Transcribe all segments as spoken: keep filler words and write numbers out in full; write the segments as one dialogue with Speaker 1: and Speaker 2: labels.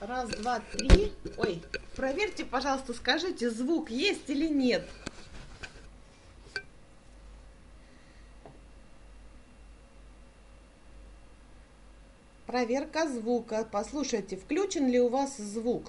Speaker 1: Раз, два, три. Ой, проверьте, пожалуйста, скажите, звук есть или нет. Проверка звука. Послушайте, включен ли у вас звук?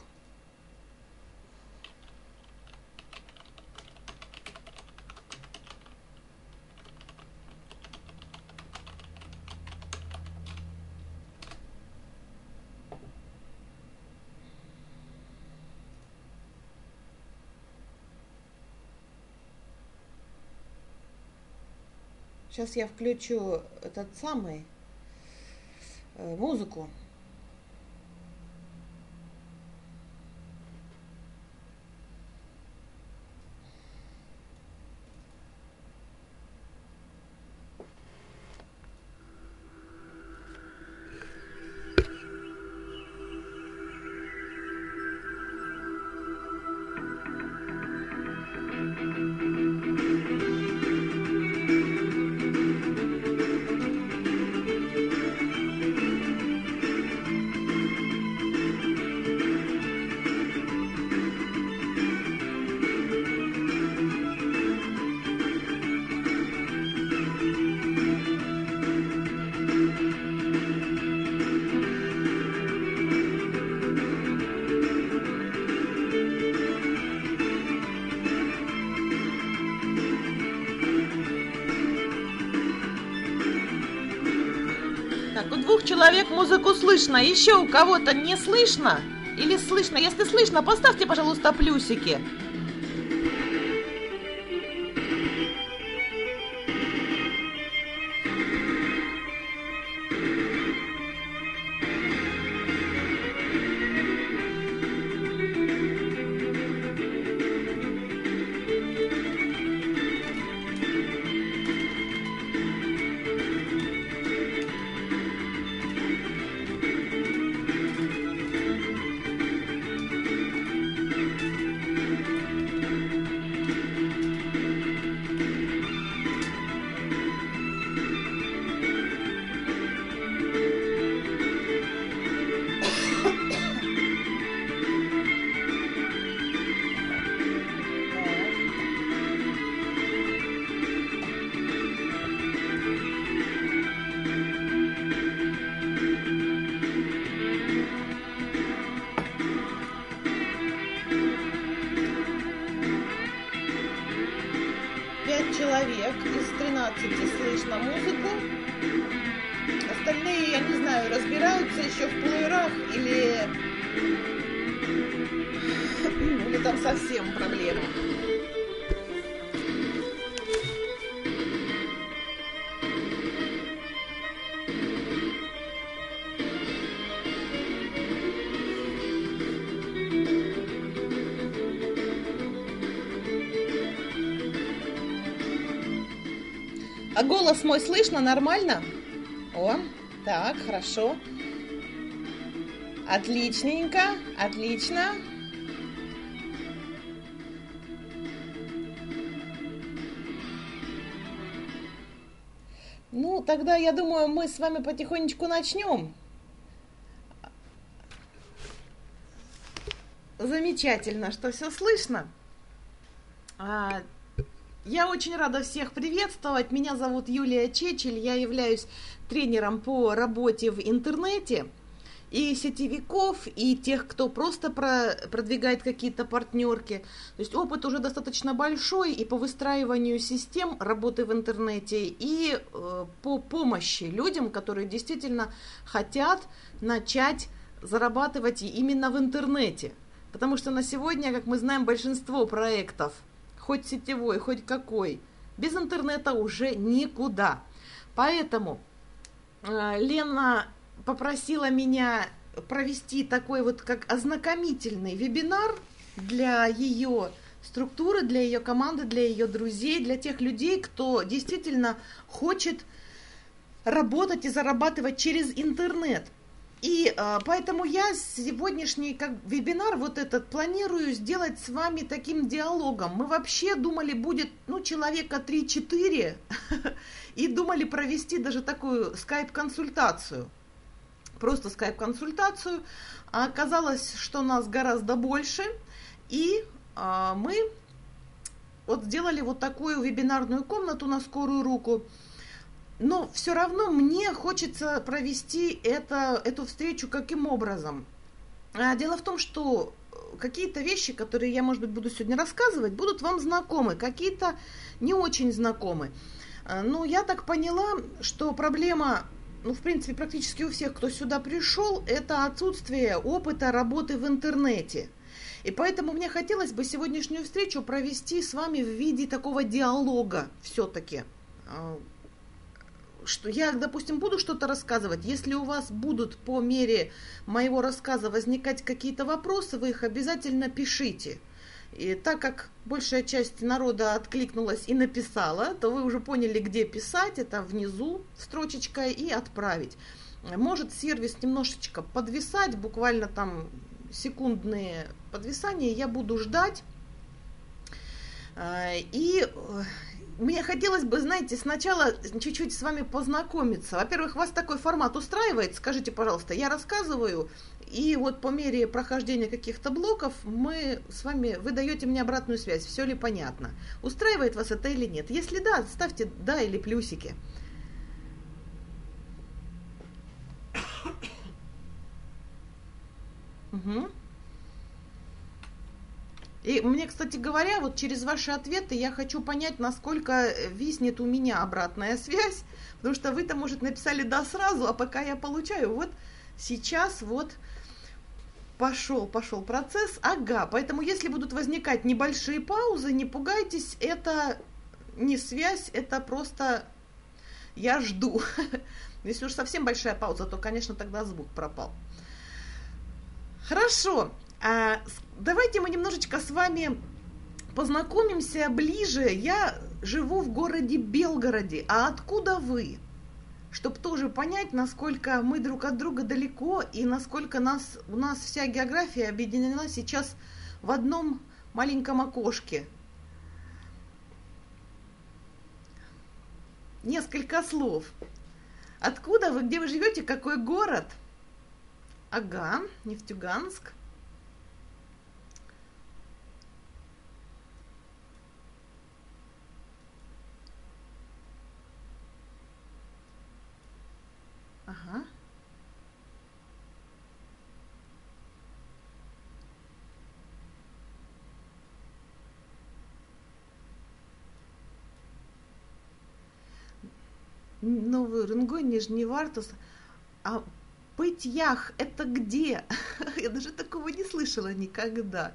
Speaker 1: Сейчас я включу этот самый э, музыку. Так, у двух человек музыку слышно, еще у кого-то не слышно или слышно? Если слышно, поставьте, пожалуйста, плюсики. Человек из тринадцати слышно музыку. Остальные, я не знаю, разбираются еще в плеерах или или там совсем проблема. А голос мой слышно нормально? О, так, хорошо. Отличненько, отлично. Ну, тогда, я думаю, мы с вами потихонечку начнем. Замечательно, что все слышно. А... Я очень рада всех приветствовать. Меня зовут Юлия Чечель. Я являюсь тренером по работе в интернете. И сетевиков, и тех, кто просто продвигает какие-то партнерки. То есть опыт уже достаточно большой и по выстраиванию систем работы в интернете, и э, по помощи людям, которые действительно хотят начать зарабатывать именно в интернете. Потому что на сегодня, как мы знаем, большинство проектов, хоть сетевой, хоть какой, без интернета уже никуда. Поэтому э, Лена попросила меня провести такой вот как ознакомительный вебинар для ее структуры, для ее команды, для ее друзей, для тех людей, кто действительно хочет работать и зарабатывать через интернет. И э, поэтому я сегодняшний как вебинар вот этот планирую сделать с вами таким диалогом. Мы вообще думали, будет ну, человека три-четыре, и думали провести даже такую скайп-консультацию. просто скайп-консультацию. А оказалось, что нас гораздо больше, и а, мы вот сделали вот такую вебинарную комнату на скорую руку. Но все равно мне хочется провести это, эту встречу каким образом? А, дело в том, что какие-то вещи, которые я, может быть, буду сегодня рассказывать, будут вам знакомы, какие-то не очень знакомы. Ну, я так поняла, что проблема, ну, в принципе, практически у всех, кто сюда пришел, это отсутствие опыта работы в интернете. И поэтому мне хотелось бы сегодняшнюю встречу провести с вами в виде такого диалога все-таки. Что я, допустим, буду что-то рассказывать, если у вас будут по мере моего рассказа возникать какие-то вопросы, вы их обязательно пишите. И так как большая часть народа откликнулась и написала, то вы уже поняли, где писать, это внизу строчечкой, и отправить. Может сервис немножечко подвисать, буквально там секундные подвисания, я буду ждать. И мне хотелось бы, знаете, сначала чуть-чуть с вами познакомиться. Во-первых, вас такой формат устраивает? Скажите, пожалуйста, я рассказываю, и вот по мере прохождения каких-то блоков мы с вами, вы даете мне обратную связь, все ли понятно. Устраивает вас это или нет? Если да, ставьте да или плюсики. Угу. И мне, кстати говоря, вот через ваши ответы я хочу понять, насколько виснет у меня обратная связь, потому что вы-то, может, написали «да» сразу, а пока я получаю, вот сейчас вот пошел, пошел процесс, ага, поэтому если будут возникать небольшие паузы, не пугайтесь, это не связь, это просто я жду. Если уж совсем большая пауза, то, конечно, тогда звук пропал. Хорошо. А, давайте мы немножечко с вами познакомимся ближе. Я живу в городе Белгороде. А откуда вы? Чтобы тоже понять, насколько мы друг от друга далеко и насколько нас, у нас вся география объединена сейчас в одном маленьком окошке. Несколько слов. Откуда вы, где вы живете, какой город? Ага, Нефтьюганск. Ага. Новый Уренгой, Нижневартовск. А Пыть-Ях это где? Я даже такого не слышала никогда.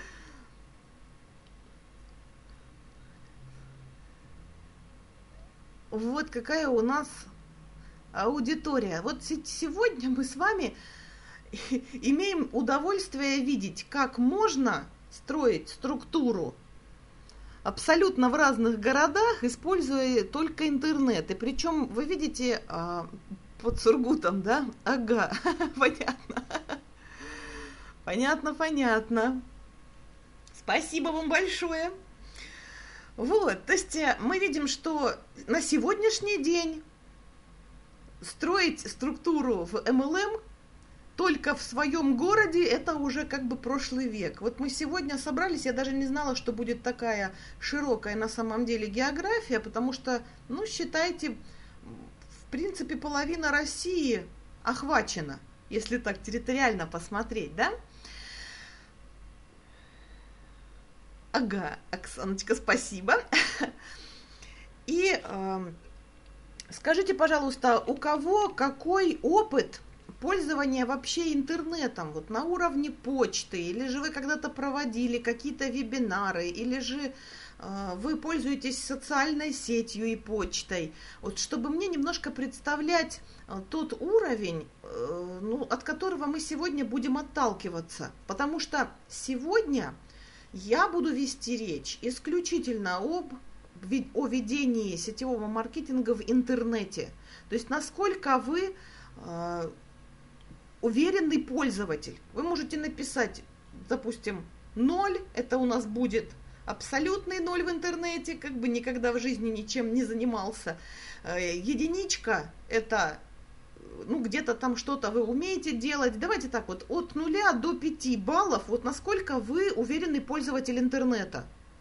Speaker 1: Вот какая у нас аудитория. Вот сегодня мы с вами имеем удовольствие видеть, как можно строить структуру абсолютно в разных городах, используя только интернет. И причем, вы видите, под Сургутом, да? Ага, понятно. Понятно, понятно. Спасибо вам большое. Вот, то есть мы видим, что на сегодняшний день строить структуру в эм эл эм только в своем городе, это уже как бы прошлый век. Вот мы сегодня собрались, я даже не знала, что будет такая широкая на самом деле география, потому что, ну, считайте, в принципе, половина России охвачена, если так территориально посмотреть, да? Ага, Оксаночка, спасибо. И э, скажите, пожалуйста, у кого какой опыт пользования вообще интернетом, вот на уровне почты, или же вы когда-то проводили какие-то вебинары, или же э, вы пользуетесь социальной сетью и почтой, вот чтобы мне немножко представлять э, тот уровень, э, ну, от которого мы сегодня будем отталкиваться, потому что сегодня я буду вести речь исключительно об, о ведении сетевого маркетинга в интернете, то есть насколько вы э, уверенный пользователь. Вы можете написать, допустим, ноль, это у нас будет абсолютный ноль в интернете, как бы никогда в жизни ничем не занимался. Единичка, это ну, где-то там что-то вы умеете делать. Давайте так вот, от нуля до пяти баллов, вот насколько вы уверенный пользователь интернета.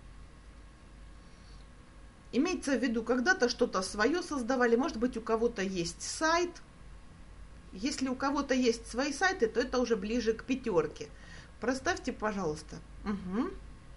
Speaker 1: Имеется в виду, когда-то что-то свое создавали, может быть, у кого-то есть сайт. Если у кого-то есть свои сайты, то это уже ближе к пятерке. Проставьте, пожалуйста. Угу.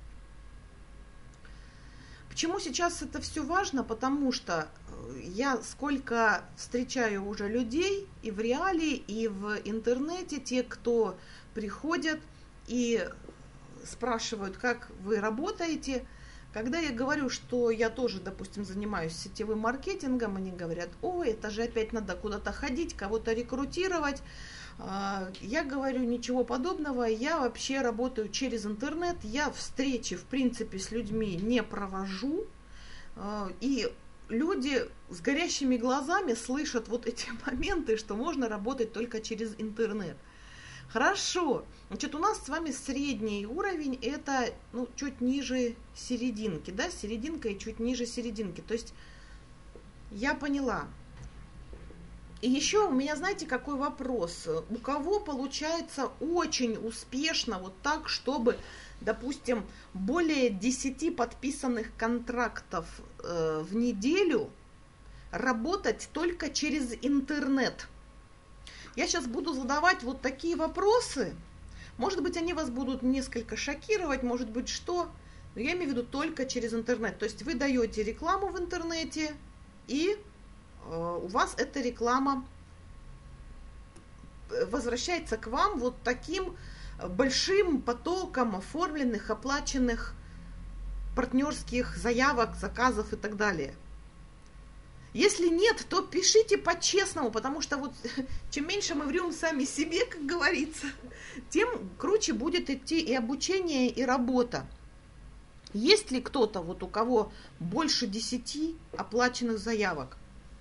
Speaker 1: Почему сейчас это все важно? Потому что я сколько встречаю уже людей и в реале, и в интернете, те, кто приходят и спрашивают, как вы работаете. Когда я говорю, что я тоже, допустим, занимаюсь сетевым маркетингом, они говорят: ой, это же опять надо куда-то ходить, кого-то рекрутировать. Я говорю: ничего подобного, я вообще работаю через интернет, я встречи, в принципе, с людьми не провожу, и люди с горящими глазами слышат вот эти моменты, что можно работать только через интернет. Хорошо, значит, у нас с вами средний уровень, это, ну, чуть ниже серединки, да, серединка и чуть ниже серединки, то есть я поняла. И еще у меня, знаете, какой вопрос? У кого получается очень успешно вот так, чтобы, допустим, более десяти подписанных контрактов э, в неделю работать только через интернет? Я сейчас буду задавать вот такие вопросы. Может быть, они вас будут несколько шокировать, может быть, что? Но я имею в виду только через интернет. То есть вы даете рекламу в интернете, и у вас эта реклама возвращается к вам вот таким большим потоком оформленных, оплаченных партнерских заявок, заказов и так далее. Если нет, то пишите по-честному, потому что вот чем меньше мы врем сами себе, как говорится, тем круче будет идти и обучение, и работа. Есть ли кто-то, вот у кого больше десяти оплаченных заявок?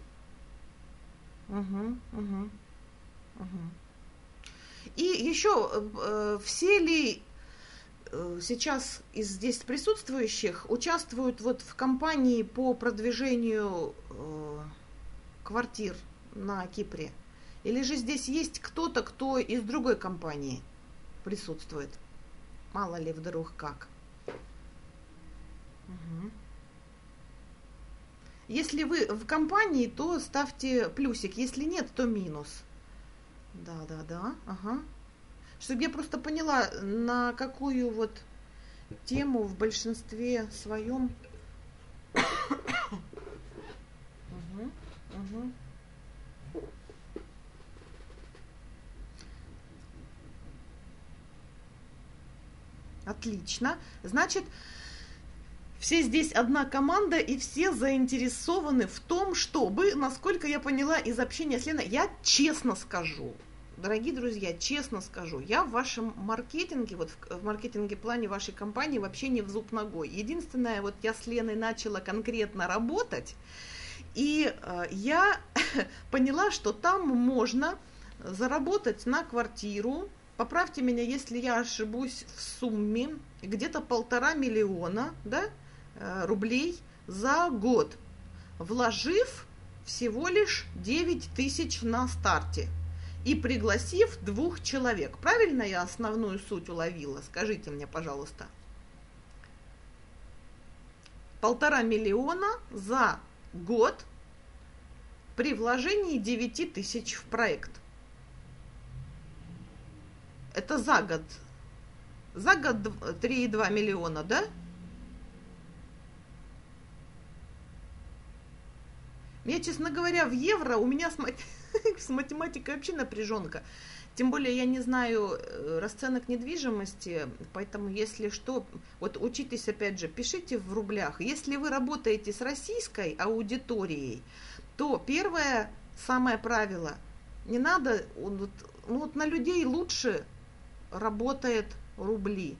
Speaker 1: Угу, угу, угу. И еще, э, все ли э, сейчас из здесь присутствующих участвуют вот в кампании по продвижению э, квартир на Кипре? Или же здесь есть кто-то, кто из другой компании присутствует? Мало ли вдруг как. Угу. Если вы в компании, то ставьте плюсик. Если нет, то минус. Да, да, да. Ага. Чтобы я просто поняла, на какую вот тему в большинстве своем. Угу, угу. Отлично. Значит, все здесь одна команда, и все заинтересованы в том, чтобы, насколько я поняла из общения с Леной, я честно скажу, дорогие друзья, честно скажу, я в вашем маркетинге, вот в, в маркетинге плане вашей компании вообще не в зуб ногой. Единственное, вот я с Леной начала конкретно работать, и э, я поняла, что там можно заработать на квартиру, поправьте меня, если я ошибусь, в сумме где-то полтора миллиона, да, рублей за год, вложив всего лишь девять тысяч на старте и пригласив двух человек. Правильно я основную суть уловила? Скажите мне, пожалуйста. Полтора миллиона за год при вложении девяти тысяч в проект. Это за год. За год три и два миллиона, да? Я, честно говоря, в евро у меня с, мат... с математикой вообще напряженка. Тем более я не знаю расценок недвижимости, поэтому если что, вот учитесь опять же, пишите в рублях. Если вы работаете с российской аудиторией, то первое, самое правило, не надо, вот, ну вот на людей лучше работает рубли.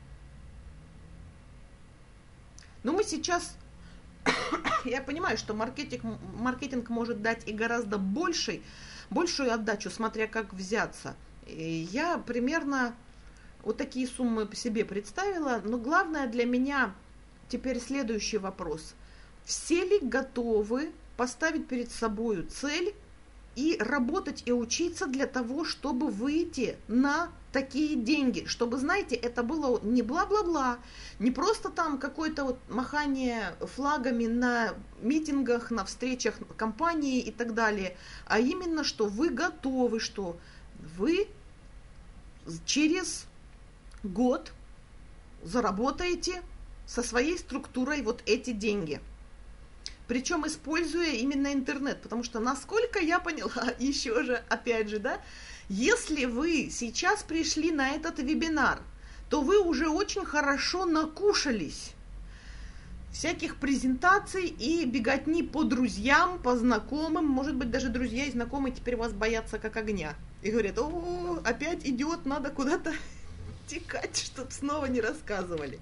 Speaker 1: Но мы сейчас... Я понимаю, что маркетинг, маркетинг может дать и гораздо больший, большую отдачу, смотря как взяться. И я примерно вот такие суммы по себе представила. Но главное для меня теперь следующий вопрос. Все ли готовы поставить перед собой цель и работать, и учиться для того, чтобы выйти на такие деньги. Чтобы, знаете, это было не бла-бла-бла, не просто там какое-то вот махание флагами на митингах, на встречах компании и так далее, а именно, что вы готовы, что вы через год заработаете со своей структурой вот эти деньги. Причем используя именно интернет, потому что, насколько я поняла, еще же, опять же, да, если вы сейчас пришли на этот вебинар, то вы уже очень хорошо накушались всяких презентаций и беготни по друзьям, по знакомым, может быть, даже друзья и знакомые теперь вас боятся как огня. И говорят: о, опять идет, надо куда-то текать, чтобы снова не рассказывали.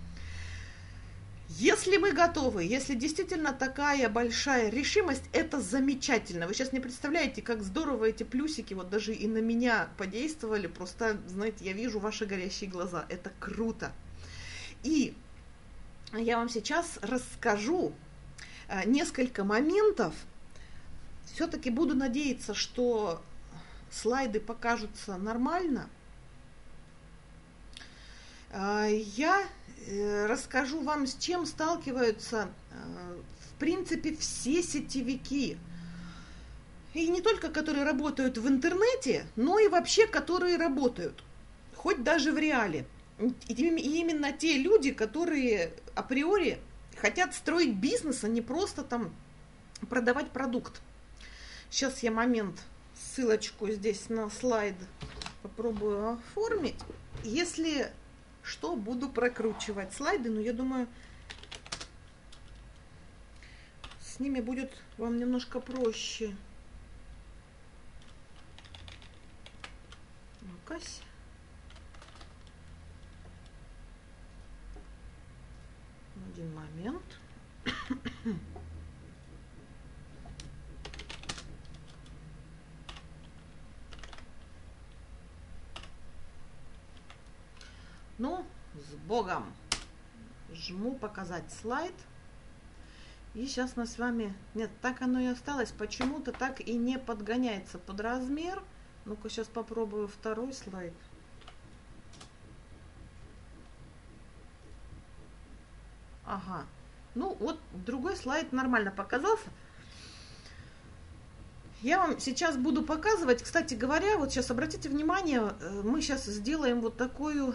Speaker 1: Если мы готовы, если действительно такая большая решимость, это замечательно. Вы сейчас не представляете, как здорово эти плюсики вот даже и на меня подействовали. Просто, знаете, я вижу ваши горящие глаза. Это круто. И я вам сейчас расскажу несколько моментов. Все-таки буду надеяться, что слайды покажутся нормально. Я расскажу вам, с чем сталкиваются, в принципе, все сетевики. И не только которые работают в интернете, но и вообще, которые работают, хоть даже в реале. И именно те люди, которые априори хотят строить бизнес, а не просто там продавать продукт. Сейчас я момент, ссылочку здесь на слайд попробую оформить. Если что, буду прокручивать слайды, но я думаю, с ними будет вам немножко проще. Ну-кась. Один момент. Ну, с Богом. Жму показать слайд. И сейчас мы с вами... Нет, так оно и осталось. Почему-то так и не подгоняется под размер. Ну-ка, сейчас попробую второй слайд. Ага. Ну, вот другой слайд нормально показался. Я вам сейчас буду показывать. Кстати говоря, вот сейчас обратите внимание, мы сейчас сделаем вот такую...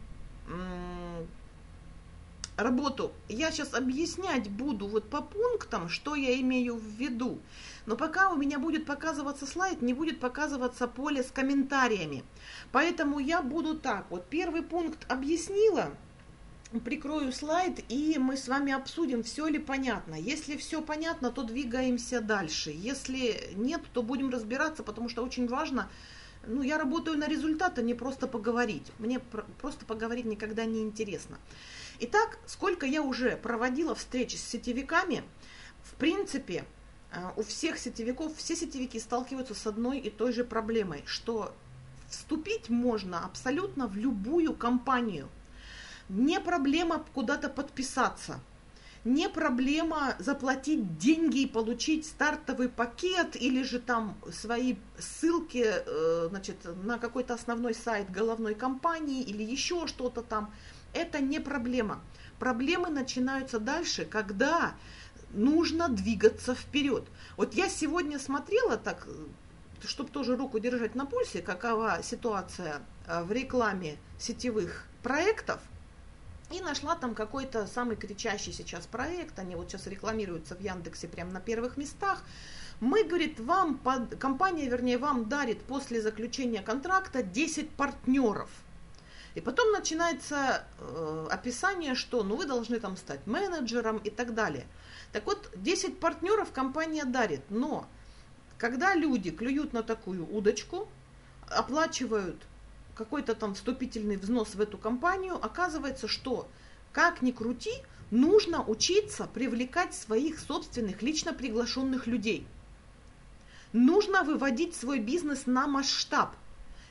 Speaker 1: работу. Я сейчас объяснять буду вот по пунктам, что я имею в виду. Но пока у меня будет показываться слайд, не будет показываться поле с комментариями. Поэтому я буду так. Вот первый пункт объяснила, прикрою слайд, и мы с вами обсудим, все ли понятно. Если все понятно, то двигаемся дальше. Если нет, то будем разбираться, потому что очень важно. Ну, я работаю на результат, а не просто поговорить. Мне просто поговорить никогда не интересно. Итак, сколько я уже проводила встреч с сетевиками, в принципе, у всех сетевиков, все сетевики сталкиваются с одной и той же проблемой, что вступить можно абсолютно в любую компанию. Не проблема куда-то подписаться. Не проблема заплатить деньги и получить стартовый пакет или же там свои ссылки, значит, на какой-то основной сайт головной компании или еще что-то там. Это не проблема. Проблемы начинаются дальше, когда нужно двигаться вперед. Вот я сегодня смотрела так, чтобы тоже руку держать на пульсе, какова ситуация в рекламе сетевых проектов. И нашла там какой-то самый кричащий сейчас проект, они вот сейчас рекламируются в Яндексе прямо на первых местах. Мы, говорит, вам, под, компания, вернее, вам дарит после заключения контракта десять партнеров. И потом начинается э, описание, что ну, вы должны там стать менеджером и так далее. Так вот, десять партнеров компания дарит, но когда люди клюют на такую удочку, оплачивают какой-то там вступительный взнос в эту компанию, оказывается, что, как ни крути, нужно учиться привлекать своих собственных лично приглашенных людей. Нужно выводить свой бизнес на масштаб.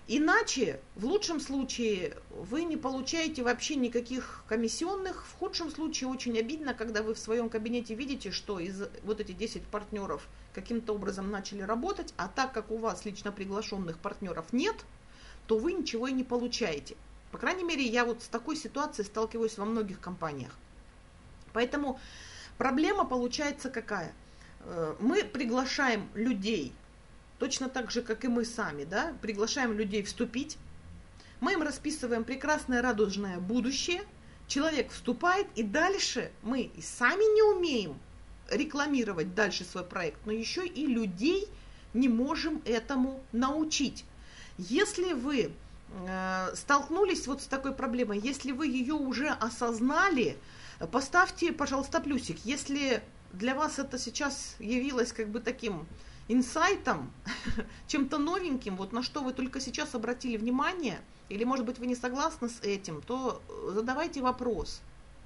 Speaker 1: Иначе, в лучшем случае, вы не получаете вообще никаких комиссионных. В худшем случае очень обидно, когда вы в своем кабинете видите, что из вот эти десять партнеров каким-то образом начали работать, а так как у вас лично приглашенных партнеров нет, то вы ничего и не получаете. По крайней мере, я вот с такой ситуацией сталкиваюсь во многих компаниях. Поэтому проблема получается какая? Мы приглашаем людей, точно так же, как и мы сами, да, приглашаем людей вступить, мы им расписываем прекрасное радужное будущее, человек вступает, и дальше мы и сами не умеем рекламировать дальше свой проект, но еще и людей не можем этому научить. Если вы э, столкнулись вот с такой проблемой, если вы ее уже осознали, поставьте, пожалуйста, плюсик. Если для вас это сейчас явилось как бы таким инсайтом, чем-то новеньким, вот на что вы только сейчас обратили внимание, или, может быть, вы не согласны с этим, то задавайте вопрос.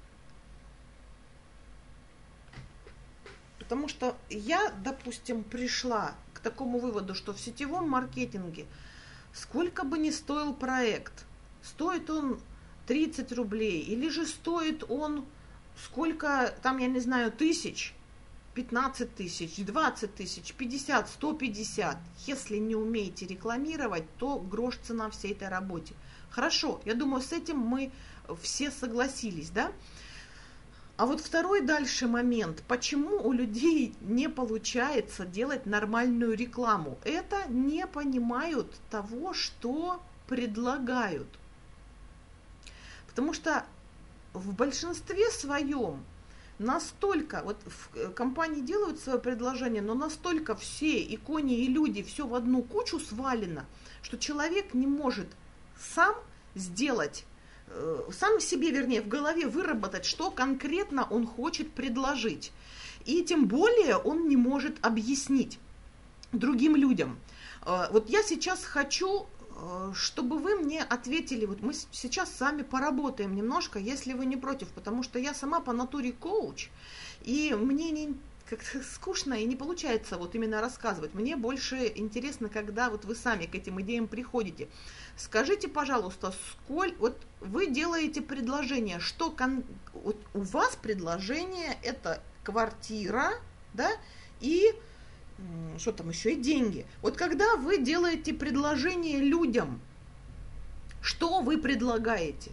Speaker 1: Потому что я, допустим, пришла к такому выводу, что в сетевом маркетинге, сколько бы ни стоил проект, стоит он тридцать рублей, или же стоит он сколько, там, я не знаю, тысяч, пятнадцать тысяч, двадцать тысяч, пятьдесят, сто пятьдесят. Если не умеете рекламировать, то грош цена всей этой работе. Хорошо, я думаю, с этим мы все согласились, да? А вот второй дальше момент. Почему у людей не получается делать нормальную рекламу? Это не понимают того, что предлагают. Потому что в большинстве своем настолько, вот в компании делают свое предложение, но настолько все и кони, и люди, все в одну кучу свалено, что человек не может сам сделать, сам себе, вернее, в голове выработать, что конкретно он хочет предложить. И тем более он не может объяснить другим людям. Вот я сейчас хочу, чтобы вы мне ответили, вот мы сейчас сами поработаем немножко, если вы не против, потому что я сама по натуре коуч, и мне не как-то скучно и не получается вот именно рассказывать. Мне больше интересно, когда вот вы сами к этим идеям приходите. Скажите, пожалуйста, сколь вот вы делаете предложение, что кон, вот у вас предложение это квартира, да, и что там еще, и деньги. Вот когда вы делаете предложение людям, что вы предлагаете?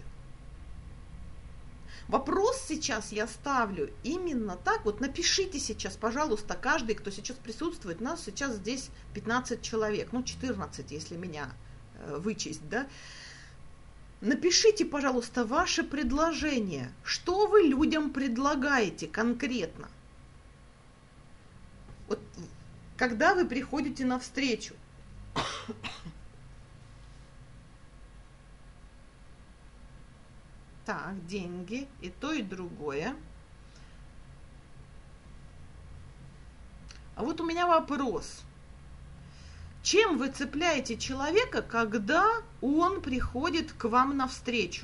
Speaker 1: Вопрос сейчас я ставлю именно так. Вот напишите сейчас, пожалуйста, каждый, кто сейчас присутствует. Нас сейчас здесь пятнадцать человек, ну четырнадцать, если меня э, вычесть, да. Напишите, пожалуйста, ваше предложение. Что вы людям предлагаете конкретно? Вот когда вы приходите на встречу. Так, деньги, и то, и другое. А вот у меня вопрос. Чем вы цепляете человека, когда он приходит к вам навстречу?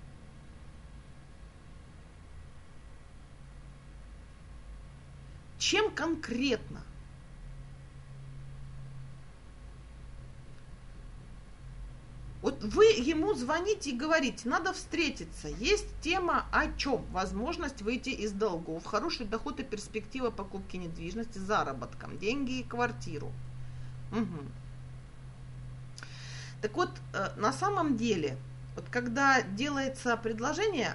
Speaker 1: Чем конкретно? Вот вы ему звоните и говорите, надо встретиться. Есть тема о чем? Возможность выйти из долгов, хороший доход и перспектива покупки недвижимости, заработком, деньги и квартиру. Угу. Так вот, на самом деле, вот когда делается предложение,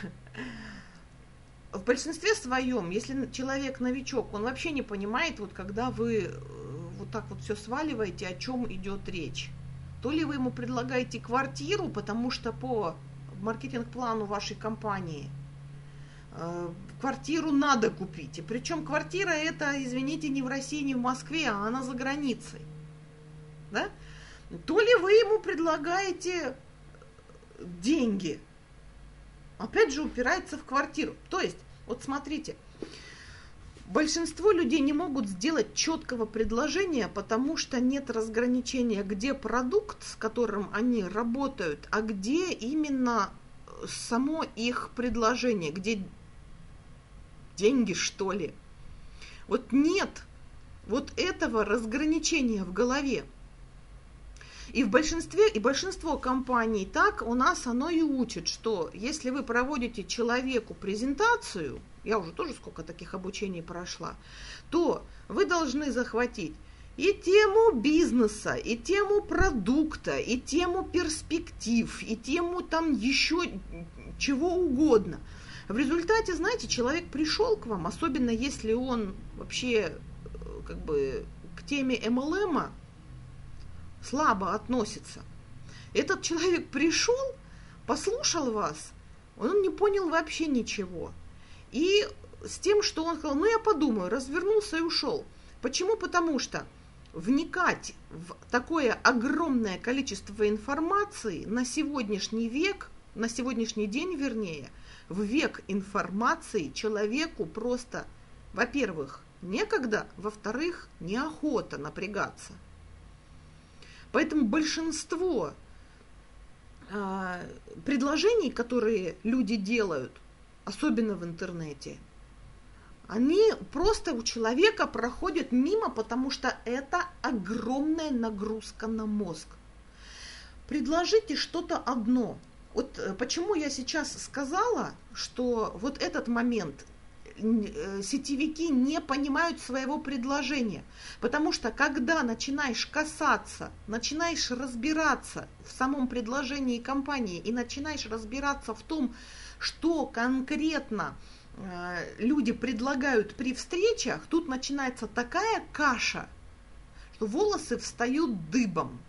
Speaker 1: в большинстве своем, если человек новичок, он вообще не понимает, вот когда вы вот так вот все сваливаете, о чем идет речь. То ли вы ему предлагаете квартиру, потому что по маркетинг-плану вашей компании э, квартиру надо купить. И причем квартира это, извините, не в России, не в Москве, а она за границей. Да? То ли вы ему предлагаете деньги. Опять же упирается в квартиру. То есть, вот смотрите, большинство людей не могут сделать четкого предложения, потому что нет разграничения, где продукт, с которым они работают, а где именно само их предложение, где деньги, что ли. Вот нет вот этого разграничения в голове. И в большинстве, и большинство компаний так у нас оно и учит, что если вы проводите человеку презентацию, я уже тоже сколько таких обучений прошла, то вы должны захватить и тему бизнеса, и тему продукта, и тему перспектив, и тему там еще чего угодно. В результате, знаете, человек пришел к вам, особенно если он вообще как бы к теме эм эл эм слабо относится. Этот человек пришел, послушал вас, он не понял вообще ничего. И с тем, что он сказал, ну я подумаю, развернулся и ушел. Почему? Потому что вникать в такое огромное количество информации на сегодняшний век, на сегодняшний день, вернее, в век информации человеку просто, во-первых, некогда, во-вторых, неохота напрягаться. Поэтому большинство э, предложений, которые люди делают, особенно в интернете, они просто у человека проходят мимо, потому что это огромная нагрузка на мозг. Предложите что-то одно. Вот почему я сейчас сказала, что вот этот момент сетевики не понимают своего предложения. Потому что когда начинаешь касаться, начинаешь разбираться в самом предложении компании и начинаешь разбираться в том, что конкретно э, люди предлагают при встречах, тут начинается такая каша, что волосы встают дыбом.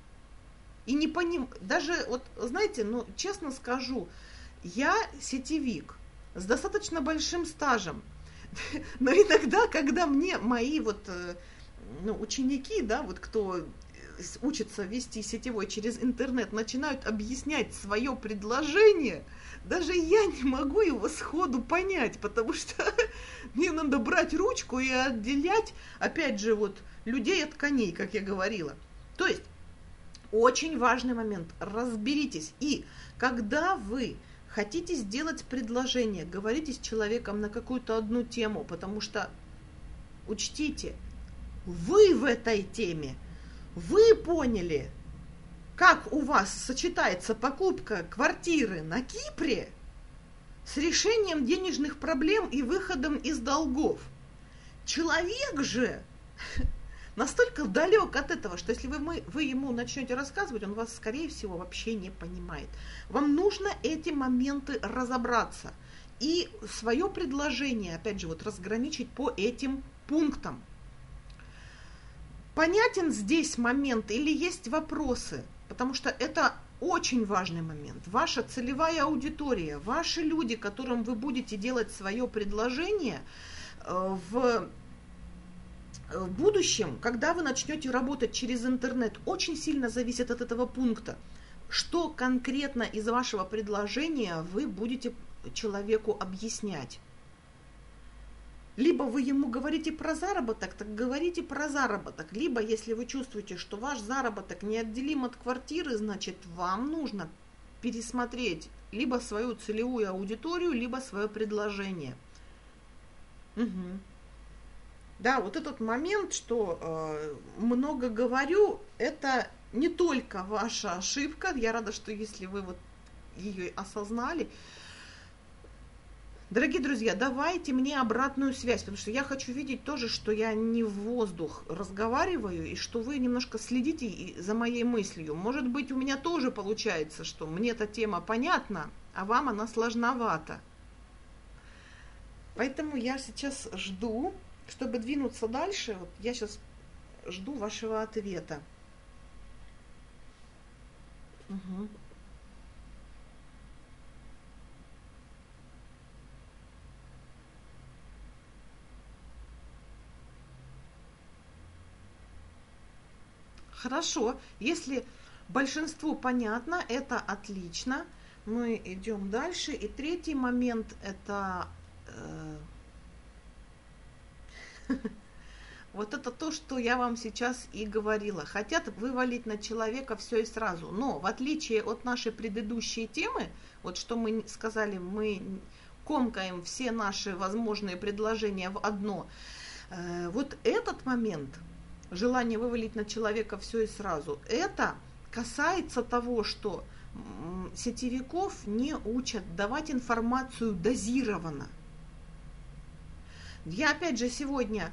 Speaker 1: И не поним... Даже, вот, знаете, ну, честно скажу, я сетевик с достаточно большим стажем, но иногда, когда мне мои вот, ну, ученики, да, вот кто учится вести сетевой через интернет, начинают объяснять свое предложение, даже я не могу его сходу понять, потому что мне надо брать ручку и отделять, опять же, вот, людей от коней, как я говорила. То есть, очень важный момент. Разберитесь. И когда вы хотите сделать предложение, говорите с человеком на какую-то одну тему, потому что учтите, вы в этой теме, вы поняли, как у вас сочетается покупка квартиры на Кипре с решением денежных проблем и выходом из долгов. Человек же настолько далек от этого, что если вы, мы, вы ему начнете рассказывать, он вас, скорее всего, вообще не понимает. Вам нужно эти моменты разобраться и свое предложение, опять же, вот разграничить по этим пунктам. Понятен здесь момент или есть вопросы? Потому что это очень важный момент. Ваша целевая аудитория, ваши люди, которым вы будете делать свое предложение в В будущем, когда вы начнете работать через интернет, очень сильно зависит от этого пункта, что конкретно из вашего предложения вы будете человеку объяснять. Либо вы ему говорите про заработок, так говорите про заработок. Либо, если вы чувствуете, что ваш заработок неотделим от квартиры, значит, вам нужно пересмотреть либо свою целевую аудиторию, либо свое предложение. Угу. Да, вот этот момент, что э, много говорю, это не только ваша ошибка. Я рада, что если вы вот ее осознали. Дорогие друзья, давайте мне обратную связь, потому что я хочу видеть тоже, что я не в воздух разговариваю, и что вы немножко следите за моей мыслью. Может быть, у меня тоже получается, что мне эта тема понятна, а вам она сложновата. Поэтому я сейчас жду. Чтобы двинуться дальше, вот я сейчас жду вашего ответа. Угу. Хорошо, если большинству понятно, это отлично. Мы идем дальше. И третий момент это... Э, Вот это то, что я вам сейчас и говорила. Хотят вывалить на человека все и сразу. Но в отличие от нашей предыдущей темы, вот что мы сказали, мы комкаем все наши возможные предложения в одно. Вот этот момент, желание вывалить на человека все и сразу, это касается того, что сетевиков не учат давать информацию дозированно. Я опять же сегодня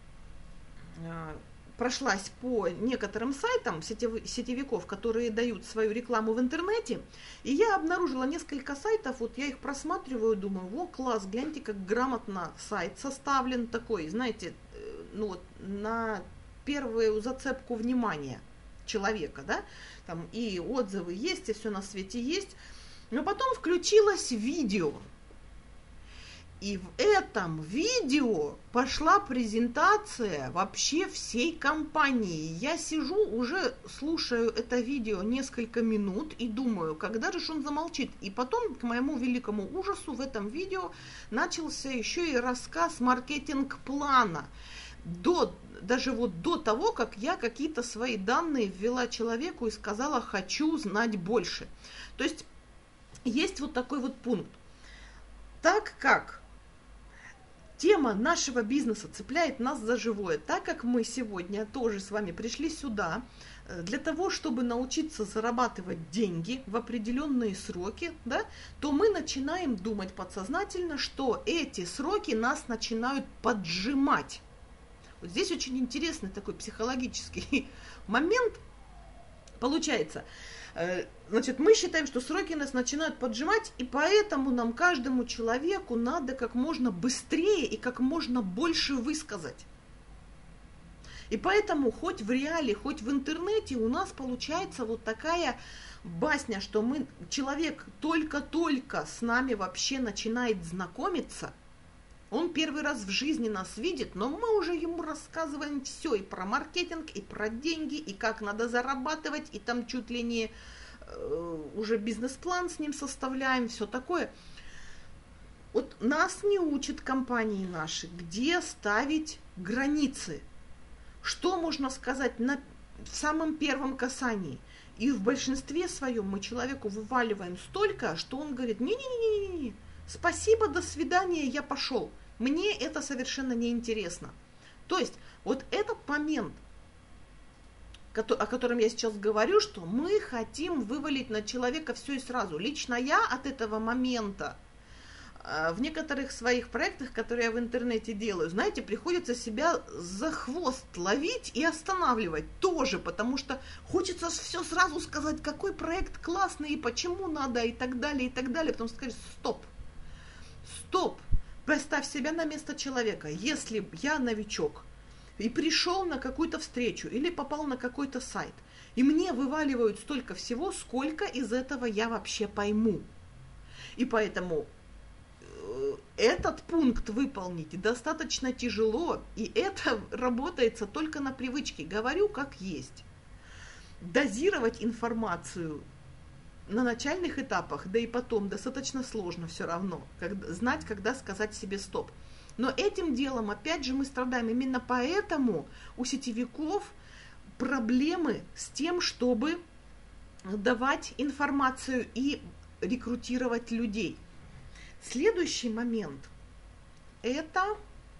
Speaker 1: прошлась по некоторым сайтам сетевиков, которые дают свою рекламу в интернете, и я обнаружила несколько сайтов, вот я их просматриваю, думаю, о, класс, гляньте, как грамотно сайт составлен такой, знаете, ну вот на первую зацепку внимания человека, да, там и отзывы есть, и все на свете есть, но потом включилось видео. И в этом видео пошла презентация вообще всей компании. Я сижу, уже слушаю это видео несколько минут и думаю, когда же он замолчит. И потом, к моему великому ужасу, в этом видео начался еще и рассказ маркетинг-плана. До, даже вот до того, как я какие-то свои данные ввела человеку и сказала «хочу знать больше». То есть есть вот такой вот пункт. Так как тема нашего бизнеса цепляет нас за живое, так как мы сегодня тоже с вами пришли сюда для того, чтобы научиться зарабатывать деньги в определенные сроки, да, то мы начинаем думать подсознательно, что эти сроки нас начинают поджимать. Вот здесь очень интересный такой психологический момент получается. Значит, мы считаем, что сроки нас начинают поджимать, и поэтому нам, каждому человеку, надо как можно быстрее и как можно больше высказать. И поэтому хоть в реале, хоть в интернете у нас получается вот такая басня, что мы, человек только-только с нами вообще начинает знакомиться, он первый раз в жизни нас видит, но мы уже ему рассказываем все, и про маркетинг, и про деньги, и как надо зарабатывать, и там чуть ли не э, уже бизнес-план с ним составляем, все такое. Вот нас не учат компании наши, где ставить границы, что можно сказать на, в самом первом касании. И в большинстве своем мы человеку вываливаем столько, что он говорит, не-не-не-не-не, спасибо, до свидания, я пошел. Мне это совершенно неинтересно. То есть вот этот момент, о котором я сейчас говорю, что мы хотим вывалить на человека все и сразу. Лично я от этого момента в некоторых своих проектах, которые я в интернете делаю, знаете, приходится себя за хвост ловить и останавливать тоже, потому что хочется все сразу сказать, какой проект классный и почему надо и так далее, и так далее. Потом сказать, стоп, стоп. Поставь себя на место человека. Если я новичок и пришел на какую-то встречу или попал на какой-то сайт, и мне вываливают столько всего, сколько из этого я вообще пойму. И поэтому э, этот пункт выполнить достаточно тяжело, и это работается только на привычке. Говорю как есть. Дозировать информацию на начальных этапах, да и потом достаточно сложно все равно, когда, знать, когда сказать себе стоп. Но этим делом, опять же, мы страдаем. Именно поэтому у сетевиков проблемы с тем, чтобы давать информацию и рекрутировать людей. Следующий момент – это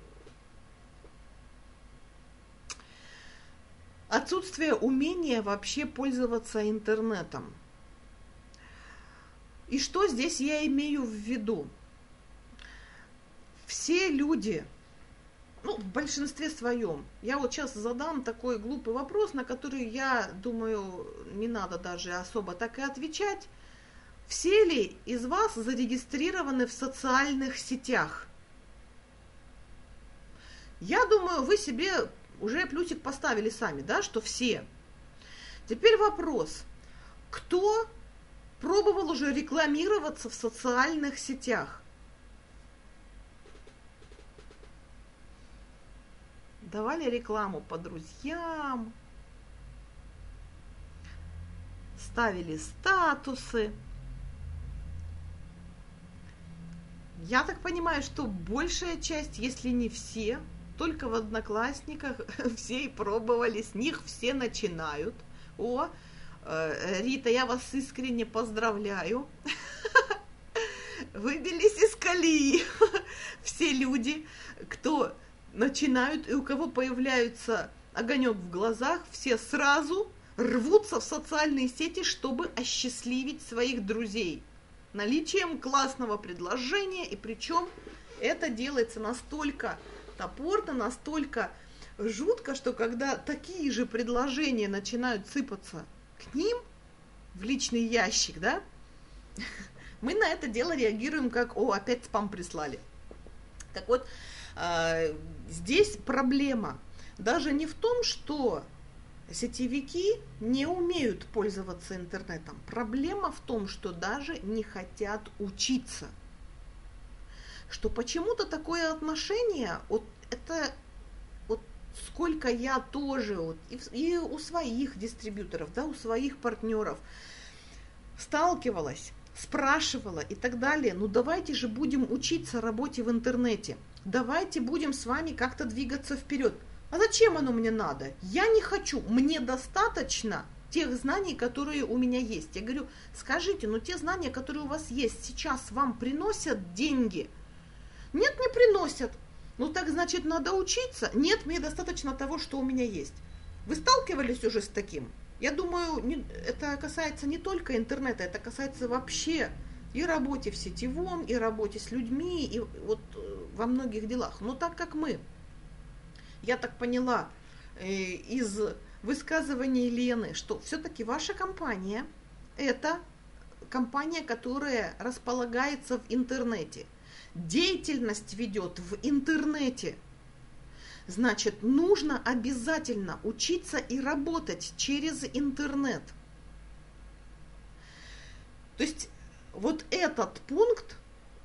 Speaker 1: отсутствие умения вообще пользоваться интернетом. И что здесь я имею в виду? Все люди, ну, в большинстве своем, я вот сейчас задам такой глупый вопрос, на который, я думаю, не надо даже особо так и отвечать. Все ли из вас зарегистрированы в социальных сетях? Я думаю, вы себе уже плюсик поставили сами, да, что все. Теперь вопрос, кто пробовал уже рекламироваться в социальных сетях? Давали рекламу по друзьям, ставили статусы. Я так понимаю, что большая часть, если не все, только в Одноклассниках все и пробовали, с них все начинают. О, Рита, я вас искренне поздравляю. Выбились из колеи все люди, кто начинают и у кого появляется огонек в глазах, все сразу рвутся в социальные сети, чтобы осчастливить своих друзей наличием классного предложения, и причем это делается настолько топорно, настолько жутко, что когда такие же предложения начинают сыпаться к ним в личный ящик, да, мы на это дело реагируем как: о, опять спам прислали. Так вот, э, здесь проблема даже не в том, что сетевики не умеют пользоваться интернетом. Проблема в том, что даже не хотят учиться. Что почему-то такое отношение, вот это, вот сколько я тоже, вот, и, и у своих дистрибьюторов, да, у своих партнеров сталкивалась, спрашивала и так далее. Ну давайте же будем учиться работе в интернете. Давайте будем с вами как-то двигаться вперед. А зачем оно мне надо? Я не хочу. Мне достаточно тех знаний, которые у меня есть. Я говорю, скажите, ну те знания, которые у вас есть сейчас, вам приносят деньги? Нет, не приносят. Ну так значит надо учиться? Нет, мне достаточно того, что у меня есть. Вы сталкивались уже с таким? Я думаю, не, это касается не только интернета, это касается вообще и работе в сетевом, и работе с людьми, и вот во многих делах. Но так как мы, я так поняла э, из высказываний Лены, что все-таки ваша компания – это компания, которая располагается в интернете, деятельность ведет в интернете. Значит, нужно обязательно учиться и работать через интернет. То есть вот этот пункт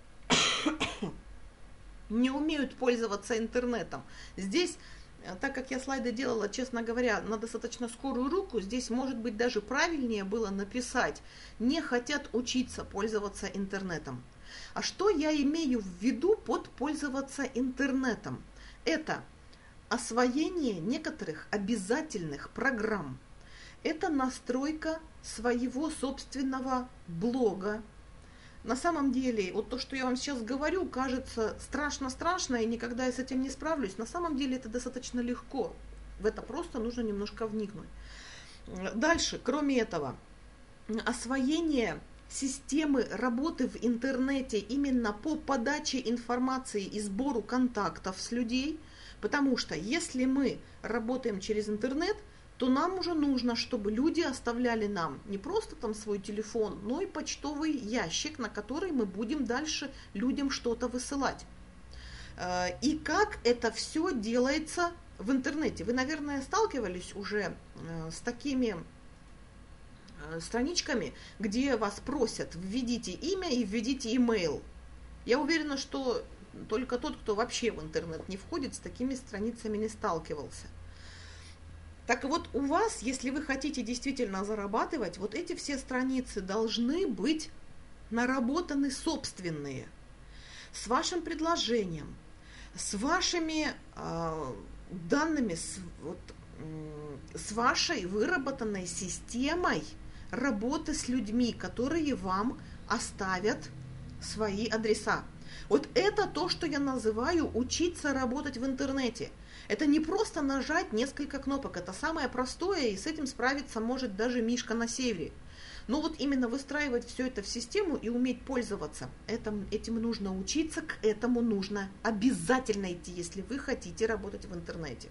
Speaker 1: не умеют пользоваться интернетом. Здесь, так как я слайды делала, честно говоря, на достаточно скорую руку, здесь, может быть, даже правильнее было написать: не хотят учиться пользоваться интернетом. А что я имею в виду под пользоваться интернетом? Это освоение некоторых обязательных программ. Это настройка своего собственного блога. На самом деле, вот то, что я вам сейчас говорю, кажется страшно-страшно, и никогда я с этим не справлюсь. На самом деле это достаточно легко. В это просто нужно немножко вникнуть. Дальше, кроме этого, освоение системы работы в интернете именно по подаче информации и сбору контактов с людьми. Потому что если мы работаем через интернет, то нам уже нужно, чтобы люди оставляли нам не просто там свой телефон, но и почтовый ящик, на который мы будем дальше людям что-то высылать. И как это все делается в интернете? Вы, наверное, сталкивались уже с такими страничками, где вас просят: введите имя и введите имейл. Я уверена, что только тот, кто вообще в интернет не входит, с такими страницами не сталкивался. Так вот, у вас, если вы хотите действительно зарабатывать, вот эти все страницы должны быть наработаны собственные, с вашим предложением, с вашими э, данными, с, вот, э, с вашей выработанной системой работы с людьми, которые вам оставят свои адреса. Вот это то, что я называю учиться работать в интернете. Это не просто нажать несколько кнопок, это самое простое, и с этим справиться может даже Мишка на севере. Но вот именно выстраивать все это в систему и уметь пользоваться, этим, этим нужно учиться, к этому нужно обязательно идти, если вы хотите работать в интернете.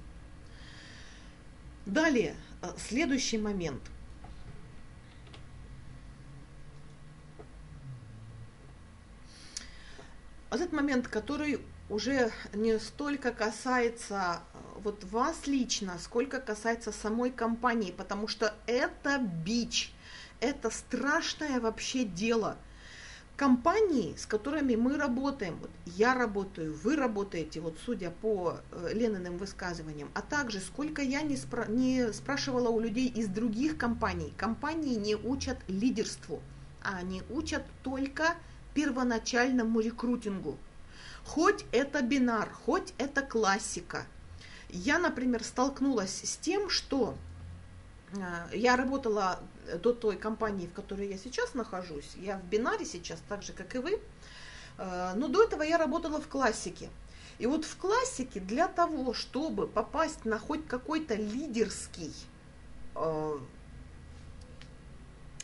Speaker 1: Далее, следующий момент. Этот момент, который уже не столько касается вот вас лично, сколько касается самой компании, потому что это бич, это страшное вообще дело. Компании, с которыми мы работаем, вот я работаю, вы работаете, вот судя по Лениным высказываниям, а также сколько я не, спра- не спрашивала у людей из других компаний, компании не учат лидерству, а они учат только первоначальному рекрутингу. Хоть это бинар, хоть это классика. Я, например, столкнулась с тем, что я работала до той компании, в которой я сейчас нахожусь. Я в бинаре сейчас, так же, как и вы. Но до этого я работала в классике. И вот в классике для того, чтобы попасть на хоть какой-то лидерский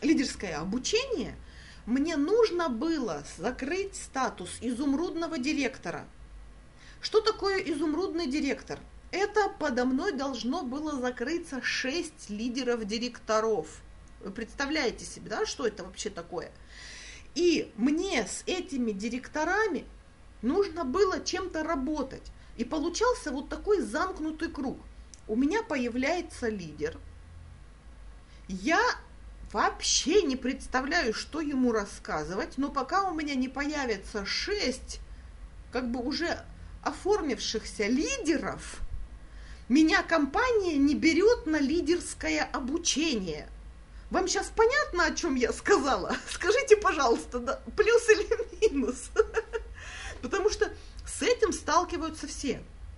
Speaker 1: лидерское обучение, мне нужно было закрыть статус изумрудного директора. Что такое изумрудный директор? Это подо мной должно было закрыться шесть лидеров-директоров. Вы представляете себе, да, что это вообще такое? И мне с этими директорами нужно было чем-то работать. И получался вот такой замкнутый круг. У меня появляется лидер. Я вообще не представляю, что ему рассказывать, но пока у меня не появится шесть, как бы уже оформившихся лидеров, меня компания не берет на лидерское обучение. Вам сейчас понятно, о чем я сказала? Скажите, пожалуйста, да, плюс или минус? Потому что с этим сталкиваются все.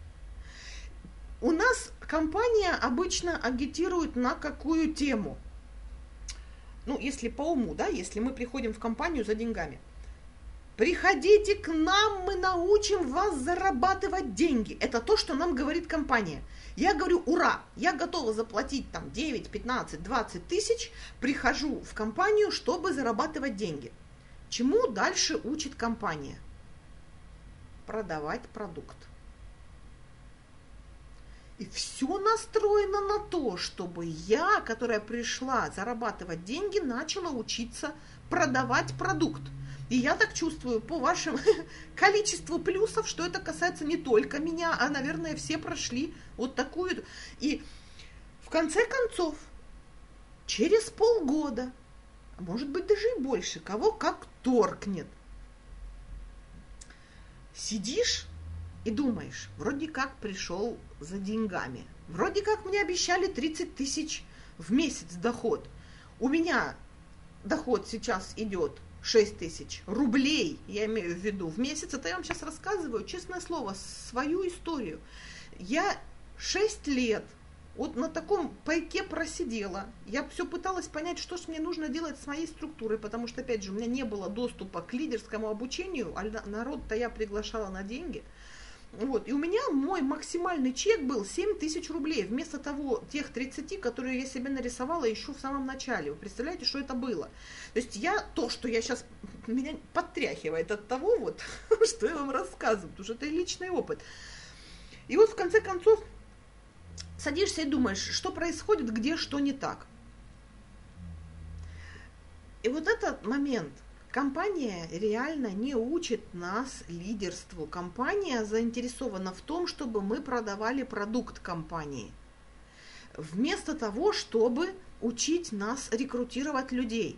Speaker 1: У нас компания обычно агитирует на какую тему? Ну, если по уму, да, если мы приходим в компанию за деньгами. Приходите к нам, мы научим вас зарабатывать деньги. Это то, что нам говорит компания. Я говорю, ура, я готова заплатить там девять, пятнадцать, двадцать тысяч, прихожу в компанию, чтобы зарабатывать деньги. Чему дальше учит компания? Продавать продукт. И все настроено на то, чтобы я, которая пришла зарабатывать деньги, начала учиться продавать продукт. И я так чувствую по вашему количеству плюсов, что это касается не только меня, а, наверное, все прошли вот такую. И в конце концов, через полгода, а может быть даже и больше, кого как торкнет, сидишь и думаешь, вроде как пришел за деньгами, вроде как мне обещали тридцать тысяч в месяц доход. У меня доход сейчас идет шесть тысяч рублей, я имею в виду, в месяц. Это я вам сейчас рассказываю, честное слово, свою историю. Я шесть лет вот на таком пайке просидела. Я все пыталась понять, что же мне нужно делать с моей структурой, потому что, опять же, у меня не было доступа к лидерскому обучению, а народ-то я приглашала на деньги. Вот. И у меня мой максимальный чек был семь тысяч рублей, вместо того, тех тридцати, которые я себе нарисовала еще в самом начале. Вы представляете, что это было? То есть я, то, что я сейчас, меня подтряхивает от того, вот, что я вам рассказываю, потому что это личный опыт. И вот в конце концов садишься и думаешь, что происходит, где что не так. И вот этот момент. Компания реально не учит нас лидерству. Компания заинтересована в том, чтобы мы продавали продукт компании. Вместо того, чтобы учить нас рекрутировать людей.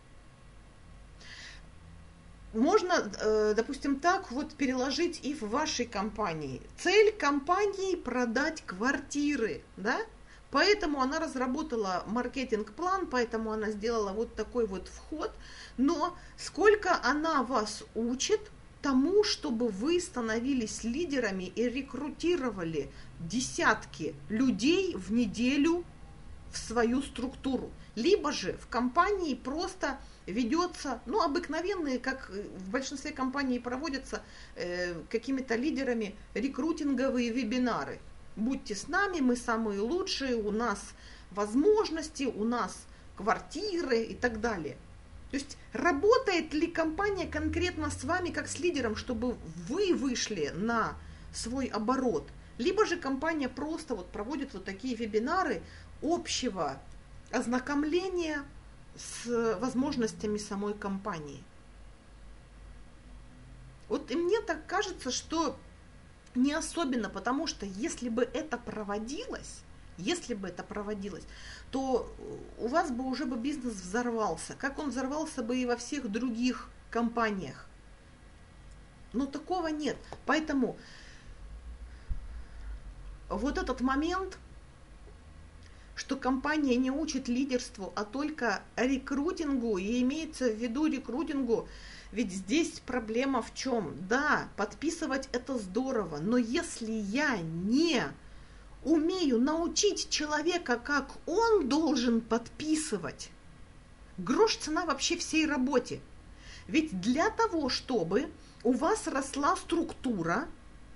Speaker 1: Можно, допустим, так вот переложить и в вашей компании. Цель компании – продать квартиры, да? Поэтому она разработала маркетинг-план, поэтому она сделала вот такой вот вход. Но сколько она вас учит тому, чтобы вы становились лидерами и рекрутировали десятки людей в неделю в свою структуру. Либо же в компании просто ведется, ну, обыкновенные, как в большинстве компаний проводятся э, какими-то лидерами рекрутинговые вебинары. Будьте с нами, мы самые лучшие, у нас возможности, у нас квартиры и так далее. То есть работает ли компания конкретно с вами как с лидером, чтобы вы вышли на свой оборот? Либо же компания просто вот проводит вот такие вебинары общего ознакомления с возможностями самой компании. Вот и мне так кажется, что не особенно, потому что если бы это проводилось, если бы это проводилось, то у вас бы уже бы бизнес взорвался, как он взорвался бы и во всех других компаниях. Но такого нет. Поэтому вот этот момент, что компания не учит лидерству, а только рекрутингу, и имеется в виду рекрутингу, ведь здесь проблема в чем? Да, подписывать это здорово, но если я не умею научить человека, как он должен подписывать, грош цена вообще всей работе. Ведь для того, чтобы у вас росла структура,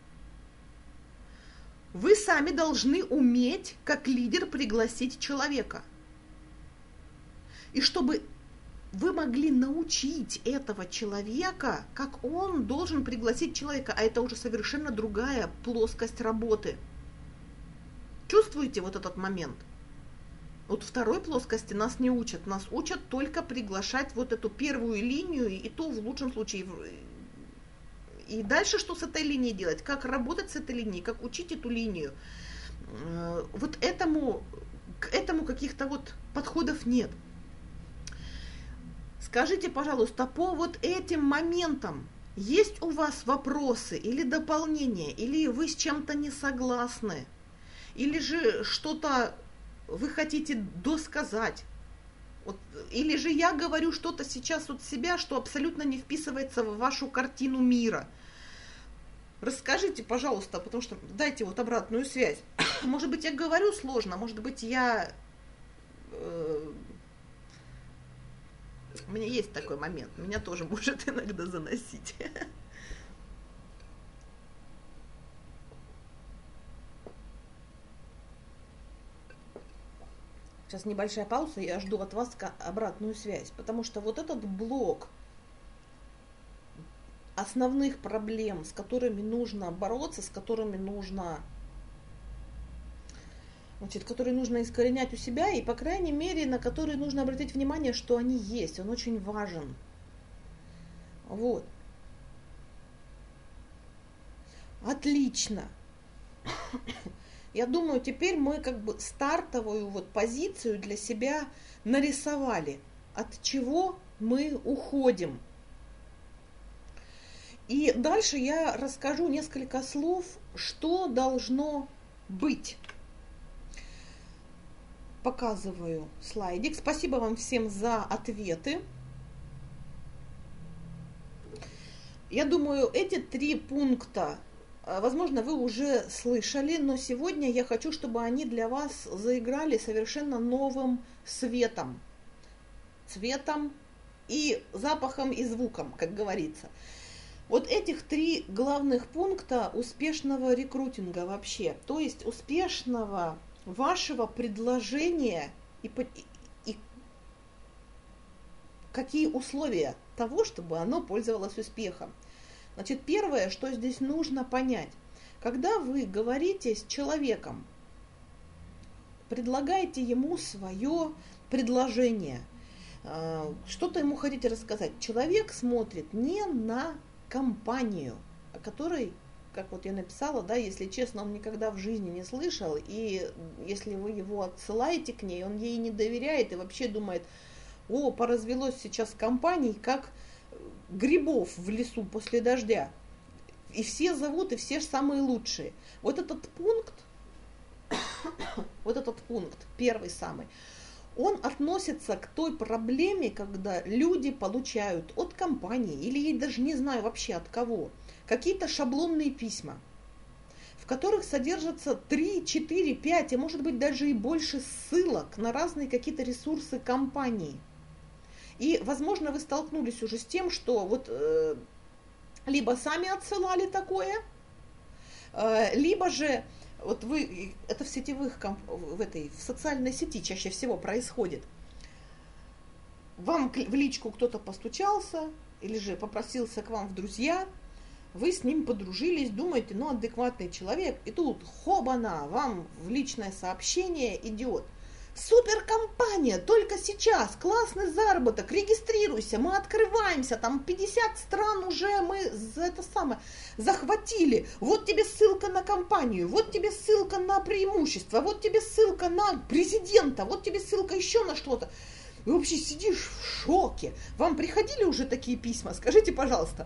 Speaker 1: вы сами должны уметь, как лидер, пригласить человека. И чтобы вы могли научить этого человека, как он должен пригласить человека, а это уже совершенно другая плоскость работы. Чувствуете вот этот момент? Вот второй плоскости нас не учат, нас учат только приглашать вот эту первую линию, и то в лучшем случае. И дальше что с этой линией делать? Как работать с этой линией? Как учить эту линию? Вот этому, к этому каких-то вот подходов нет. Скажите, пожалуйста, по вот этим моментам есть у вас вопросы или дополнения, или вы с чем-то не согласны, или же что-то вы хотите досказать? Вот, или же я говорю что-то сейчас от себя, что абсолютно не вписывается в вашу картину мира. Расскажите, пожалуйста, потому что дайте вот обратную связь. Может быть, я говорю сложно, может быть, я... Э, у меня есть такой момент, меня тоже может иногда заносить. Сейчас небольшая пауза, я жду от вас обратную связь, потому что вот этот блок основных проблем, с которыми нужно бороться, с которыми нужно, значит, которые нужно искоренять у себя, и, по крайней мере, на которые нужно обратить внимание, что они есть, он очень важен. Вот. Отлично. Я думаю, теперь мы как бы стартовую вот позицию для себя нарисовали, от чего мы уходим. И дальше я расскажу несколько слов, что должно быть. Показываю слайдик. Спасибо вам всем за ответы. Я думаю, эти три пункта, возможно, вы уже слышали, но сегодня я хочу, чтобы они для вас заиграли совершенно новым светом. Цветом и запахом, и звуком, как говорится. Вот этих три главных пункта успешного рекрутинга вообще, то есть успешного вашего предложения и, и, и какие условия того, чтобы оно пользовалось успехом. Значит, первое, что здесь нужно понять, когда вы говорите с человеком, предлагаете ему свое предложение, что-то ему хотите рассказать, человек смотрит не на компанию, о которой, как вот я написала, да, если честно, он никогда в жизни не слышал, и если вы его отсылаете к ней, он ей не доверяет и вообще думает, о, поразвелось сейчас компаний, как грибов в лесу после дождя, и все зовут, и все самые лучшие. Вот этот пункт, вот этот пункт, первый самый, он относится к той проблеме, когда люди получают от компании, или я даже не знаю вообще от кого, какие-то шаблонные письма, в которых содержатся три, четыре, пять, а может быть даже и больше ссылок на разные какие-то ресурсы компании. И, возможно, вы столкнулись уже с тем, что вот э, либо сами отсылали такое, э, либо же вот вы, это в сетевых, в этой, в социальной сети чаще всего происходит. Вам в личку кто-то постучался, или же попросился к вам в друзья, вы с ним подружились, думаете, ну, адекватный человек, и тут, хобана, вам в личное сообщение идет: суперкомпания, только сейчас, классный заработок, регистрируйся, мы открываемся, там пятьдесят стран уже мы за это самое захватили, вот тебе ссылка на компанию, вот тебе ссылка на преимущество, вот тебе ссылка на президента, вот тебе ссылка еще на что-то. И вообще сидишь в шоке. Вам приходили уже такие письма? Скажите, пожалуйста.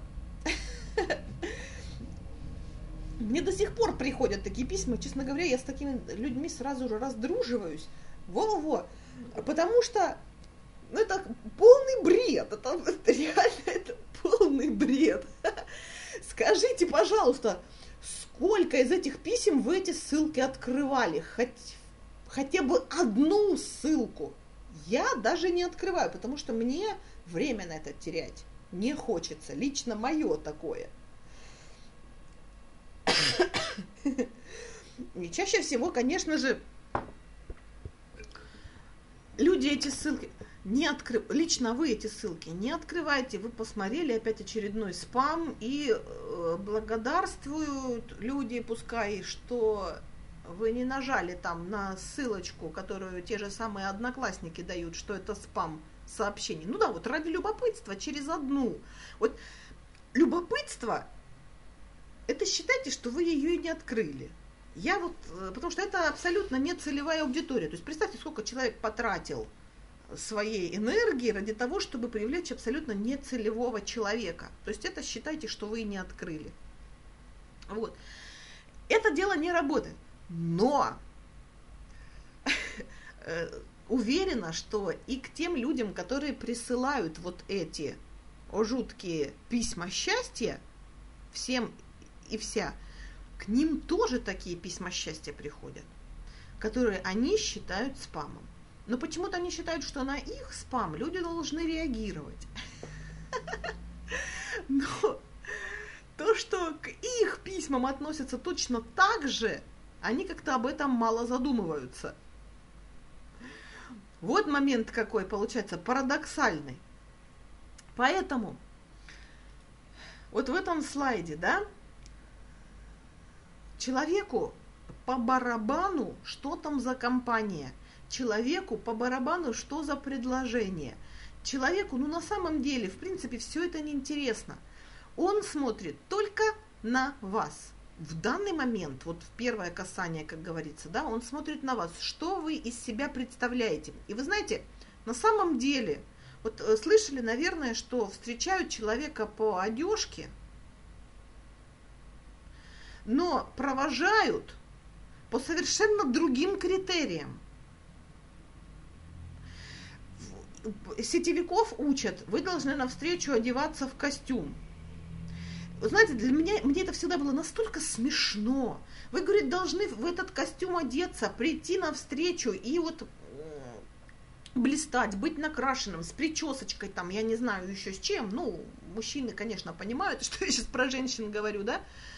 Speaker 1: Мне до сих пор приходят такие письма, честно говоря, я с такими людьми сразу же раздруживаюсь. Во-во, потому что ну, это полный бред, это, это реально это полный бред. Скажите, пожалуйста, сколько из этих писем вы эти ссылки открывали? Хоть, хотя бы одну ссылку. Я даже не открываю, потому что мне время на это терять не хочется. Лично мое такое. И чаще всего, конечно же, люди эти ссылки... не откры... лично вы эти ссылки не открывайте, вы посмотрели опять очередной спам, и э, благодарствуют люди, пускай, что вы не нажали там на ссылочку, которую те же самые одноклассники дают, что это спам сообщений. Ну да, вот ради любопытства через одну. Вот любопытство, это считайте, что вы ее и не открыли. Я вот, потому что это абсолютно не целевая аудитория. То есть представьте, сколько человек потратил своей энергии ради того, чтобы привлечь абсолютно нецелевого человека. То есть это считайте, что вы не открыли. Вот. Это дело не работает. Но уверена, что и к тем людям, которые присылают вот эти жуткие письма счастья, всем и вся, к ним тоже такие письма счастья приходят, которые они считают спамом. Но почему-то они считают, что на их спам люди должны реагировать. Но то, что к их письмам относятся точно так же, они как-то об этом мало задумываются. Вот момент какой получается парадоксальный. Поэтому вот в этом слайде, да, человеку по барабану, что там за компания. Человеку по барабану, что за предложение. Человеку, ну на самом деле, в принципе, все это неинтересно. Он смотрит только на вас. В данный момент, вот в первое касание, как говорится, да, он смотрит на вас, что вы из себя представляете. И вы знаете, на самом деле, вот слышали, наверное, что встречают человека по одежке, но провожают по совершенно другим критериям. Сетевиков учат, вы должны навстречу одеваться в костюм. Вы знаете, для меня мне это всегда было настолько смешно. Вы, говорит, должны в этот костюм одеться, прийти навстречу и вот блистать, быть накрашенным, с причесочкой, там, я не знаю еще с чем. Ну, мужчины, конечно, понимают, что я сейчас про женщин говорю, да.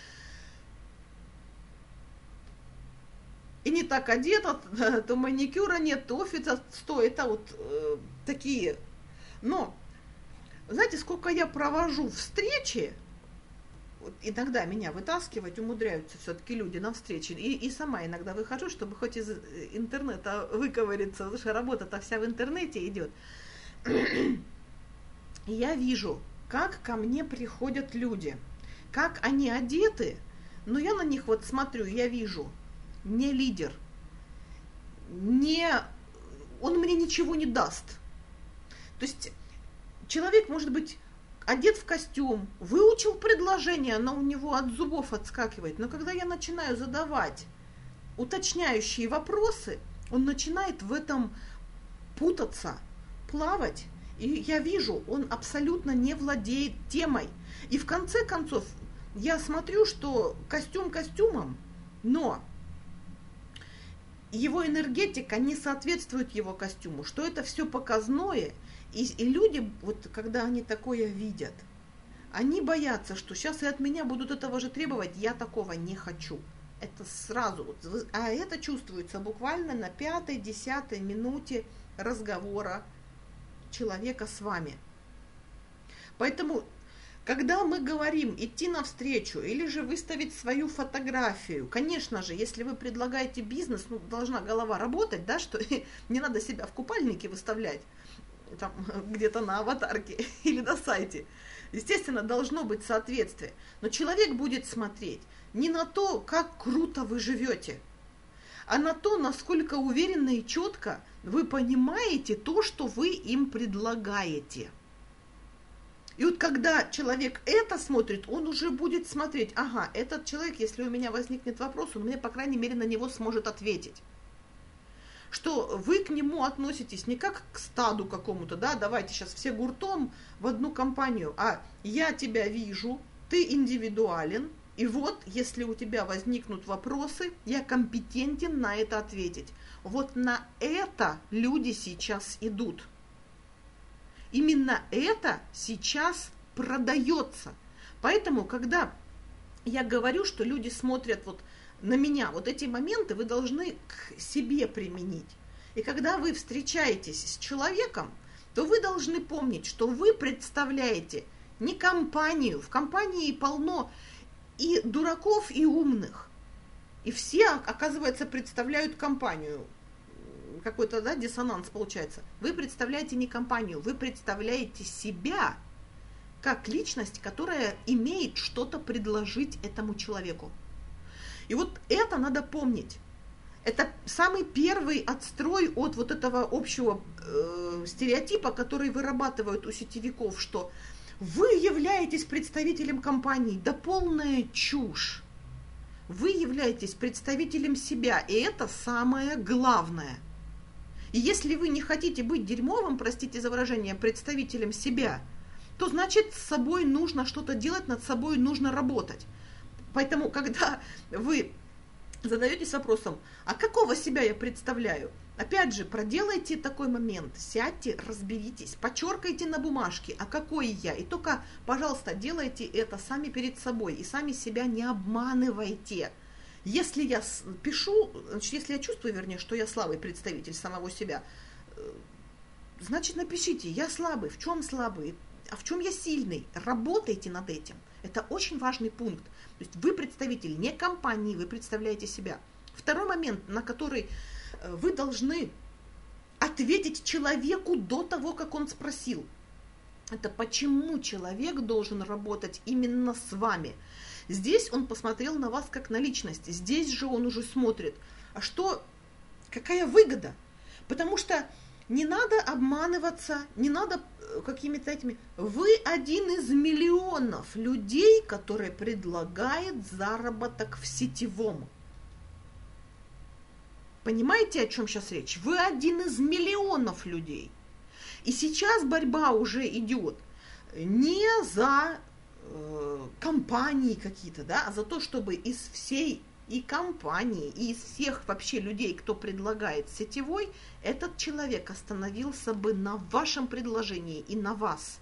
Speaker 1: И не так одета, то маникюра нет, то офиса стоит, это вот э, такие. Но, знаете, сколько я провожу встречи, вот иногда меня вытаскивать умудряются все-таки люди на встречи, и, и сама иногда выхожу, чтобы хоть из интернета выковыриться, потому что работа-то вся в интернете идет. И я вижу, как ко мне приходят люди, как они одеты, но я на них вот смотрю, я вижу, не лидер, не, он мне ничего не даст. То есть человек может быть одет в костюм, выучил предложение, оно у него от зубов отскакивает, но когда я начинаю задавать уточняющие вопросы, он начинает в этом путаться, плавать, и я вижу, он абсолютно не владеет темой. И в конце концов я смотрю, что костюм костюмом, но его энергетика не соответствует его костюму, что это все показное, и, и люди, вот когда они такое видят, они боятся, что сейчас и от меня будут этого же требовать, я такого не хочу. Это сразу, а это чувствуется буквально на пятой-десятой минуте разговора человека с вами. Поэтому, когда мы говорим идти навстречу или же выставить свою фотографию, конечно же, если вы предлагаете бизнес, ну, должна голова работать, да, что не надо себя в купальнике выставлять, там, где-то на аватарке или на сайте. Естественно, должно быть соответствие. Но человек будет смотреть не на то, как круто вы живете, а на то, насколько уверенно и четко вы понимаете то, что вы им предлагаете. И вот когда человек это смотрит, он уже будет смотреть, ага, этот человек, если у меня возникнет вопрос, он мне, по крайней мере, на него сможет ответить. Что вы к нему относитесь не как к стаду какому-то, да, давайте сейчас все гуртом в одну компанию, а я тебя вижу, ты индивидуален, и вот, если у тебя возникнут вопросы, я компетентен на это ответить. Вот на это люди сейчас идут. Именно это сейчас продается. Поэтому, когда я говорю, что люди смотрят вот на меня, вот эти моменты вы должны к себе применить. И когда вы встречаетесь с человеком, то вы должны помнить, что вы представляете не компанию. В компании полно и дураков, и умных. И все, оказывается, представляют компанию. Какой-то, да, диссонанс получается. Вы представляете не компанию, вы представляете себя как личность, которая имеет что-то предложить этому человеку. И вот это надо помнить. Это самый первый отстрой от вот этого общего э, стереотипа, который вырабатывают у сетевиков, что вы являетесь представителем компании. Да полная чушь. Вы являетесь представителем себя, и это самое главное. И если вы не хотите быть дерьмовым, простите за выражение, представителем себя, то значит с собой нужно что-то делать, над собой нужно работать. Поэтому, когда вы задаетесь вопросом, а какого себя я представляю? Опять же, проделайте такой момент, сядьте, разберитесь, подчеркайте на бумажке, а какой я. И только, пожалуйста, делайте это сами перед собой и сами себя не обманывайте. Если я пишу, значит, если я чувствую, вернее, что я слабый представитель самого себя, значит, напишите, я слабый, в чем слабый, а в чем я сильный. Работайте над этим. Это очень важный пункт. То есть вы представитель не компании, вы представляете себя. Второй момент, на который вы должны ответить человеку до того, как он спросил. Это почему человек должен работать именно с вами. Здесь он посмотрел на вас как на личность. Здесь же он уже смотрит, а что, какая выгода? Потому что не надо обманываться, не надо какими-то этими... Вы один из миллионов людей, которые предлагают заработок в сетевом. Понимаете, о чем сейчас речь? Вы один из миллионов людей. И сейчас борьба уже идет не за э, компании какие-то, да, а за то, чтобы из всей и компании, и из всех вообще людей, кто предлагает сетевой, этот человек остановился бы на вашем предложении и на вас.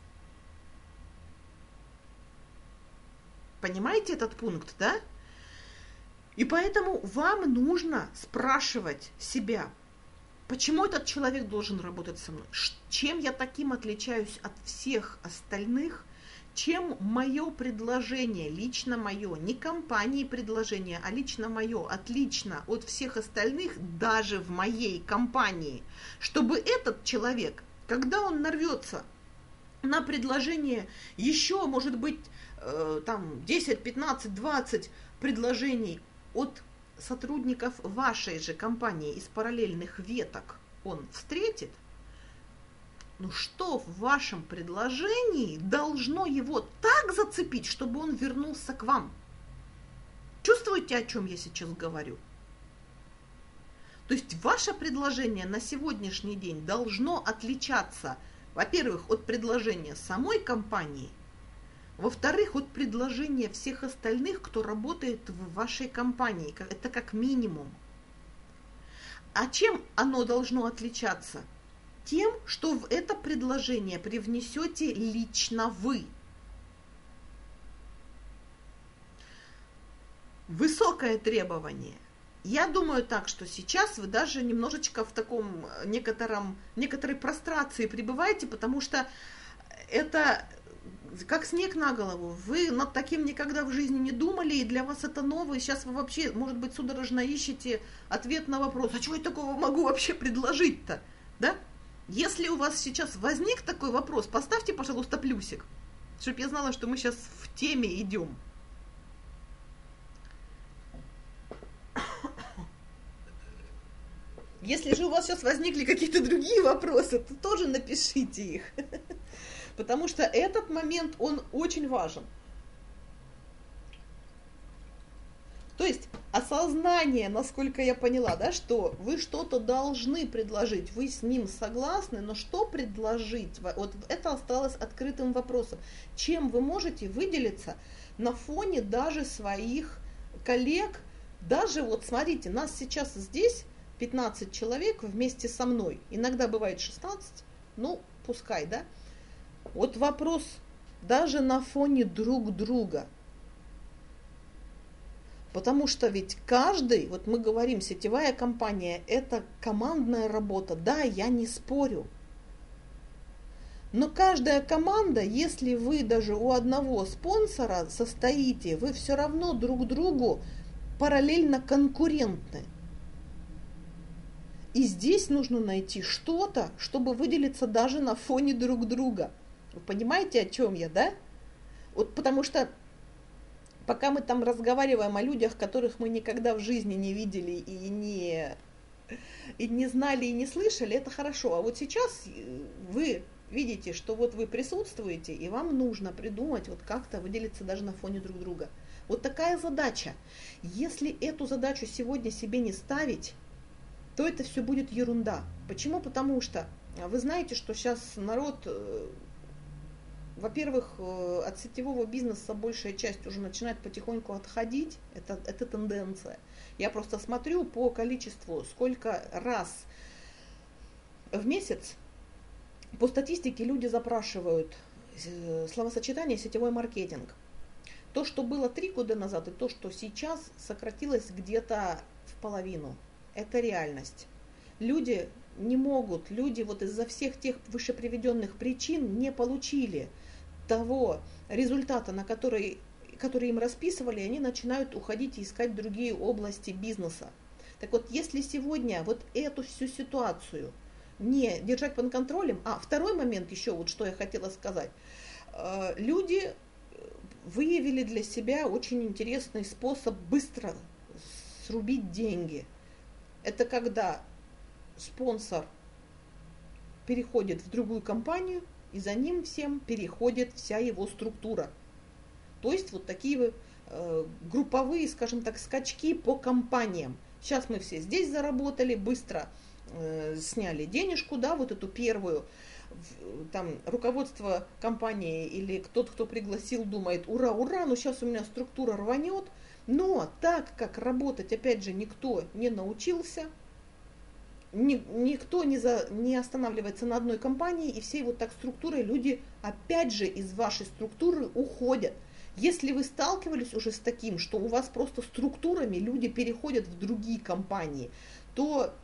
Speaker 1: Понимаете этот пункт, да? И поэтому вам нужно спрашивать себя, почему этот человек должен работать со мной? Чем я таким отличаюсь от всех остальных? Чем мое предложение, лично мое, не компании предложение, а лично мое, отлично от всех остальных, даже в моей компании, чтобы этот человек, когда он нарвется на предложение еще, может быть, э, там десять, пятнадцать, двадцать предложений от сотрудников вашей же компании из параллельных веток он встретит, ну что в вашем предложении должно его так зацепить, чтобы он вернулся к вам? Чувствуете, о чем я сейчас говорю? То есть ваше предложение на сегодняшний день должно отличаться, во-первых, от предложения самой компании, во-вторых, от предложения всех остальных, кто работает в вашей компании. Это как минимум. А чем оно должно отличаться? Тем, что в это предложение привнесете лично вы. Высокое требование. Я думаю так, что сейчас вы даже немножечко в таком некотором, некоторой прострации пребываете, потому что это как снег на голову. Вы над таким никогда в жизни не думали, и для вас это новое. Сейчас вы вообще, может быть, судорожно ищете ответ на вопрос, а что я такого могу вообще предложить-то? Да? Если у вас сейчас возник такой вопрос, поставьте, пожалуйста, плюсик, чтобы я знала, что мы сейчас в теме идем. Если же у вас сейчас возникли какие-то другие вопросы, то тоже напишите их. Потому что этот момент, он очень важен. То есть осознание, насколько я поняла, да, что вы что-то должны предложить, вы с ним согласны, но что предложить? Вот это осталось открытым вопросом. Чем вы можете выделиться на фоне даже своих коллег? Даже вот смотрите, нас сейчас здесь пятнадцать человек вместе со мной. Иногда бывает шестнадцать, ну пускай, да? Вот вопрос даже на фоне друг друга. Потому что ведь каждый, вот мы говорим, сетевая компания, это командная работа. Да, я не спорю. Но каждая команда, если вы даже у одного спонсора состоите, вы все равно друг другу параллельно конкурентны. И здесь нужно найти что-то, чтобы выделиться даже на фоне друг друга. Вы понимаете, о чем я, да? Вот потому что пока мы там разговариваем о людях, которых мы никогда в жизни не видели и не, и не знали, и не слышали, это хорошо. А вот сейчас вы видите, что вот вы присутствуете, и вам нужно придумать, вот как-то выделиться даже на фоне друг друга. Вот такая задача. Если эту задачу сегодня себе не ставить, то это все будет ерунда. Почему? Потому что вы знаете, что сейчас народ, во-первых, от сетевого бизнеса большая часть уже начинает потихоньку отходить. Это, это тенденция. Я просто смотрю по количеству, сколько раз в месяц по статистике люди запрашивают словосочетание «сетевой маркетинг». То, что было три года назад, и то, что сейчас, сократилось где-то в половину. Это реальность. Люди не могут, люди вот из-за всех тех вышеприведенных причин не получили того результата, на который, который им расписывали, и они начинают уходить и искать другие области бизнеса. Так вот, если сегодня вот эту всю ситуацию не держать под контролем, а второй момент еще, вот что я хотела сказать, люди выявили для себя очень интересный способ быстро срубить деньги. Это когда спонсор переходит в другую компанию, и за ним всем переходит вся его структура. То есть вот такие э, групповые, скажем так, скачки по компаниям. Сейчас мы все здесь заработали, быстро э, сняли денежку, да, вот эту первую. Там руководство компании или кто-то, кто пригласил, думает: ура, ура, ну сейчас у меня структура рванет. Но так как работать, опять же, никто не научился, ни, никто не, за, не останавливается на одной компании, и всей вот так структурой люди, опять же, из вашей структуры уходят. Если вы сталкивались уже с таким, что у вас просто структурами люди переходят в другие компании, то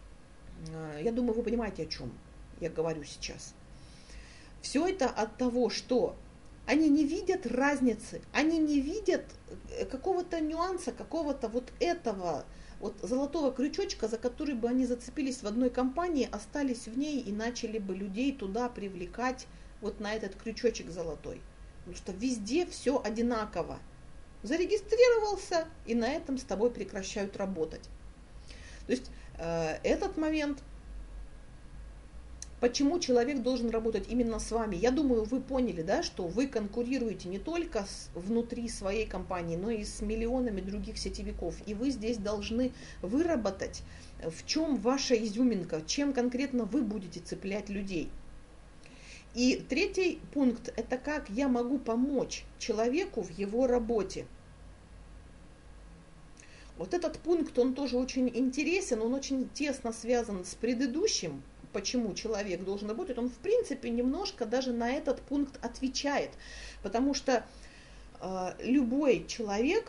Speaker 1: я думаю, вы понимаете, о чем я говорю сейчас. Все это от того, что они не видят разницы, они не видят какого-то нюанса, какого-то вот этого вот золотого крючочка, за который бы они зацепились в одной компании, остались в ней и начали бы людей туда привлекать вот на этот крючочек золотой. Потому что везде все одинаково. Зарегистрировался, и на этом с тобой прекращают работать. То есть э, этот момент... Почему человек должен работать именно с вами? Я думаю, вы поняли, да, что вы конкурируете не только с, внутри своей компании, но и с миллионами других сетевиков. И вы здесь должны выработать, в чем ваша изюминка, чем конкретно вы будете цеплять людей. И третий пункт – это как я могу помочь человеку в его работе. Вот этот пункт, он тоже очень интересен, он очень тесно связан с предыдущим. Почему человек должен работать, он в принципе немножко даже на этот пункт отвечает. Потому что э, любой человек,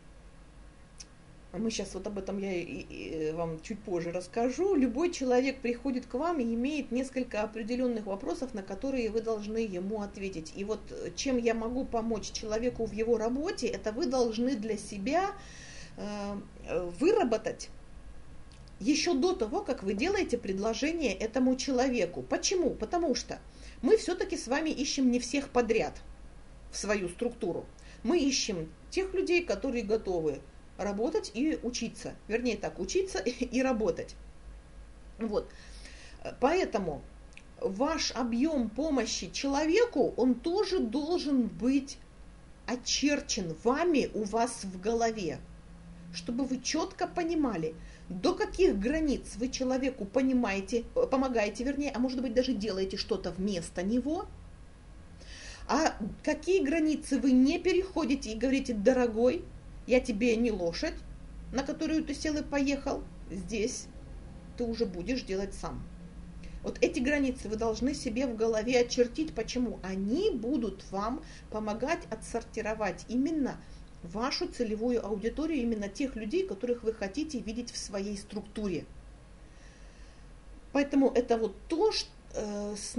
Speaker 1: мы сейчас вот об этом я и, и вам чуть позже расскажу, любой человек приходит к вам и имеет несколько определенных вопросов, на которые вы должны ему ответить. И вот чем я могу помочь человеку в его работе, это вы должны для себя э, выработать еще до того, как вы делаете предложение этому человеку. Почему? Потому что мы все-таки с вами ищем не всех подряд в свою структуру. Мы ищем тех людей, которые готовы работать и учиться. Вернее так, учиться и работать. Вот. Поэтому ваш объем помощи человеку, он тоже должен быть очерчен вами у вас в голове, чтобы вы четко понимали, до каких границ вы человеку понимаете, помогаете, вернее, а может быть даже делаете что-то вместо него, а какие границы вы не переходите и говорите: дорогой, я тебе не лошадь, на которую ты сел и поехал, здесь ты уже будешь делать сам. Вот эти границы вы должны себе в голове очертить. Почему? Они будут вам помогать отсортировать именно вашу целевую аудиторию, именно тех людей, которых вы хотите видеть в своей структуре. Поэтому это вот то, что, э, с нас,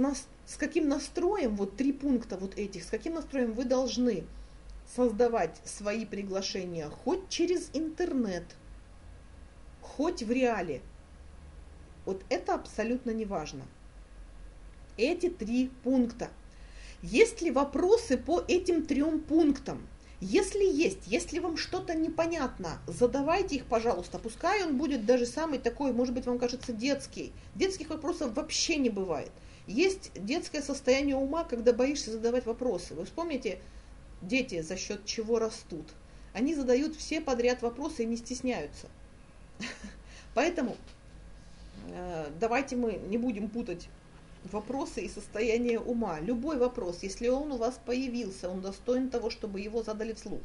Speaker 1: с каким настроем, вот три пункта вот этих, с каким настроем вы должны создавать свои приглашения, хоть через интернет, хоть в реале. Вот это абсолютно не важно. Эти три пункта. Есть ли вопросы по этим трем пунктам? Если есть, если вам что-то непонятно, задавайте их, пожалуйста. Пускай он будет даже самый такой, может быть, вам кажется, детский. Детских вопросов вообще не бывает. Есть детское состояние ума, когда боишься задавать вопросы. Вы вспомните, дети за счет чего растут. Они задают все подряд вопросы и не стесняются. Поэтому давайте мы не будем путать вопросы и состояние ума. Любой вопрос, если он у вас появился, он достоин того, чтобы его задали вслух.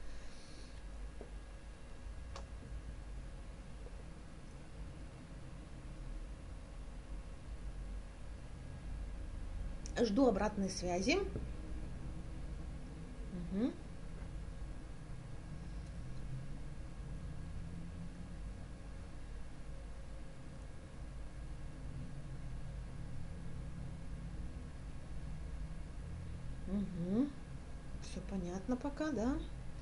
Speaker 1: Жду обратной связи. Угу. Угу. Все понятно пока, да?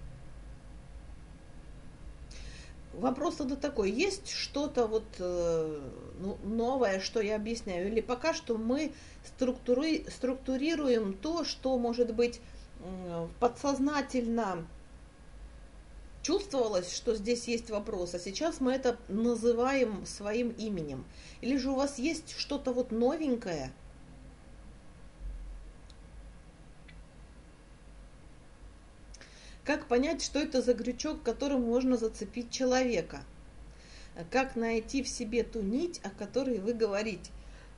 Speaker 1: Вопрос тогда такой, есть что-то вот э, ну, новое, что я объясняю, или пока что мы структури, структурируем то, что, может быть, э, подсознательно чувствовалось, что здесь есть вопрос, а сейчас мы это называем своим именем. Или же у вас есть что-то вот новенькое? Как понять, что это за крючок, которым можно зацепить человека? Как найти в себе ту нить, о которой вы говорите?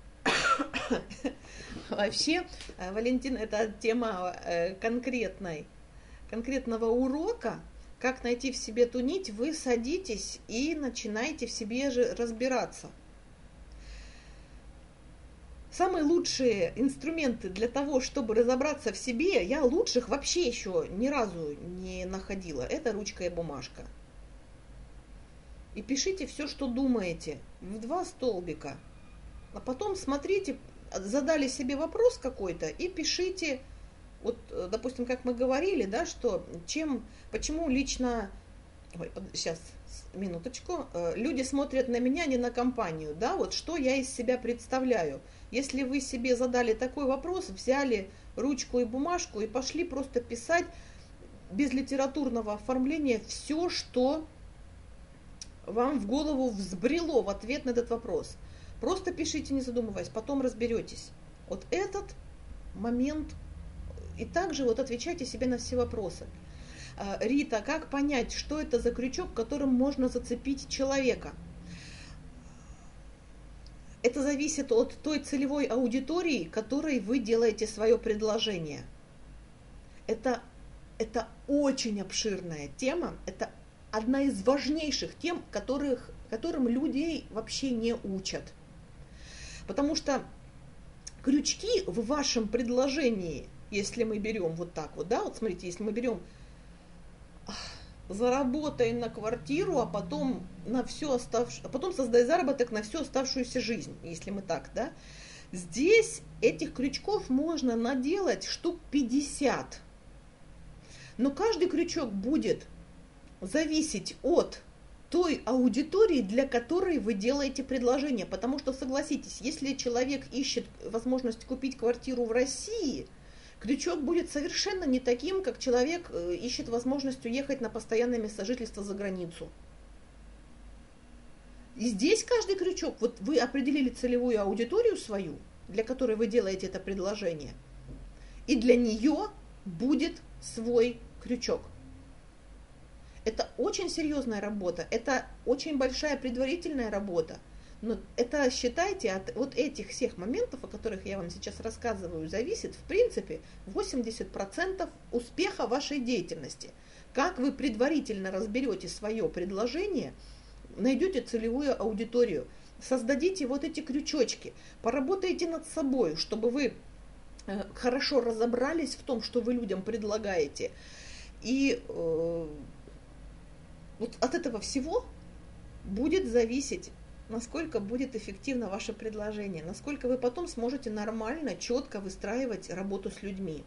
Speaker 1: Вообще, Валентина, это тема конкретной, конкретного урока. Как найти в себе ту нить? Вы садитесь и начинаете в себе же разбираться. Самые лучшие инструменты для того, чтобы разобраться в себе, я лучших вообще еще ни разу не находила. Это ручка и бумажка. И пишите все, что думаете, в два столбика. А потом смотрите, задали себе вопрос какой-то и пишите, вот, допустим, как мы говорили, да, что чем, почему лично, ой, сейчас, минуточку, люди смотрят на меня, не на компанию, да, вот что я из себя представляю. Если вы себе задали такой вопрос, взяли ручку и бумажку и пошли просто писать без литературного оформления все, что вам в голову взбрело в ответ на этот вопрос. Просто пишите, не задумываясь, потом разберетесь. Вот этот момент, и также вот отвечайте себе на все вопросы. Рита, как понять, что это за крючок, которым можно зацепить человека? Это зависит от той целевой аудитории, которой вы делаете свое предложение. Это, это очень обширная тема, это одна из важнейших тем, которых, которым людей вообще не учат. Потому что крючки в вашем предложении, если мы берем вот так вот, да, вот смотрите, если мы берем заработай на квартиру, а потом на всю оставшуюся, а потом создай заработок на всю оставшуюся жизнь, если мы так, да. Здесь этих крючков можно наделать штук пятьдесят. Но каждый крючок будет зависеть от той аудитории, для которой вы делаете предложение. Потому что, согласитесь, если человек ищет возможность купить квартиру в России, крючок будет совершенно не таким, как человек ищет возможность уехать на постоянное место жительства за границу. И здесь каждый крючок, вот вы определили целевую аудиторию свою, для которой вы делаете это предложение, и для нее будет свой крючок. Это очень серьезная работа, это очень большая предварительная работа. Но это, считайте, от вот этих всех моментов, о которых я вам сейчас рассказываю, зависит, в принципе, восемьдесят процентов успеха вашей деятельности. Как вы предварительно разберете свое предложение, найдете целевую аудиторию, создадите вот эти крючочки, поработайте над собой, чтобы вы хорошо разобрались в том, что вы людям предлагаете. И э, вот от этого всего будет зависеть насколько будет эффективно ваше предложение, насколько вы потом сможете нормально, четко выстраивать работу с людьми.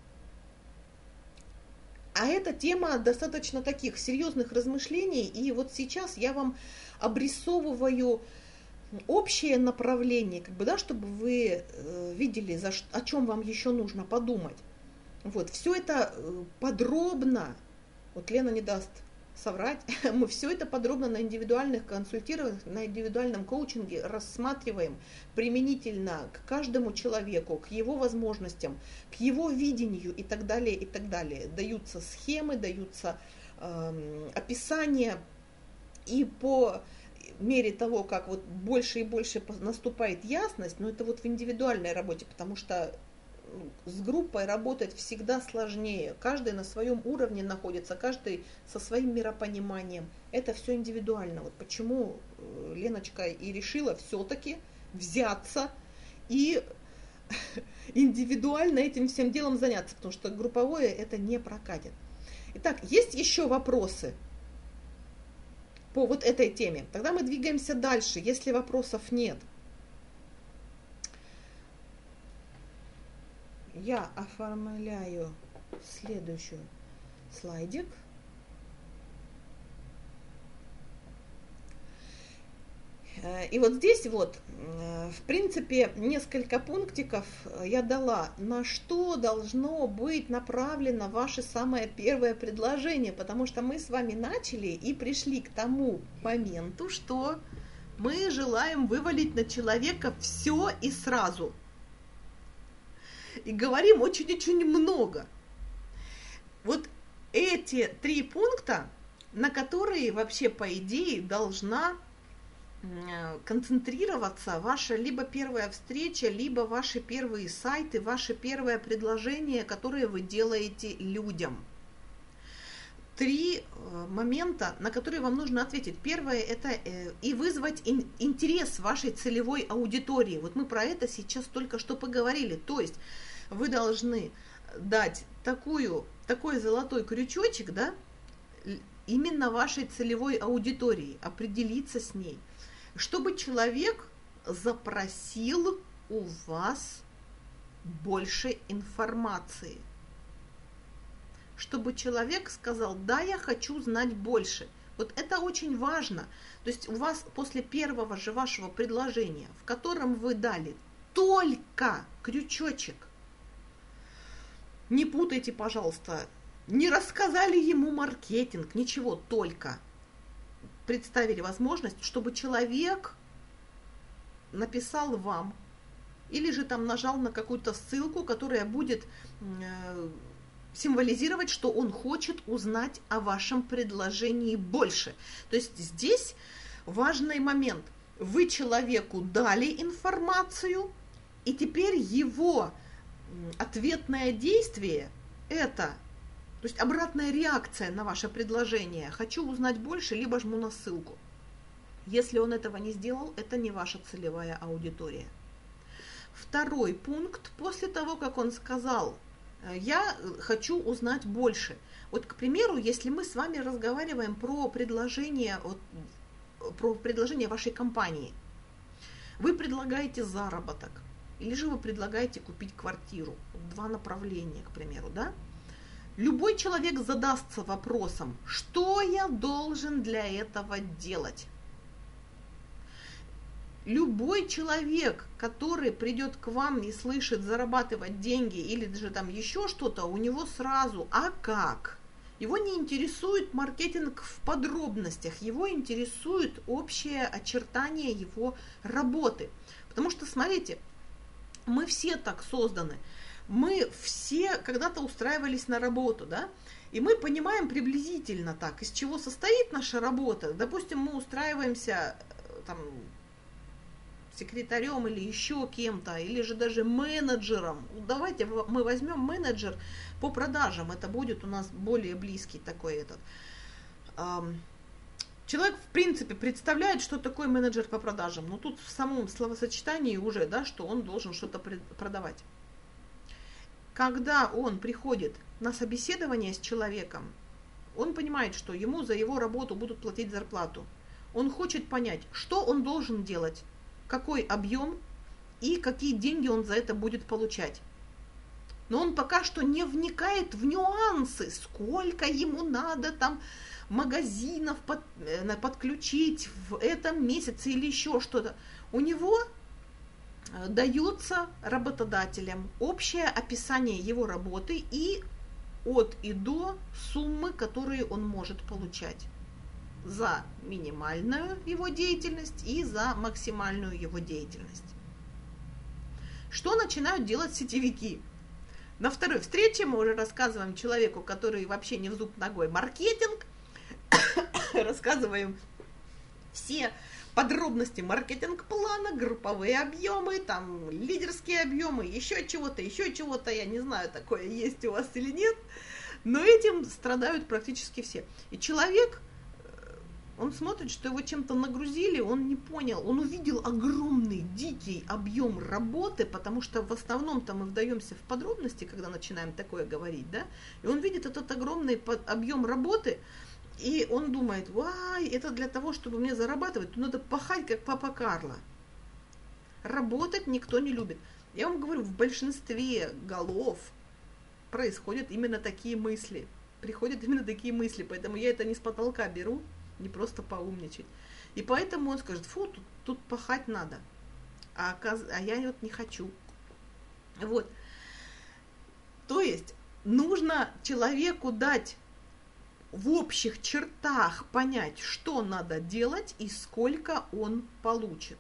Speaker 1: А эта тема достаточно таких серьезных размышлений, и вот сейчас я вам обрисовываю общее направление, как бы, да, чтобы вы э, видели, за, о чем вам еще нужно подумать. Вот, все это подробно, вот Лена не даст соврать, мы все это подробно на индивидуальных консультированиях, на индивидуальном коучинге рассматриваем применительно к каждому человеку, к его возможностям, к его видению и так далее, и так далее. Даются схемы, даются э, описания, и по мере того, как вот больше и больше наступает ясность, но это вот в индивидуальной работе, потому что с группой работать всегда сложнее. Каждый на своем уровне находится, каждый со своим миропониманием. Это все индивидуально. Вот почему Леночка и решила все-таки взяться и индивидуально этим всем делом заняться, потому что групповое это не прокатит. Итак, есть еще вопросы по вот этой теме? Тогда мы двигаемся дальше, если вопросов нет. Я оформляю следующий слайдик. И вот здесь вот, в принципе, несколько пунктиков я дала, на что должно быть направлено ваше самое первое предложение, потому что мы с вами начали и пришли к тому моменту, что мы желаем вывалить на человека все и сразу. И говорим очень-очень много. Вот эти три пункта, на которые вообще, по идее, должна концентрироваться ваша либо первая встреча, либо ваши первые сайты, ваше первое предложение, которое вы делаете людям. Три момента, на которые вам нужно ответить. Первое – это и вызвать интерес вашей целевой аудитории. Вот мы про это сейчас только что поговорили. То есть вы должны дать такую, такой золотой крючочек, да, именно вашей целевой аудитории, определиться с ней, чтобы человек запросил у вас больше информации. Чтобы человек сказал: да, я хочу знать больше. Вот это очень важно. То есть у вас после первого же вашего предложения, в котором вы дали только крючочек, не путайте, пожалуйста, не рассказали ему маркетинг, ничего, только представили возможность, чтобы человек написал вам или же там нажал на какую-то ссылку, которая будет э, символизировать, что он хочет узнать о вашем предложении больше. То есть здесь важный момент. Вы человеку дали информацию, и теперь его ответное действие – это, то есть обратная реакция на ваше предложение. Хочу узнать больше, либо жму на ссылку. Если он этого не сделал, это не ваша целевая аудитория. Второй пункт, после того, как он сказал: я хочу узнать больше. Вот, к примеру, если мы с вами разговариваем про предложение, вот, про предложение вашей компании, вы предлагаете заработок, или же вы предлагаете купить квартиру. Два направления, к примеру, да? Любой человек задастся вопросом: что я должен для этого делать? Любой человек, который придет к вам и слышит зарабатывать деньги или даже там еще что-то, у него сразу: а как? Его не интересует маркетинг в подробностях, его интересует общее очертание его работы. Потому что, смотрите, мы все так созданы. Мы все когда-то устраивались на работу, да, и мы понимаем приблизительно так, из чего состоит наша работа. Допустим, мы устраиваемся там секретарем или еще кем-то, или же даже менеджером. Давайте мы возьмем менеджер по продажам, это будет у нас более близкий такой этот. Человек, в принципе, представляет, что такое менеджер по продажам, но тут в самом словосочетании уже, да, что он должен что-то продавать. Когда он приходит на собеседование с человеком, он понимает, что ему за его работу будут платить зарплату. Он хочет понять, что он должен делать, какой объем и какие деньги он за это будет получать. Но он пока что не вникает в нюансы, сколько ему надо там магазинов под, э, подключить в этом месяце или еще что-то. У него дается работодателям общее описание его работы и от и до суммы, которые он может получать за минимальную его деятельность и за максимальную его деятельность. Что начинают делать сетевики? На второй встрече мы уже рассказываем человеку, который вообще не в зуб ногой, маркетинг, рассказываем все подробности маркетинг-плана, групповые объемы, там лидерские объемы, еще чего-то, еще чего-то, я не знаю, такое есть у вас или нет, но этим страдают практически все. И человек, он смотрит, что его чем-то нагрузили, он не понял, он увидел огромный, дикий объем работы, потому что в основном-то мы вдаемся в подробности, когда начинаем такое говорить, да, и он видит этот огромный объем работы, и он думает, вай, это для того, чтобы мне зарабатывать, то надо пахать, как папа Карло. Работать никто не любит. Я вам говорю, в большинстве голов происходят именно такие мысли, приходят именно такие мысли, поэтому я это не с потолка беру, не просто поумничать. И поэтому он скажет, фу, тут, тут пахать надо, а, а я вот не хочу. Вот. То есть нужно человеку дать в общих чертах понять, что надо делать и сколько он получит.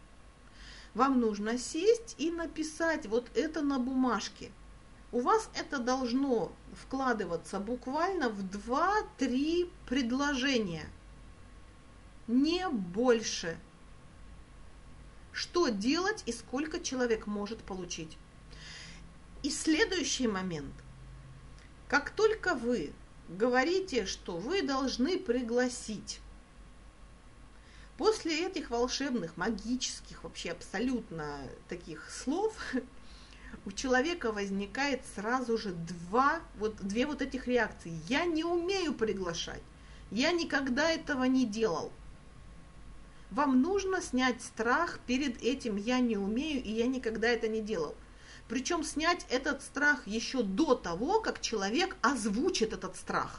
Speaker 1: Вам нужно сесть и написать вот это на бумажке. У вас это должно вкладываться буквально в два-три предложения. Не больше. Что делать и сколько человек может получить. И следующий момент. Как только вы говорите, что вы должны пригласить, после этих волшебных, магических, вообще абсолютно таких слов, у человека возникает сразу же два, вот, две вот этих реакции. Я не умею приглашать, я никогда этого не делал. Вам нужно снять страх перед этим «я не умею» и «я никогда это не делал». Причем снять этот страх еще до того, как человек озвучит этот страх.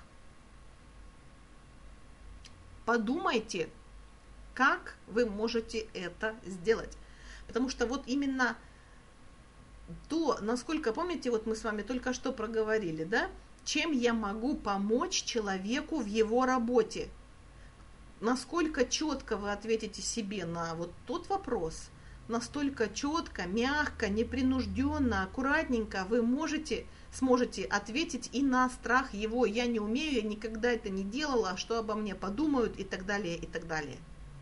Speaker 1: Подумайте, как вы можете это сделать. Потому что вот именно то, насколько, помните, вот мы с вами только что проговорили, да, чем я могу помочь человеку в его работе. Насколько четко вы ответите себе на вот тот вопрос, настолько четко, мягко, непринужденно, аккуратненько вы можете, сможете ответить и на страх его «я не умею, я никогда это не делала, что обо мне подумают» и так далее, и так далее.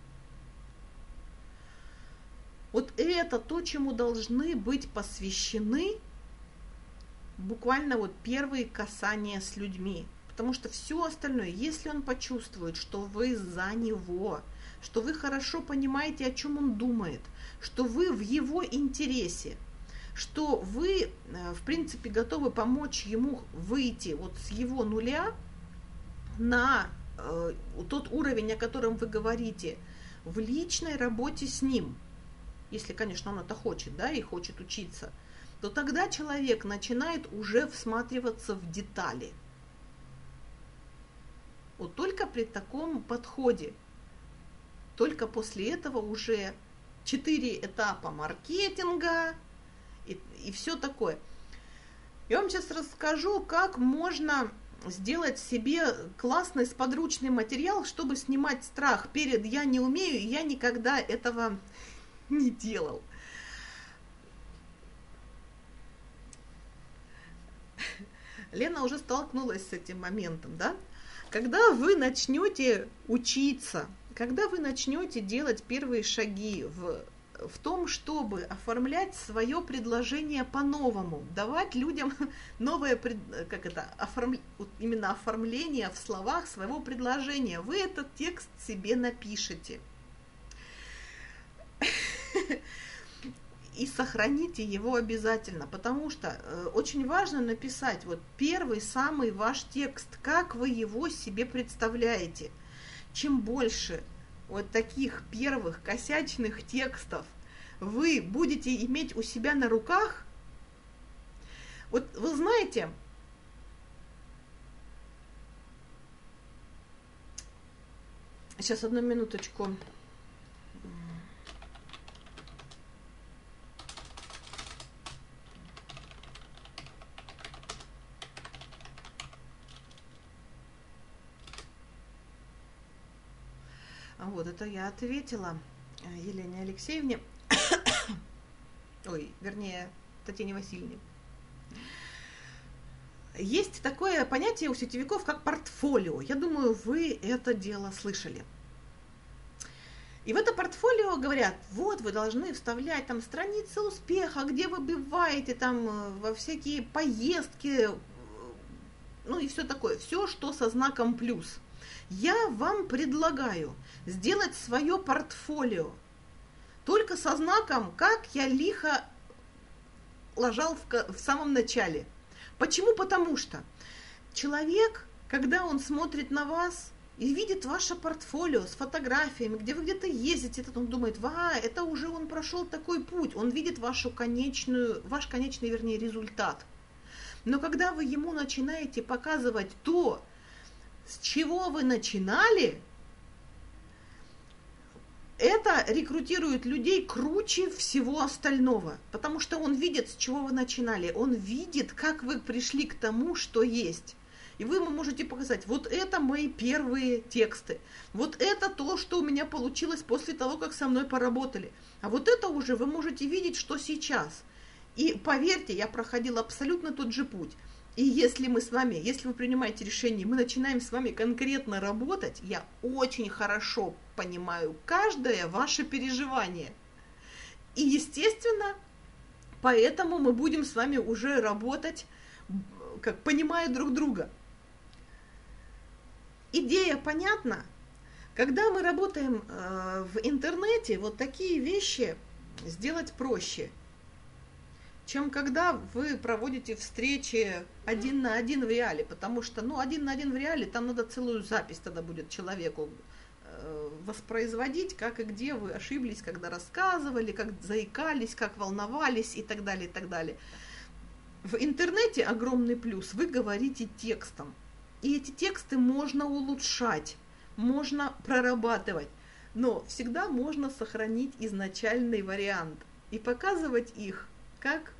Speaker 1: Вот это то, чему должны быть посвящены буквально вот первые касания с людьми. Потому что все остальное, если он почувствует, что вы за него, что вы хорошо понимаете, о чем он думает, что вы в его интересе, что вы, в принципе, готовы помочь ему выйти вот с его нуля на э, тот уровень, о котором вы говорите, в личной работе с ним, если, конечно, он это хочет, да, и хочет учиться, то тогда человек начинает уже всматриваться в детали. Вот только при таком подходе, только после этого уже четыре этапа маркетинга и, и все такое. Я вам сейчас расскажу, как можно сделать себе классный сподручный материал, чтобы снимать страх перед «я не умею», и я никогда этого не делал. Лена уже столкнулась с этим моментом, да? Когда вы начнете учиться, когда вы начнете делать первые шаги в, в том, чтобы оформлять свое предложение по-новому, давать людям новое, как это, оформ, именно оформление в словах своего предложения, вы этот текст себе напишете. И сохраните его обязательно, потому что э, очень важно написать вот первый, самый ваш текст, как вы его себе представляете. Чем больше вот таких первых косячных текстов вы будете иметь у себя на руках, вот вы знаете, сейчас одну минуточку. Вот, это я ответила Елене Алексеевне, ой, вернее, Татьяне Васильевне. Есть такое понятие у сетевиков, как портфолио. Я думаю, вы это дело слышали. И в это портфолио говорят, вот вы должны вставлять там страницы успеха, где вы бываете, там во всякие поездки, ну и все такое, все, что со знаком плюс. Я вам предлагаю сделать свое портфолио только со знаком, как я лихо лажал в, в самом начале. Почему? Потому что человек, когда он смотрит на вас и видит ваше портфолио с фотографиями, где вы где-то ездите, он думает, ва, это уже он прошел такой путь, он видит вашу конечную, ваш конечный, вернее, результат. Но когда вы ему начинаете показывать то, с чего вы начинали, это рекрутирует людей круче всего остального, потому что он видит, с чего вы начинали, он видит, как вы пришли к тому, что есть. И вы ему можете показать, вот это мои первые тексты, вот это то, что у меня получилось после того, как со мной поработали. А вот это уже вы можете видеть, что сейчас. И поверьте, я проходила абсолютно тот же путь. И если мы с вами, если вы принимаете решение, мы начинаем с вами конкретно работать, я очень хорошо понимаю каждое ваше переживание. И, естественно, поэтому мы будем с вами уже работать, как понимая друг друга. Идея понятна? Когда мы работаем э, в интернете, вот такие вещи сделать проще, чем когда вы проводите встречи один на один в реале, потому что, ну, один на один в реале, там надо целую запись тогда будет человеку э, воспроизводить, как и где вы ошиблись, когда рассказывали, как заикались, как волновались и так далее, и так далее. В интернете огромный плюс, вы говорите текстом, и эти тексты можно улучшать, можно прорабатывать, но всегда можно сохранить изначальный вариант и показывать их как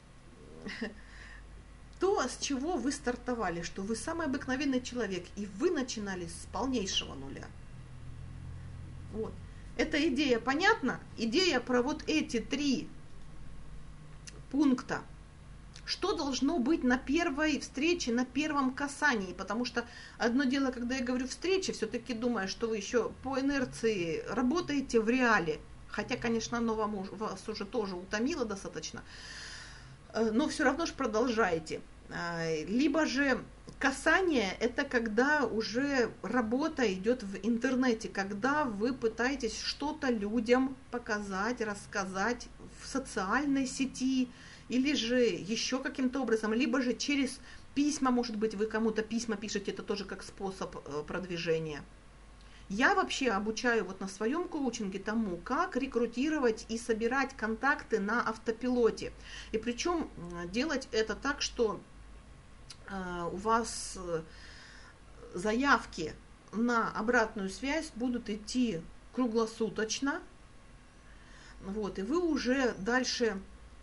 Speaker 1: то, с чего вы стартовали, что вы самый обыкновенный человек, и вы начинали с полнейшего нуля. Вот. Эта идея понятна? Идея про вот эти три пункта. Что должно быть на первой встрече, на первом касании? Потому что одно дело, когда я говорю встреча, все-таки думаю, что вы еще по инерции работаете в реале. Хотя, конечно, оно вам, вас уже тоже утомило достаточно. Но все равно же продолжаете. Либо же касание – это когда уже работа идет в интернете, когда вы пытаетесь что-то людям показать, рассказать в социальной сети, или же еще каким-то образом, либо же через письма, может быть, вы кому-то письма пишете, это тоже как способ продвижения. Я вообще обучаю вот на своем коучинге тому, как рекрутировать и собирать контакты на автопилоте. И причем делать это так, что э, у вас заявки на обратную связь будут идти круглосуточно. Вот, и вы уже дальше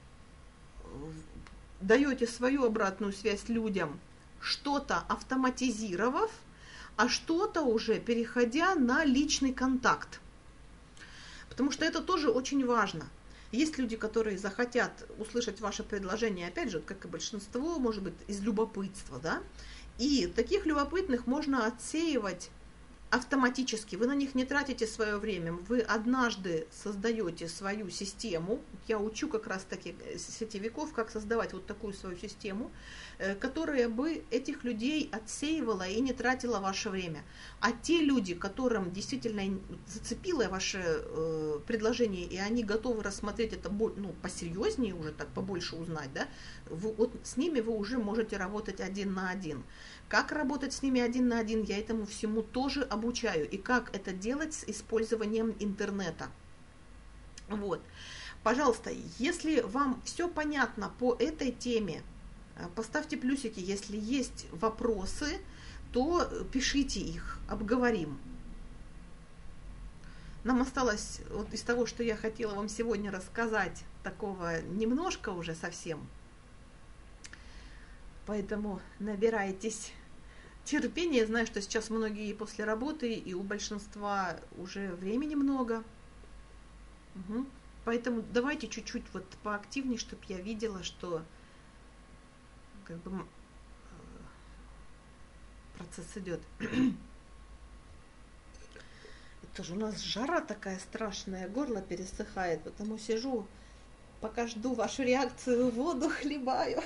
Speaker 1: даете свою обратную связь людям, что-то автоматизировав, а что-то уже переходя на личный контакт. Потому что это тоже очень важно. Есть люди, которые захотят услышать ваше предложение, опять же, как и большинство, может быть, из любопытства, да, и таких любопытных можно отсеивать автоматически, вы на них не тратите свое время, вы однажды создаете свою систему, я учу как раз таки сетевиков, как создавать вот такую свою систему, которая бы этих людей отсеивала и не тратила ваше время. А те люди, которым действительно зацепило ваше э, предложение, и они готовы рассмотреть это ну, посерьезнее, уже так побольше узнать, да, вы, вот с ними вы уже можете работать один на один. Как работать с ними один на один, я этому всему тоже обучаю. обучаю и как это делать с использованием интернета. Вот. Пожалуйста, если вам все понятно по этой теме, поставьте плюсики. Если есть вопросы, то пишите их, обговорим. Нам осталось вот из того, что я хотела вам сегодня рассказать, такого немножко уже совсем. Поэтому набирайтесь терпения. Я знаю, что сейчас многие после работы, и у большинства уже времени много. Угу. Поэтому давайте чуть-чуть вот поактивнее, чтобы я видела, что как бы процесс идет. Это же у нас жара такая страшная, горло пересыхает, потому сижу, пока жду вашу реакцию, воду хлебаю.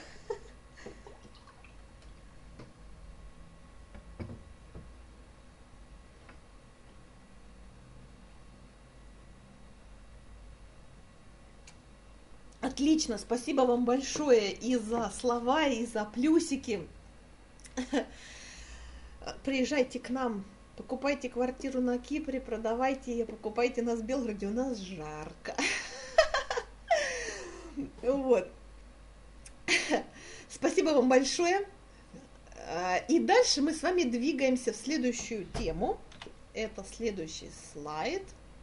Speaker 1: Отлично, спасибо вам большое и за слова, и за плюсики. Приезжайте к нам, покупайте квартиру на Кипре, продавайте ее, покупайте нас в Белгороде, у нас жарко. Вот. Спасибо вам большое. И дальше мы с вами двигаемся в следующую тему. Это следующий слайд.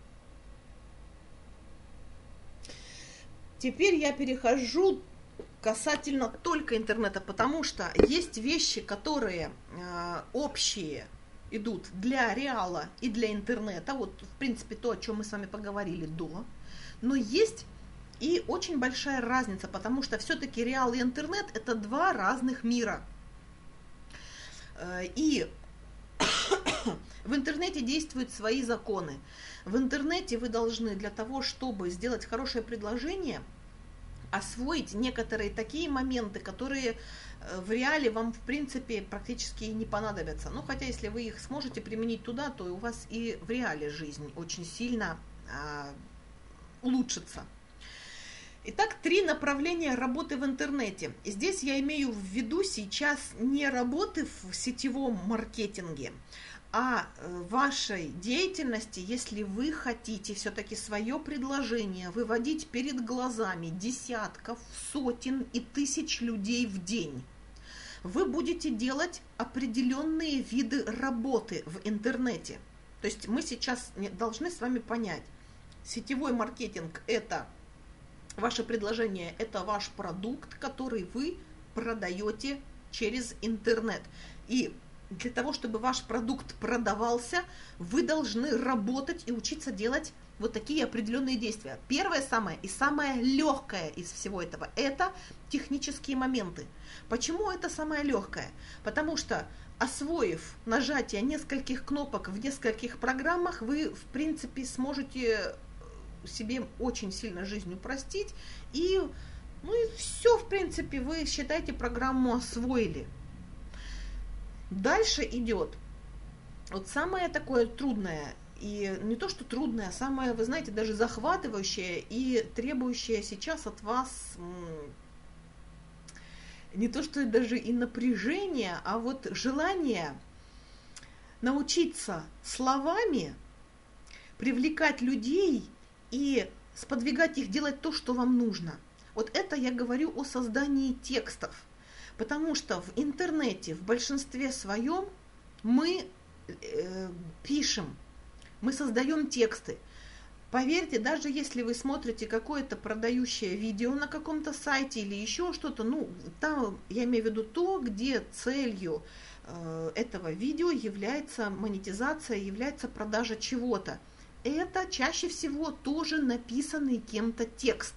Speaker 1: Теперь я перехожу касательно только интернета, потому что есть вещи, которые э, общие идут для реала и для интернета. Вот, в принципе, то, о чем мы с вами поговорили до. Но есть и очень большая разница, потому что все-таки реал и интернет – это два разных мира. Э, и в интернете действуют свои законы. В интернете вы должны для того, чтобы сделать хорошее предложение, освоить некоторые такие моменты, которые в реале вам, в принципе, практически не понадобятся. Ну, хотя, если вы их сможете применить туда, то у вас и в реале жизнь очень сильно а, улучшится. Итак, три направления работы в интернете. И здесь я имею в виду сейчас не работы в сетевом маркетинге, а вашей деятельности, если вы хотите все-таки свое предложение выводить перед глазами десятков, сотен и тысяч людей в день. Вы будете делать определенные виды работы в интернете. То есть мы сейчас должны с вами понять, сетевой маркетинг – это ваше предложение, это ваш продукт, который вы продаете через интернет. И для того, чтобы ваш продукт продавался, вы должны работать и учиться делать вот такие определенные действия. Первое самое и самое легкое из всего этого – это технические моменты. Почему это самое легкое? Потому что, освоив нажатие нескольких кнопок в нескольких программах, вы, в принципе, сможете себе очень сильно жизнь упростить. И, ну и все, в принципе, вы, считаете, программу освоили. Дальше идет вот самое такое трудное, и не то что трудное, а самое, вы знаете, даже захватывающее и требующее сейчас от вас не то что даже и напряжение, а вот желание научиться словами привлекать людей и сподвигать их делать то, что вам нужно. Вот это я говорю о создании текстов. Потому что в интернете в большинстве своем мы э, пишем, мы создаем тексты. Поверьте, даже если вы смотрите какое-то продающее видео на каком-то сайте или еще что-то, ну, там я имею в виду то, где целью э, этого видео является монетизация, является продажа чего-то. Это чаще всего тоже написанный кем-то текст.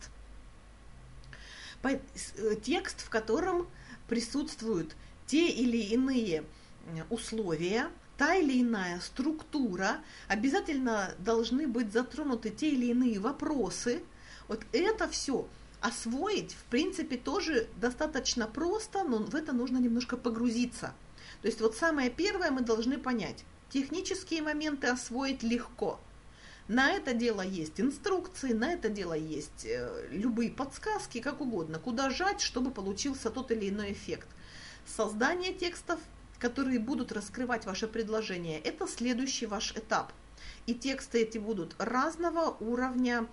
Speaker 1: Текст, в котором присутствуют те или иные условия, та или иная структура, обязательно должны быть затронуты те или иные вопросы. Вот это все освоить, в принципе, тоже достаточно просто, но в это нужно немножко погрузиться. То есть вот самое первое мы должны понять, технические моменты освоить легко. На это дело есть инструкции, на это дело есть э, любые подсказки, как угодно, куда жать, чтобы получился тот или иной эффект. Создание текстов, которые будут раскрывать ваше предложение, это следующий ваш этап. И тексты эти будут разного уровня,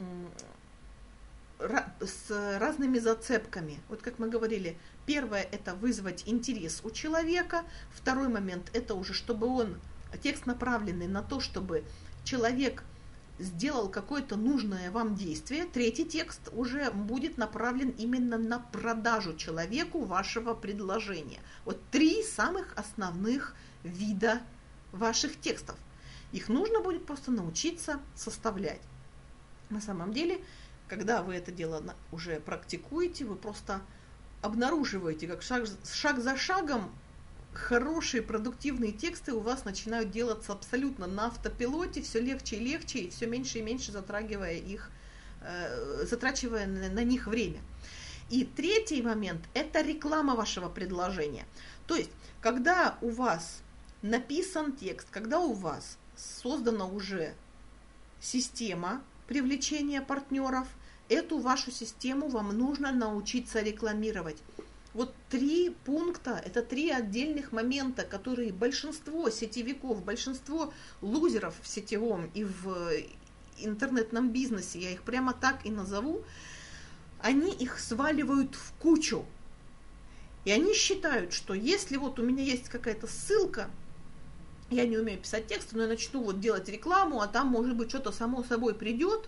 Speaker 1: с разными зацепками. Вот как мы говорили, первое это вызвать интерес у человека, второй момент это уже чтобы он, текст направленный на то, чтобы человек сделал какое-то нужное вам действие, третий текст уже будет направлен именно на продажу человеку вашего предложения. Вот три самых основных вида ваших текстов. Их нужно будет просто научиться составлять. На самом деле, когда вы это дело уже практикуете, вы просто обнаруживаете, как шаг, шаг за шагом хорошие продуктивные тексты у вас начинают делаться абсолютно на автопилоте, все легче и легче, и все меньше и меньше затрагивая их, э, затрачивая на, на них время. И третий момент – это реклама вашего предложения. То есть, когда у вас написан текст, когда у вас создана уже система привлечения партнеров, эту вашу систему вам нужно научиться рекламировать. Вот три пункта, это три отдельных момента, которые большинство сетевиков, большинство лузеров в сетевом и в интернетном бизнесе, я их прямо так и назову, они их сваливают в кучу. И они считают, что если вот у меня есть какая-то ссылка, я не умею писать тексты, но я начну вот делать рекламу, а там, может быть, что-то само собой придет,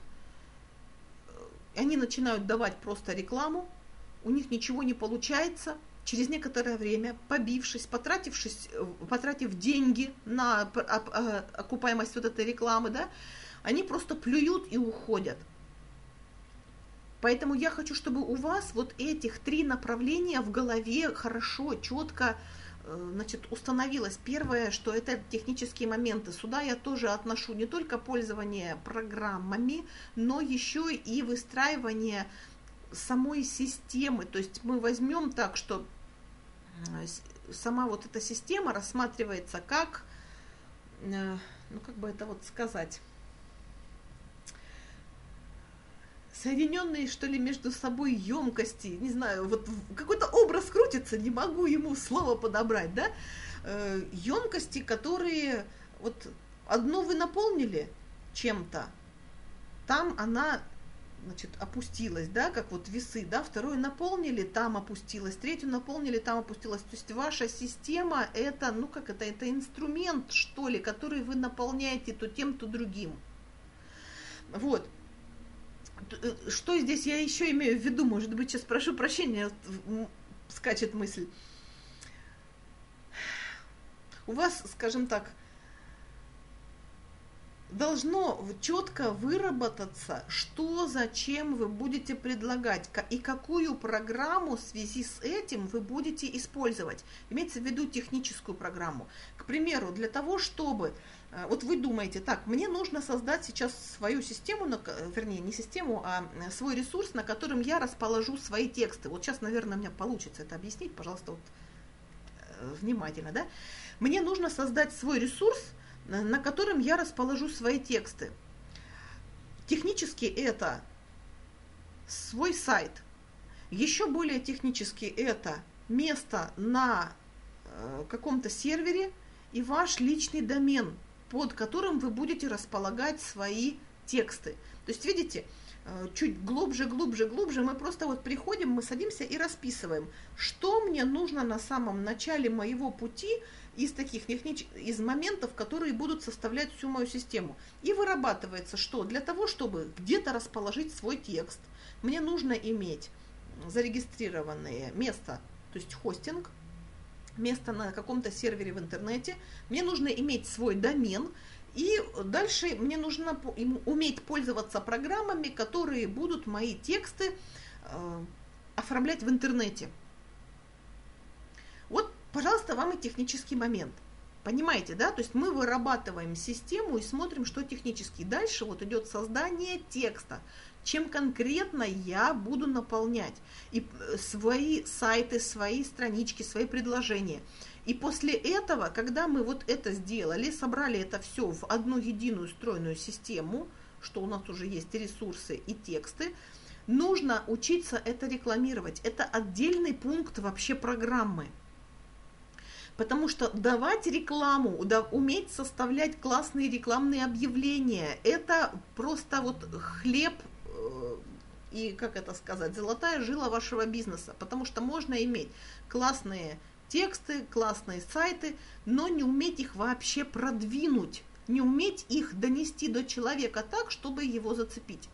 Speaker 1: они начинают давать просто рекламу, у них ничего не получается, через некоторое время, побившись, потратившись, потратив деньги на окупаемость вот этой рекламы, да, они просто плюют и уходят. Поэтому я хочу, чтобы у вас вот этих три направления в голове хорошо, четко, значит, установилось. Первое, что это технические моменты. Сюда я тоже отношу не только пользование программами, но еще и выстраивание самой системы. То есть мы возьмем так, что сама вот эта система рассматривается как, ну как бы это вот сказать, соединенные, что ли, между собой емкости, не знаю, вот какой-то образ крутится, не могу ему слово подобрать, да, емкости, которые, вот одну вы наполнили чем-то, там она, значит, опустилась, да, как вот весы, да, вторую наполнили, там опустилась, третью наполнили, там опустилась. То есть ваша система это, ну как это, это инструмент, что ли, который вы наполняете то тем, то другим. Вот. Что здесь я еще имею в виду, может быть, сейчас прошу прощения, скачет мысль. У вас, скажем так, должно четко выработаться, что, зачем вы будете предлагать и какую программу в связи с этим вы будете использовать. Имеется в виду техническую программу. К примеру, для того, чтобы... Вот вы думаете, так, мне нужно создать сейчас свою систему, вернее, не систему, а свой ресурс, на котором я расположу свои тексты. Вот сейчас, наверное, у меня получится это объяснить, пожалуйста, вот, внимательно, да? Мне нужно создать свой ресурс, на котором я расположу свои тексты. Технически это свой сайт. Еще более технически это место на э, каком-то сервере и ваш личный домен, под которым вы будете располагать свои тексты. То есть, видите, чуть глубже, глубже, глубже мы просто вот приходим, мы садимся и расписываем, что мне нужно на самом начале моего пути из таких из моментов, которые будут составлять всю мою систему. И вырабатывается, что для того, чтобы где-то расположить свой текст, мне нужно иметь зарегистрированное место, то есть хостинг, место на каком-то сервере в интернете, мне нужно иметь свой домен, и дальше мне нужно уметь пользоваться программами, которые будут мои тексты э, оформлять в интернете. Вот, пожалуйста, вам и технический момент. Понимаете, да? То есть мы вырабатываем систему и смотрим, что технически. Дальше вот идет создание текста. Чем конкретно я буду наполнять и свои сайты, свои странички, свои предложения. И после этого, когда мы вот это сделали, собрали это все в одну единую стройную систему, что у нас уже есть ресурсы и тексты, нужно учиться это рекламировать. Это отдельный пункт вообще программы. Потому что давать рекламу, да, уметь составлять классные рекламные объявления, это просто вот хлеб э, и, как это сказать, золотая жила вашего бизнеса. Потому что можно иметь классные тексты, классные сайты, но не уметь их вообще продвинуть, не уметь их донести до человека так, чтобы его зацепить.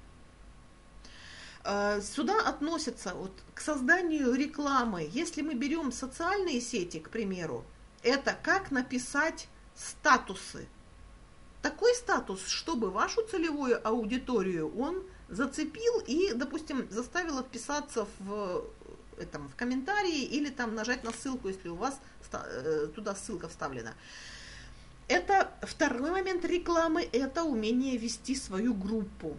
Speaker 1: Сюда относятся вот к созданию рекламы. Если мы берем социальные сети, к примеру, это как написать статусы. Такой статус, чтобы вашу целевую аудиторию он зацепил и, допустим, заставил вписаться в, этом, в комментарии или там нажать на ссылку, если у вас туда ссылка вставлена. Это второй момент рекламы, это умение вести свою группу,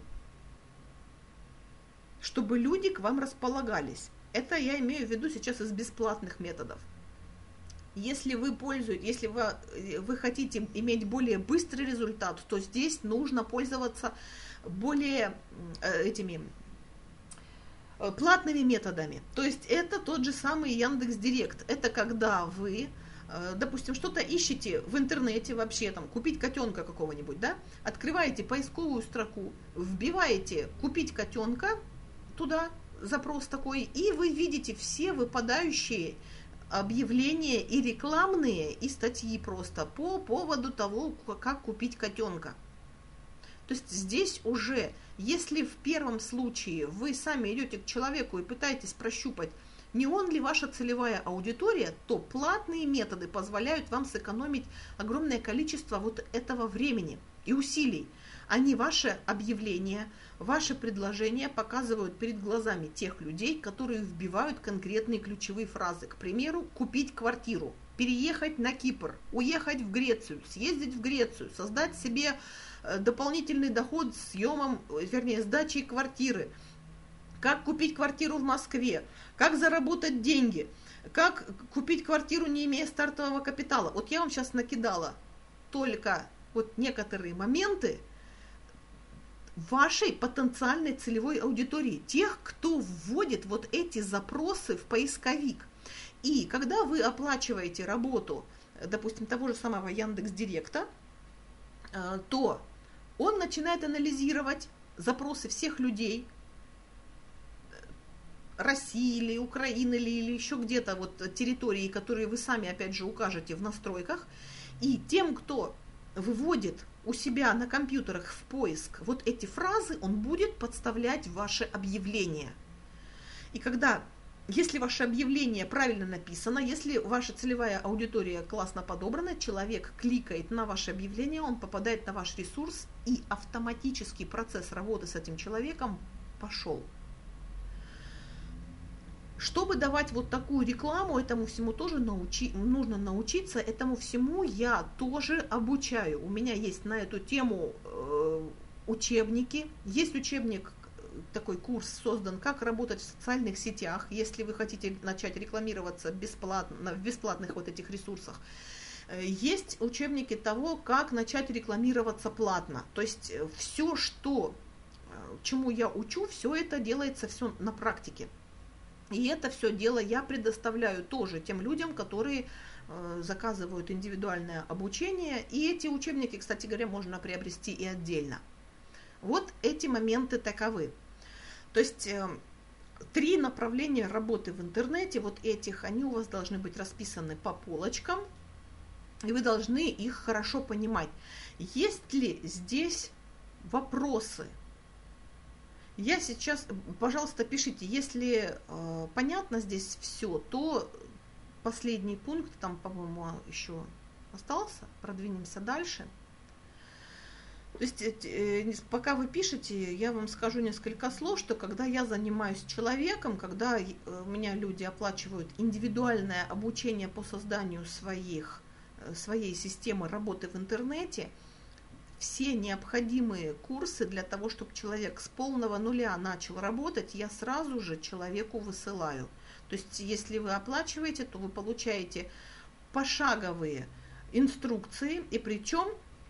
Speaker 1: чтобы люди к вам располагались. Это я имею в виду сейчас из бесплатных методов. Если вы пользуетесь, если вы, вы хотите иметь более быстрый результат, то здесь нужно пользоваться более э, этими э, платными методами. То есть это тот же самый Яндекс.Директ. Это когда вы, э, допустим, что-то ищете в интернете вообще, там, купить котенка какого-нибудь, да, открываете поисковую строку, вбиваете «купить котенка», туда запрос такой, и вы видите все выпадающие объявления и рекламные, и статьи просто по поводу того, как купить котенка. То есть здесь уже, если в первом случае вы сами идете к человеку и пытаетесь прощупать, не он ли ваша целевая аудитория, то платные методы позволяют вам сэкономить огромное количество вот этого времени и усилий. Они ваши объявления, ваши предложения показывают перед глазами тех людей, которые вбивают конкретные ключевые фразы. К примеру, купить квартиру, переехать на Кипр, уехать в Грецию, съездить в Грецию, создать себе дополнительный доход с съемом, вернее, сдачей квартиры, как купить квартиру в Москве, как заработать деньги, как купить квартиру, не имея стартового капитала. Вот я вам сейчас накидала только вот некоторые моменты вашей потенциальной целевой аудитории, тех, кто вводит вот эти запросы в поисковик. И когда вы оплачиваете работу, допустим, того же самого Яндекс.Директа, то он начинает анализировать запросы всех людей России или Украины или, или еще где-то вот территории, которые вы сами опять же укажете в настройках, и тем, кто выводит у себя на компьютерах в поиск вот эти фразы, он будет подставлять ваше объявление. И когда, если ваше объявление правильно написано, если ваша целевая аудитория классно подобрана, человек кликает на ваше объявление, он попадает на ваш ресурс, и автоматический процесс работы с этим человеком пошел. Чтобы давать вот такую рекламу, этому всему тоже научи, нужно научиться, этому всему я тоже обучаю. У меня есть на эту тему э, учебники, есть учебник, такой курс создан, как работать в социальных сетях, если вы хотите начать рекламироваться бесплатно, в бесплатных вот этих ресурсах. Есть учебники того, как начать рекламироваться платно. То есть все, что, чему я учу, все это делается все на практике. И это все дело я предоставляю тоже тем людям, которые э, заказывают индивидуальное обучение. И эти учебники, кстати говоря, можно приобрести и отдельно. Вот эти моменты таковы. То есть э, три направления работы в интернете, вот этих, они у вас должны быть расписаны по полочкам. И вы должны их хорошо понимать. Есть ли здесь вопросы? Я сейчас, пожалуйста, пишите, если э, понятно здесь все, то последний пункт, там, по-моему, еще остался, продвинемся дальше. То есть, э, пока вы пишете, я вам скажу несколько слов, что когда я занимаюсь человеком, когда у меня люди оплачивают индивидуальное обучение по созданию своих, своей системы работы в интернете, все необходимые курсы для того, чтобы человек с полного нуля начал работать, я сразу же человеку высылаю. То есть, если вы оплачиваете, то вы получаете пошаговые инструкции, и причем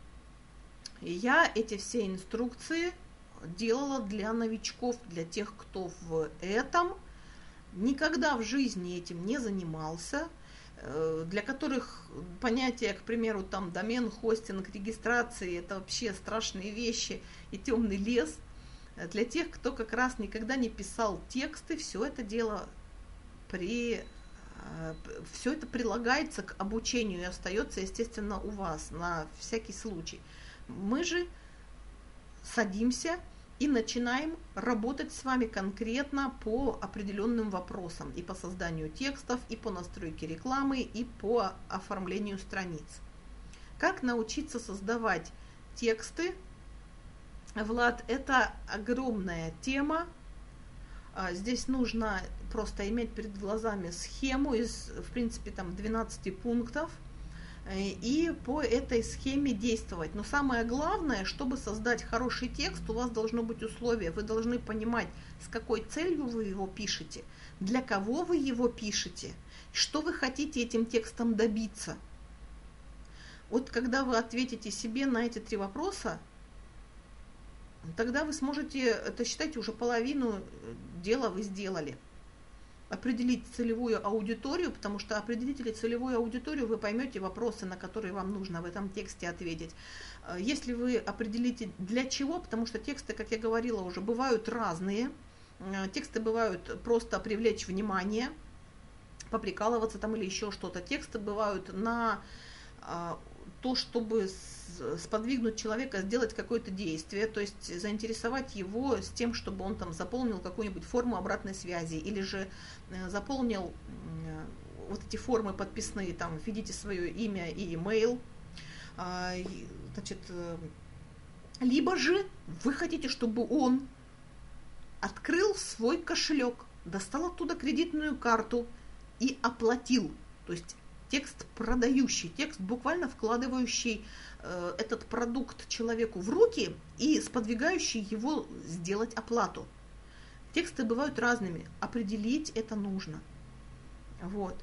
Speaker 1: я эти все инструкции делала для новичков, для тех, кто в этом никогда в жизни этим не занимался, для которых понятие, к примеру, там домен, хостинг, регистрации, это вообще страшные вещи и темный лес. Для тех, кто как раз никогда не писал тексты, все это дело при... все это прилагается к обучению и остается, естественно, у вас на всякий случай. Мы же садимся и начинаем работать с вами конкретно по определенным вопросам. И по созданию текстов, и по настройке рекламы, и по оформлению страниц. Как научиться создавать тексты? Влад, это огромная тема. Здесь нужно просто иметь перед глазами схему из, в принципе, там двенадцати пунктов. И по этой схеме действовать. Но самое главное, чтобы создать хороший текст, у вас должно быть условие. Вы должны понимать, с какой целью вы его пишете, для кого вы его пишете, что вы хотите этим текстом добиться. Вот когда вы ответите себе на эти три вопроса, тогда вы сможете, это считайте, уже половину дела вы сделали. Определить целевую аудиторию, потому что определите целевую аудиторию, вы поймете вопросы, на которые вам нужно в этом тексте ответить. Если вы определите для чего, потому что тексты, как я говорила уже, бывают разные. Тексты бывают просто привлечь внимание, поприкалываться там или еще что-то. Тексты бывают на то, чтобы сподвигнуть человека сделать какое-то действие, то есть заинтересовать его с тем, чтобы он там заполнил какую-нибудь форму обратной связи, или же заполнил вот эти формы подписные, там, введите свое имя и имейл, значит, либо же вы хотите, чтобы он открыл свой кошелек, достал оттуда кредитную карту и оплатил, то есть текст продающий, текст буквально вкладывающий э, этот продукт человеку в руки и сподвигающий его сделать оплату. Тексты бывают разными, определить это нужно. Вот.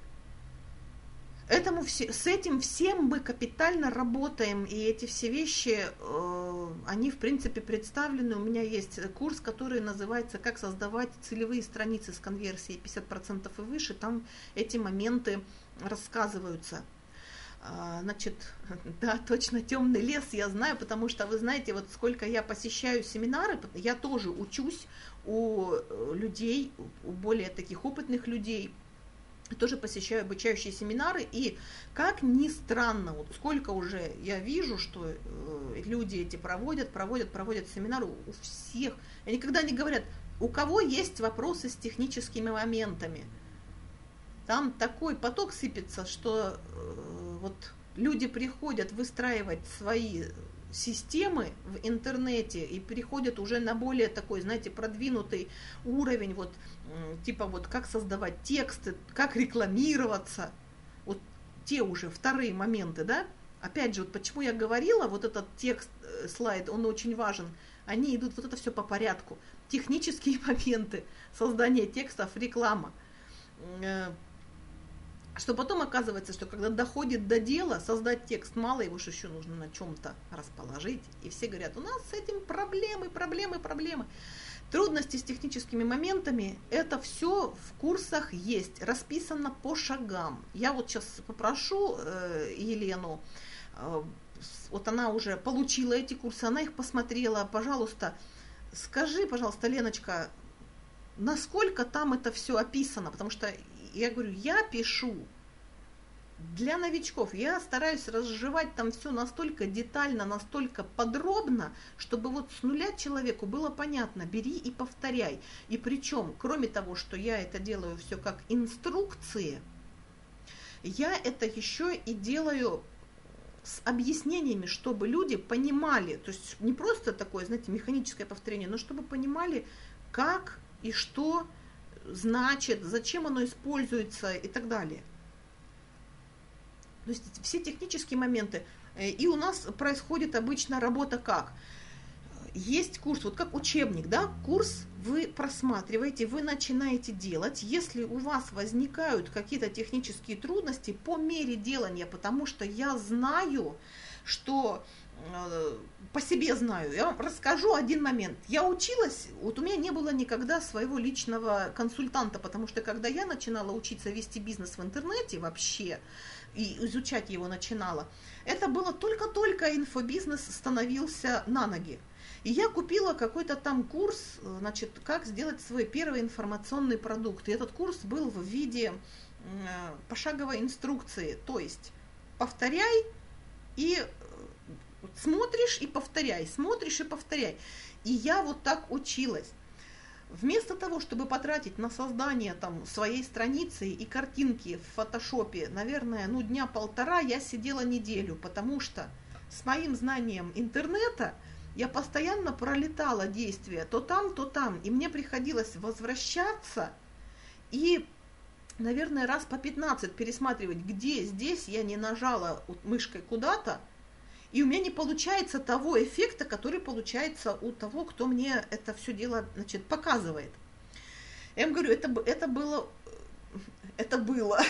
Speaker 1: Этому все, с этим всем мы капитально работаем, и эти все вещи, э, они в принципе представлены. У меня есть курс, который называется «Как создавать целевые страницы с конверсией пятьдесят процентов и выше». Там эти моменты рассказываются. Значит, да, точно темный лес, я знаю, потому что, вы знаете, вот сколько я посещаю семинары, я тоже учусь у людей, у более таких опытных людей, тоже посещаю обучающие семинары, и как ни странно, вот сколько уже я вижу, что люди эти проводят, проводят, проводят семинары, у всех, и никогда не говорят, у кого есть вопросы с техническими моментами. Там такой поток сыпется, что э, вот люди приходят выстраивать свои системы в интернете и переходят уже на более такой, знаете, продвинутый уровень, вот э, типа вот как создавать тексты, как рекламироваться, вот те уже вторые моменты, да. Опять же, вот почему я говорила, вот этот текст, э, слайд, он очень важен, они идут вот это все по порядку. Технические моменты, создание текстов, реклама. Э, Что потом оказывается, что когда доходит до дела, создать текст мало, его же еще нужно на чем-то расположить. И все говорят, у нас с этим проблемы, проблемы, проблемы. Трудности с техническими моментами, это все в курсах есть, расписано по шагам. Я вот сейчас попрошу э, Елену, э, вот она уже получила эти курсы, она их посмотрела, пожалуйста, скажи, пожалуйста, Леночка, насколько там это все описано, потому что я говорю, я пишу для новичков, я стараюсь разжевать там все настолько детально, настолько подробно, чтобы вот с нуля человеку было понятно, бери и повторяй. И причем, кроме того, что я это делаю все как инструкции, я это еще и делаю с объяснениями, чтобы люди понимали, то есть не просто такое, знаете, механическое повторение, но чтобы понимали, как и что значит, зачем оно используется и так далее. То есть все технические моменты. И у нас происходит обычно работа как? есть курс, вот как учебник, да, курс вы просматриваете, вы начинаете делать, если у вас возникают какие-то технические трудности по мере делания, потому что я знаю, что э, по себе знаю, я вам расскажу один момент. Я училась, вот у меня не было никогда своего личного консультанта, потому что когда я начинала учиться вести бизнес в интернете вообще, и изучать его начинала, это было только-только инфобизнес становился на ноги. И я купила какой-то там курс, значит, как сделать свой первый информационный продукт. И этот курс был в виде э, пошаговой инструкции, то есть повторяй и смотришь и повторяй, смотришь и повторяй. И я вот так училась. Вместо того, чтобы потратить на создание там своей страницы и картинки в фотошопе, наверное, ну дня полтора, я сидела неделю, потому что с моим знанием интернета я постоянно пролетала действия то там, то там, и мне приходилось возвращаться и, наверное, раз по пятнадцать пересматривать, где здесь я не нажала мышкой куда-то, и у меня не получается того эффекта, который получается у того, кто мне это все дело, значит, показывает. Я им говорю, это, это было, это было.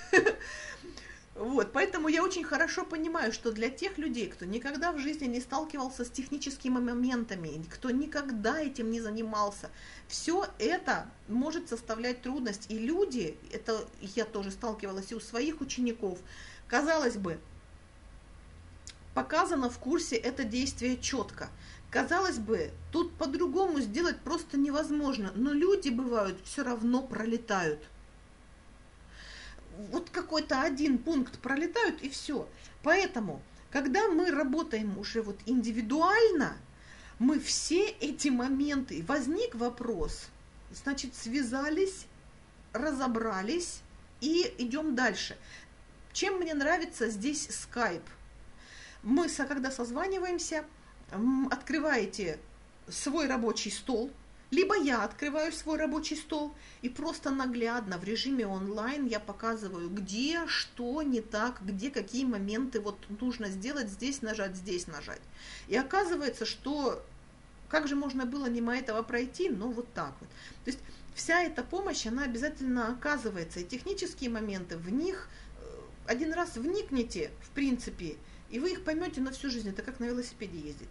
Speaker 1: Вот, поэтому я очень хорошо понимаю, что для тех людей, кто никогда в жизни не сталкивался с техническими моментами, кто никогда этим не занимался, все это может составлять трудность. И люди, это я тоже сталкивалась и у своих учеников, казалось бы, показано в курсе это действие четко. Казалось бы, тут по-другому сделать просто невозможно, но люди бывают все равно пролетают. Вот какой-то один пункт пролетают и все. Поэтому, когда мы работаем уже вот индивидуально, мы все эти моменты, возник вопрос, значит, связались, разобрались и идем дальше. Чем мне нравится здесь Skype? Мы, когда созваниваемся, открываете свой рабочий стол, либо я открываю свой рабочий стол и просто наглядно в режиме онлайн я показываю, где что не так, где какие моменты вот нужно сделать, здесь нажать, здесь нажать. И оказывается, что как же можно было мимо этого пройти, но вот так вот. То есть вся эта помощь, она обязательно оказывается, и технические моменты, в них один раз вникните, в принципе, и вы их поймете на всю жизнь. Это как на велосипеде ездить.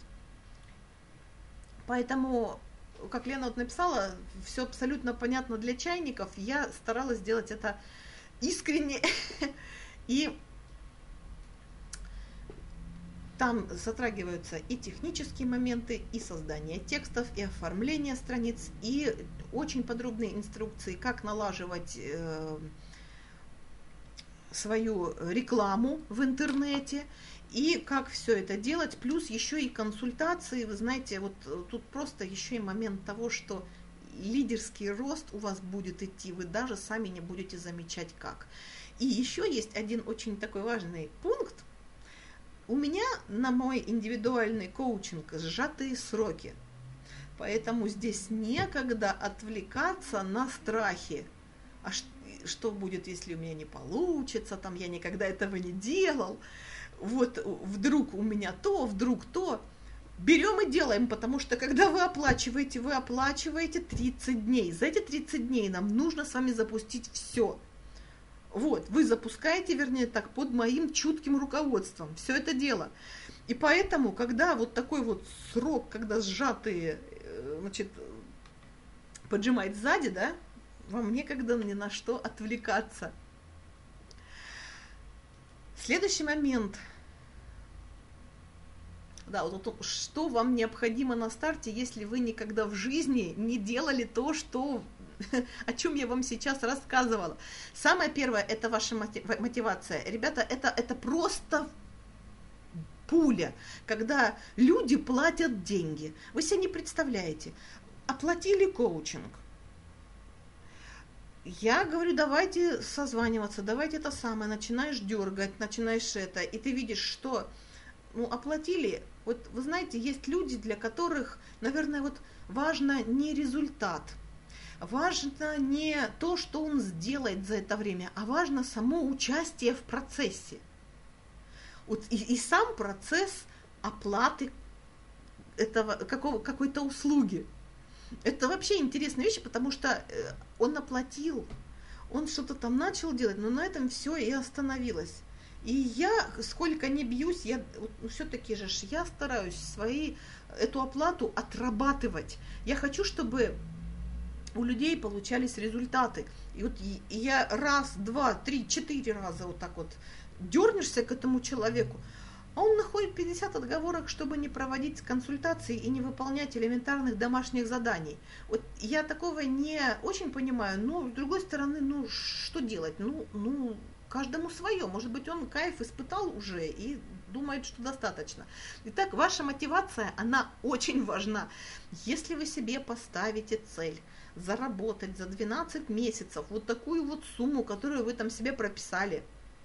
Speaker 1: Поэтому, как Лена вот написала, все абсолютно понятно для чайников. Я старалась сделать это искренне. И там затрагиваются и технические моменты, и создание текстов, и оформление страниц, и очень подробные инструкции, как налаживать э, свою рекламу в интернете. И как все это делать, плюс еще и консультации, вы знаете, вот тут просто еще и момент того, что лидерский рост у вас будет идти, вы даже сами не будете замечать как. И еще есть один очень такой важный пункт. У меня на мой индивидуальный коучинг сжатые сроки, поэтому здесь некогда отвлекаться на страхи. А что будет, если у меня не получится, там я никогда этого не делал. Вот вдруг у меня то, вдруг то. Берем и делаем, потому что когда вы оплачиваете, вы оплачиваете тридцать дней. За эти тридцать дней нам нужно с вами запустить все. Вот, вы запускаете, вернее так, под моим чутким руководством все это дело. И поэтому, когда вот такой вот срок, когда сжатые, значит, поджимает сзади, да, вам некогда ни на что отвлекаться. Следующий момент. Да, вот что вам необходимо на старте, если вы никогда в жизни не делали то, что, о чем я вам сейчас рассказывала. Самое первое – это ваша мотивация. Ребята, это, это просто пуля, когда люди платят деньги. Вы себе не представляете. Оплатили коучинг. Я говорю, давайте созваниваться, давайте это самое, начинаешь дергать, начинаешь это, и ты видишь, что, ну, оплатили. Вот вы знаете, есть люди, для которых, наверное, вот важно не результат, важно не то, что он сделает за это время, а важно само участие в процессе. Вот и, и сам процесс оплаты этого, какого, какой-то услуги. Это вообще интересная вещь, потому что он оплатил, он что-то там начал делать, но на этом все и остановилось. И я, сколько не бьюсь, я ну, все-таки же я стараюсь свои, эту оплату отрабатывать. Я хочу, чтобы у людей получались результаты. И вот и, и я раз, два, три, четыре раза вот так вот дернешься к этому человеку, а он находит пятьдесят отговорок, чтобы не проводить консультации и не выполнять элементарных домашних заданий. Вот я такого не очень понимаю, но с другой стороны, ну что делать? Ну, ну, каждому свое. Может быть, он кайф испытал уже и думает, что достаточно. Итак, ваша мотивация, она очень важна. Если вы себе поставите цель заработать за двенадцать месяцев вот такую вот сумму, которую вы там себе прописали,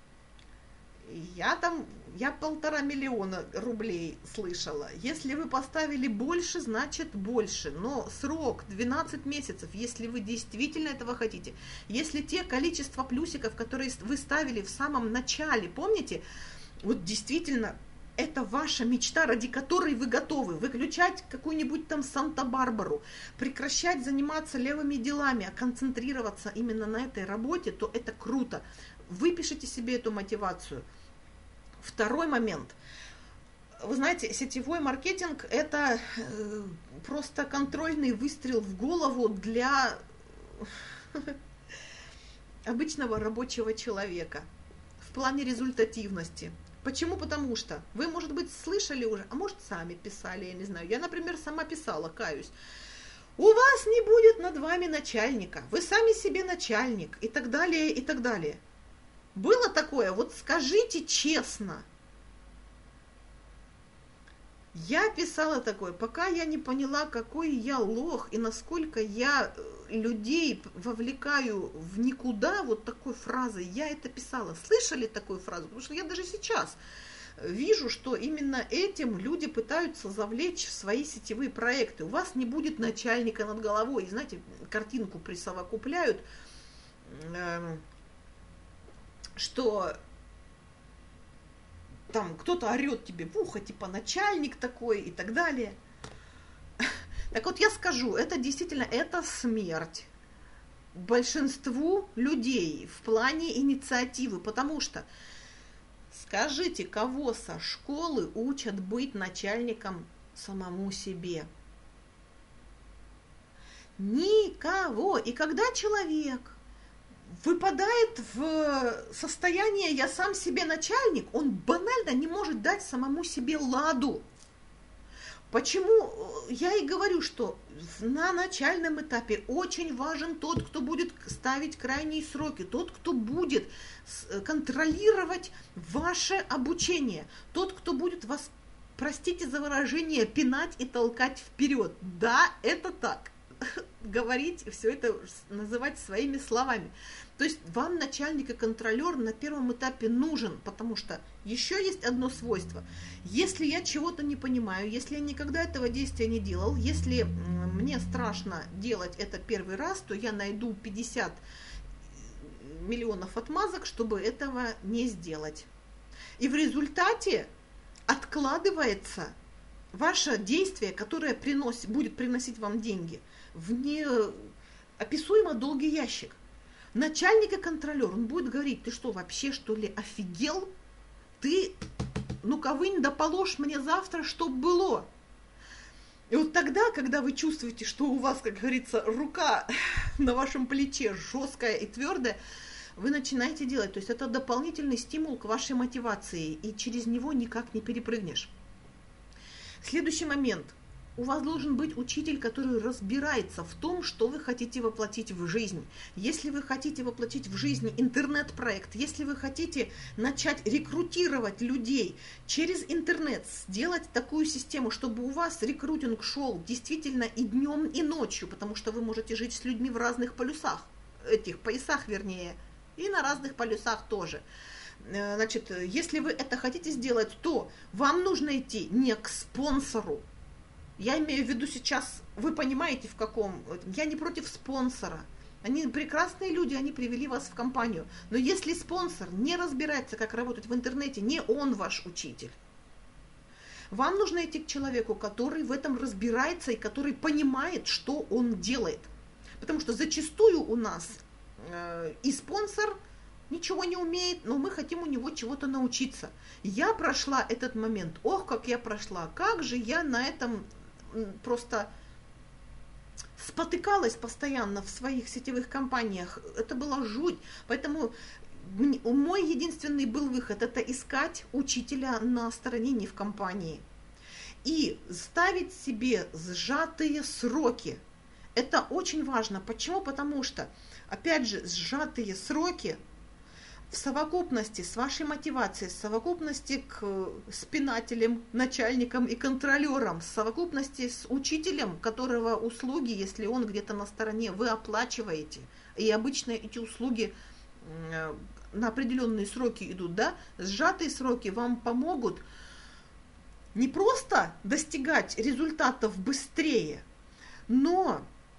Speaker 1: я там, я полтора миллиона рублей слышала. Если вы поставили больше, значит больше. Но срок двенадцать месяцев, если вы действительно этого хотите. Если те количество плюсиков, которые вы ставили в самом начале, помните, вот действительно, это ваша мечта, ради которой вы готовы выключать какую-нибудь там Санта-Барбару, прекращать заниматься левыми делами, а концентрироваться именно на этой работе, то это круто. Выпишите себе эту мотивацию. Второй момент. Вы знаете, сетевой маркетинг – это э, просто контрольный выстрел в голову для обычного рабочего человека в плане результативности. Почему? Потому что вы, может быть, слышали уже, а может, сами писали, я не знаю. Я, например, сама писала, каюсь. У вас не будет над вами начальника, вы сами себе начальник и так далее, и так далее. Было такое? Вот скажите честно. Я писала такое, пока я не поняла, какой я лох и насколько я людей вовлекаю в никуда вот такой фразой, я это писала. Слышали такую фразу? Потому что я даже сейчас вижу, что именно этим люди пытаются завлечь в свои сетевые проекты. У вас не будет начальника над головой. И знаете, картинку присовокупляют, э, что там кто-то орет тебе в ухо, типа начальник такой и так далее. Так вот я скажу, это действительно, это смерть большинству людей в плане инициативы, потому что скажите, кого со школы учат быть начальником самому себе? Никого. И когда человек выпадает в состояние «я сам себе начальник», он банально не может дать самому себе ладу. Почему я и говорю, что на начальном этапе очень важен тот, кто будет ставить крайние сроки, тот, кто будет контролировать ваше обучение, тот, кто будет вас, простите за выражение, пинать и толкать вперед. Да, это так. Говорить, все это называть своими словами. То есть вам начальник и контролер на первом этапе нужен, потому что еще есть одно свойство. Если я чего-то не понимаю, если я никогда этого действия не делал, если мне страшно делать это первый раз, то я найду пятьдесят миллионов отмазок, чтобы этого не сделать. И в результате откладывается ваше действие, которое приносит, будет приносить вам деньги, в неописуемо долгий ящик. Начальник и контролер, он будет говорить: ты что, вообще что ли офигел? Ты, ну-ка вынь да положь мне завтра, чтоб было. И вот тогда, когда вы чувствуете, что у вас, как говорится, рука на вашем плече жесткая и твердая, вы начинаете делать. То есть это дополнительный стимул к вашей мотивации, и через него никак не перепрыгнешь. Следующий момент. У вас должен быть учитель, который разбирается в том, что вы хотите воплотить в жизнь. Если вы хотите воплотить в жизнь интернет-проект, если вы хотите начать рекрутировать людей через интернет, сделать такую систему, чтобы у вас рекрутинг шел действительно и днем, и ночью, потому что вы можете жить с людьми в разных полюсах, этих поясах, вернее, и на разных полюсах тоже. Значит, если вы это хотите сделать, то вам нужно идти не к спонсору. Я имею в виду сейчас, вы понимаете, в каком... Я не против спонсора. Они прекрасные люди, они привели вас в компанию. Но если спонсор не разбирается, как работать в интернете, не он ваш учитель. Вам нужно идти к человеку, который в этом разбирается и который понимает, что он делает. Потому что зачастую у нас э, и спонсор ничего не умеет, но мы хотим у него чего-то научиться. Я прошла этот момент. Ох, как я прошла. Как же я на этом просто спотыкалась постоянно в своих сетевых компаниях. Это была жуть. Поэтому мой единственный был выход – это искать учителя на стороне, не в компании. И ставить себе сжатые сроки. Это очень важно. Почему? Потому что, опять же, сжатые сроки в совокупности с вашей мотивацией, в совокупности к спинателям, начальникам и контролерам, в совокупности с учителем, которого услуги, если он где-то на стороне, вы оплачиваете. И обычно эти услуги на определенные сроки идут, да, сжатые сроки вам помогут не просто достигать результатов быстрее, но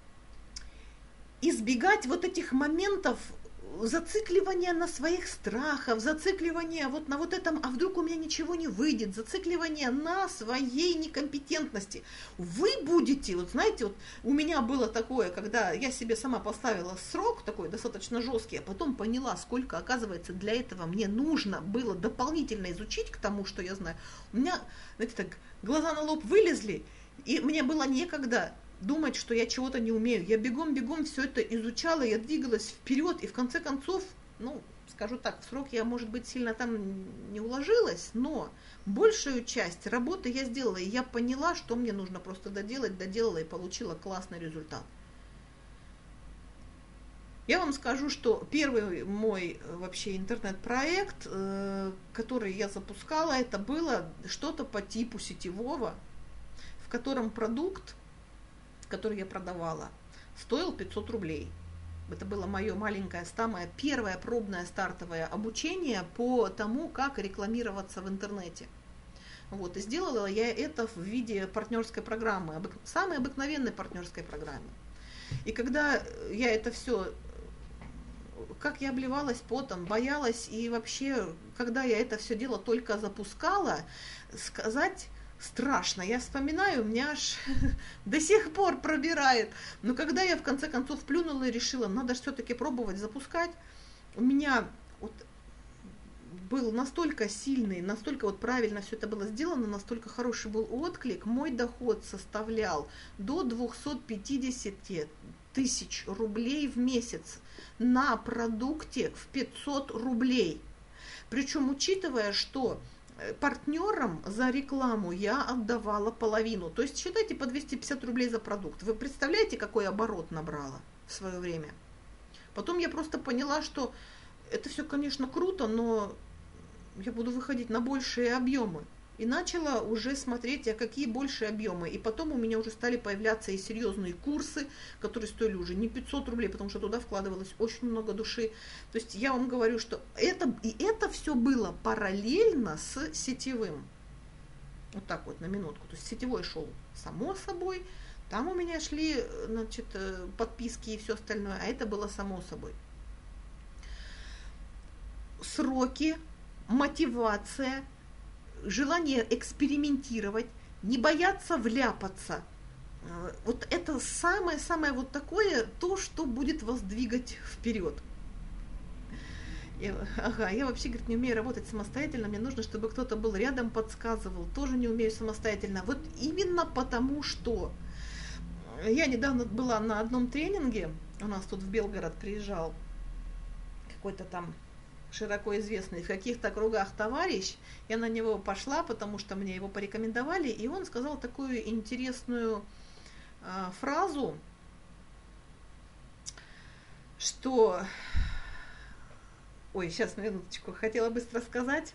Speaker 1: избегать вот этих моментов зацикливания на своих страхах, зацикливания вот на вот этом, а вдруг у меня ничего не выйдет, зацикливания на своей некомпетентности. Вы будете, вот знаете, вот у меня было такое, когда я себе сама поставила срок такой достаточно жесткий, а потом поняла, сколько, оказывается, для этого мне нужно было дополнительно изучить к тому, что я знаю. У меня, знаете, так глаза на лоб вылезли, и мне было некогда думать, что я чего-то не умею. Я бегом-бегом все это изучала, я двигалась вперед, и в конце концов, ну, скажу так, в срок я, может быть, сильно там не уложилась, но большую часть работы я сделала, и я поняла, что мне нужно просто доделать, доделала и получила классный результат. Я вам скажу, что первый мой вообще интернет-проект, который я запускала, это было что-то по типу сетевого, в котором продукт, который я продавала, стоил пятьсот рублей. Это было мое маленькое, самое первое пробное стартовое обучение по тому, как рекламироваться в интернете. Вот, и сделала я это в виде партнерской программы, обык... самой обыкновенной партнерской программы. И когда я это все, как я обливалась потом, боялась, и вообще, когда я это все дело только запускала, сказать страшно. Я вспоминаю, меня аж до сих пор пробирает. Но когда я в конце концов плюнула и решила, надо все-таки пробовать запускать, у меня вот был настолько сильный, настолько вот правильно все это было сделано, настолько хороший был отклик, мой доход составлял до двухсот пятидесяти тысяч рублей в месяц на продукте в пятьсот рублей. Причем учитывая, что партнерам за рекламу я отдавала половину. То есть считайте по двести пятьдесят рублей за продукт. Вы представляете, какой оборот набрала в свое время? Потом я просто поняла, что это все, конечно, круто, но я буду выходить на большие объемы. И начала уже смотреть, а какие большие объемы. И потом у меня уже стали появляться и серьезные курсы, которые стоили уже не пятьсот рублей, потому что туда вкладывалось очень много души. То есть я вам говорю, что это, и это все было параллельно с сетевым. Вот так вот, на минутку. То есть сетевой шел само собой, там у меня шли, значит, подписки и все остальное, а это было само собой. Сроки, мотивация, желание экспериментировать, не бояться вляпаться. Вот это самое-самое вот такое, то, что будет вас двигать вперед. Я, ага, я вообще, говорит, не умею работать самостоятельно, мне нужно, чтобы кто-то был рядом, подсказывал, тоже не умею самостоятельно. Вот именно потому, что я недавно была на одном тренинге, у нас тут в Белгород приезжал какой-то там широко известный в каких-то кругах товарищ, я на него пошла, потому что мне его порекомендовали, и он сказал такую интересную э, фразу, что... Ой, сейчас, минуточку, хотела быстро сказать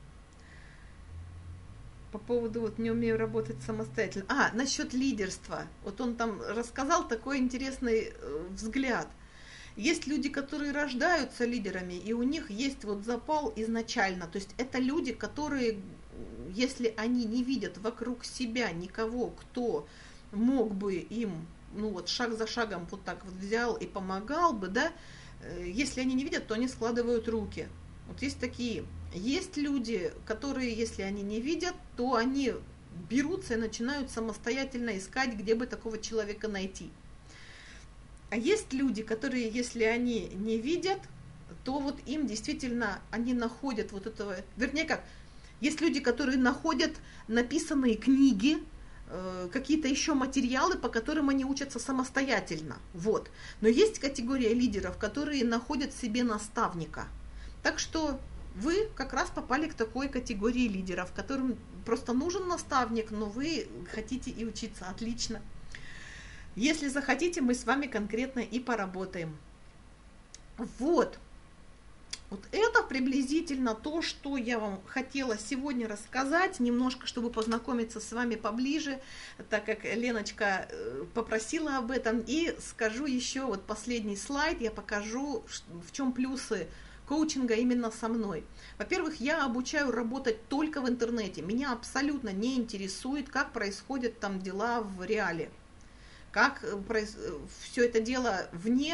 Speaker 1: по поводу вот не умею работать самостоятельно. А, насчет лидерства. Вот он там рассказал такой интересный э, взгляд. Есть люди, которые рождаются лидерами, и у них есть вот запал изначально. То есть это люди, которые, если они не видят вокруг себя никого, кто мог бы им, ну вот шаг за шагом вот так вот взял и помогал бы, да, если они не видят, то они складывают руки. Вот есть такие. Есть люди, которые, если они не видят, то они берутся и начинают самостоятельно искать, где бы такого человека найти. А есть люди, которые, если они не видят, то вот им действительно, они находят вот этого, вернее как, есть люди, которые находят написанные книги, э, какие-то еще материалы, по которым они учатся самостоятельно, вот. Но есть категория лидеров, которые находят себе наставника. Так что вы как раз попали к такой категории лидеров, которым просто нужен наставник, но вы хотите и учиться, отлично. Если захотите, мы с вами конкретно и поработаем. Вот. Вот это приблизительно то, что я вам хотела сегодня рассказать, немножко, чтобы познакомиться с вами поближе, так как Леночка попросила об этом. И скажу еще, вот последний слайд, я покажу, в чем плюсы коучинга именно со мной. Во-первых, я обучаю работать только в интернете. Меня абсолютно не интересует, как происходят там дела в реале, как все это дело вне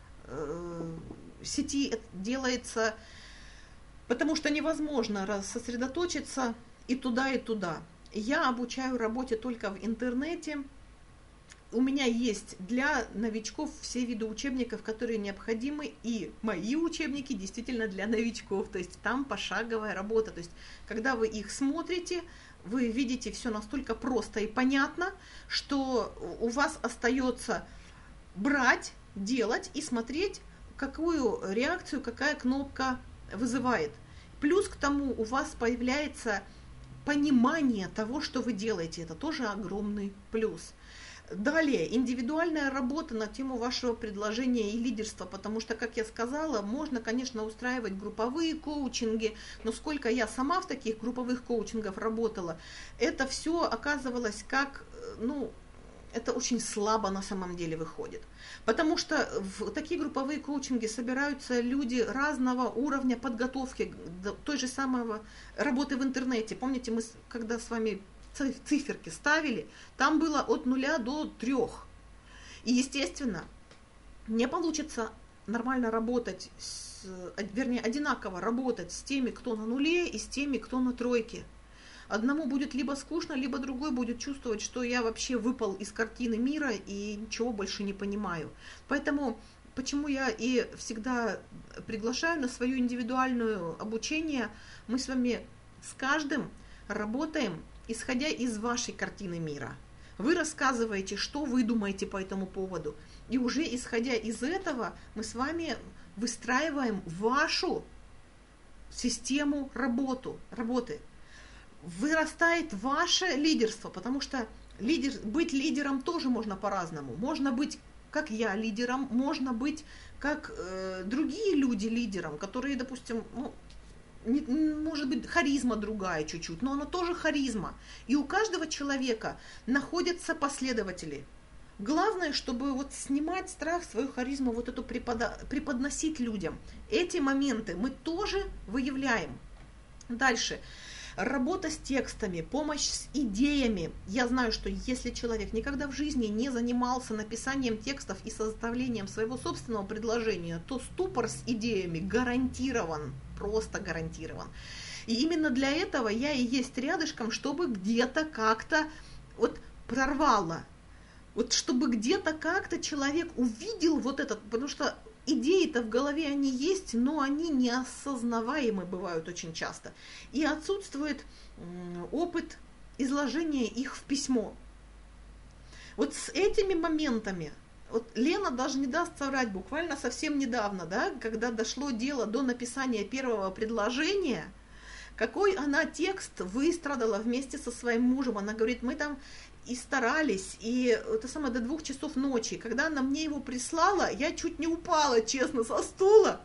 Speaker 1: сети делается, потому что невозможно сосредоточиться и туда, и туда. Я обучаю работе только в интернете. У меня есть для новичков все виды учебников, которые необходимы, и мои учебники действительно для новичков, то есть там пошаговая работа. То есть когда вы их смотрите, вы видите все настолько просто и понятно, что у вас остается брать, делать и смотреть, какую реакцию, какая кнопка вызывает. Плюс к тому у вас появляется понимание того, что вы делаете. Это тоже огромный плюс. Далее, индивидуальная работа на тему вашего предложения и лидерства, потому что, как я сказала, можно, конечно, устраивать групповые коучинги, но сколько я сама в таких групповых коучингах работала, это все оказывалось как, ну, это очень слабо на самом деле выходит. Потому что в такие групповые коучинги собираются люди разного уровня подготовки, той же самой работы в интернете. Помните, мы когда с вами циферки ставили, там было от нуля до трех. И, естественно, не получится нормально работать, с, вернее, одинаково работать с теми, кто на нуле, и с теми, кто на тройке. Одному будет либо скучно, либо другой будет чувствовать, что я вообще выпал из картины мира и ничего больше не понимаю. Поэтому, почему я и всегда приглашаю на свое индивидуальное обучение, мы с вами с каждым работаем, исходя из вашей картины мира. Вы рассказываете, что вы думаете по этому поводу. И уже исходя из этого, мы с вами выстраиваем вашу систему работу, работы. Вырастает ваше лидерство, потому что лидер, быть лидером тоже можно по-разному. Можно быть, как я, лидером, можно быть, как э, другие люди лидером, которые, допустим, ну, не, может быть, харизма другая чуть-чуть, но она тоже харизма. И у каждого человека находятся последователи. Главное, чтобы вот снимать страх, свою харизму, вот эту препода, преподносить людям. Эти моменты мы тоже выявляем. Дальше. Работа с текстами, помощь с идеями. Я знаю, что если человек никогда в жизни не занимался написанием текстов и составлением своего собственного предложения, то ступор с идеями гарантирован, просто гарантирован. И именно для этого я и есть рядышком, чтобы где-то как-то вот прорвало. Вот чтобы где-то как-то человек увидел вот этот, потому что идеи-то в голове они есть, но они неосознаваемы бывают очень часто. И отсутствует опыт изложения их в письмо. Вот с этими моментами, вот Лена даже не даст соврать, буквально совсем недавно, да, когда дошло дело до написания первого предложения, какой она текст выстрадала вместе со своим мужем. Она говорит, мы там и старались, и это самое до двух часов ночи. Когда она мне его прислала, я чуть не упала, честно, со стула.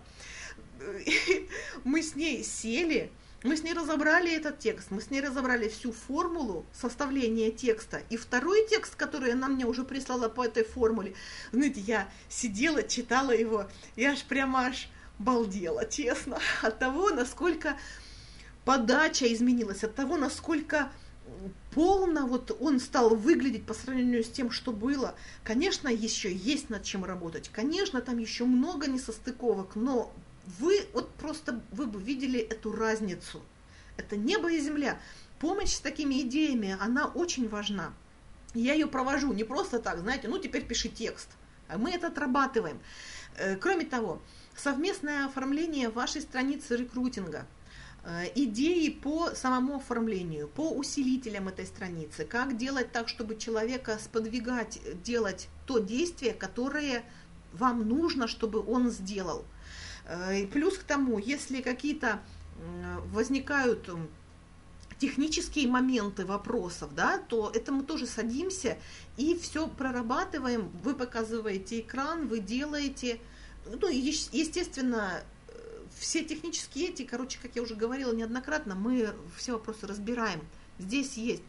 Speaker 1: Мы с ней сели, мы с ней разобрали этот текст, мы с ней разобрали всю формулу составления текста. И второй текст, который она мне уже прислала по этой формуле, знаете, я сидела, читала его, я аж прямо аж балдела, честно, от того, насколько подача изменилась, от того, насколько полно вот он стал выглядеть по сравнению с тем, что было. Конечно, еще есть над чем работать. Конечно, там еще много несостыковок, но вы вот просто вы бы видели эту разницу. Это небо и земля. Помощь с такими идеями, она очень важна. Я ее провожу не просто так, знаете, ну теперь пиши текст. А мы это отрабатываем. Кроме того, совместное оформление вашей страницы рекрутинга, идеи по самому оформлению, по усилителям этой страницы, как делать так, чтобы человека сподвигать делать то действие, которое вам нужно, чтобы он сделал. И плюс к тому, если какие-то возникают технические моменты вопросов, да, то это мы тоже садимся и все прорабатываем. Вы показываете экран, вы делаете, ну, естественно, все технические эти, короче, как я уже говорила неоднократно, мы все вопросы разбираем. Здесь есть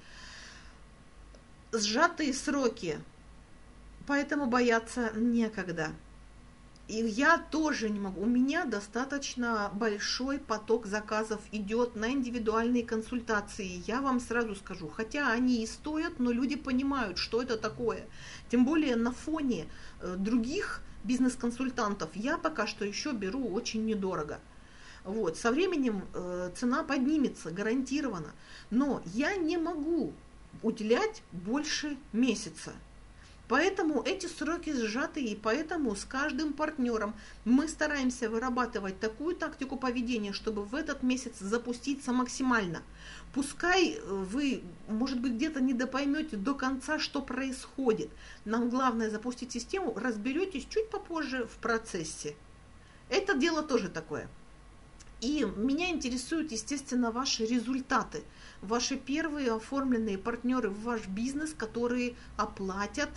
Speaker 1: сжатые сроки, поэтому бояться некогда. И я тоже не могу. У меня достаточно большой поток заказов идет на индивидуальные консультации. Я вам сразу скажу, хотя они и стоят, но люди понимают, что это такое. Тем более на фоне других бизнес-консультантов я пока что еще беру очень недорого. Вот. Со временем э, цена поднимется, гарантированно. Но я не могу уделять больше месяца. Поэтому эти сроки сжаты, и поэтому с каждым партнером мы стараемся вырабатывать такую тактику поведения, чтобы в этот месяц запуститься максимально. Пускай вы, может быть, где-то недопоймете до конца, что происходит. Нам главное запустить систему, разберетесь чуть попозже в процессе. Это дело тоже такое. И меня интересуют, естественно, ваши результаты, ваши первые оформленные партнеры в ваш бизнес, которые оплатят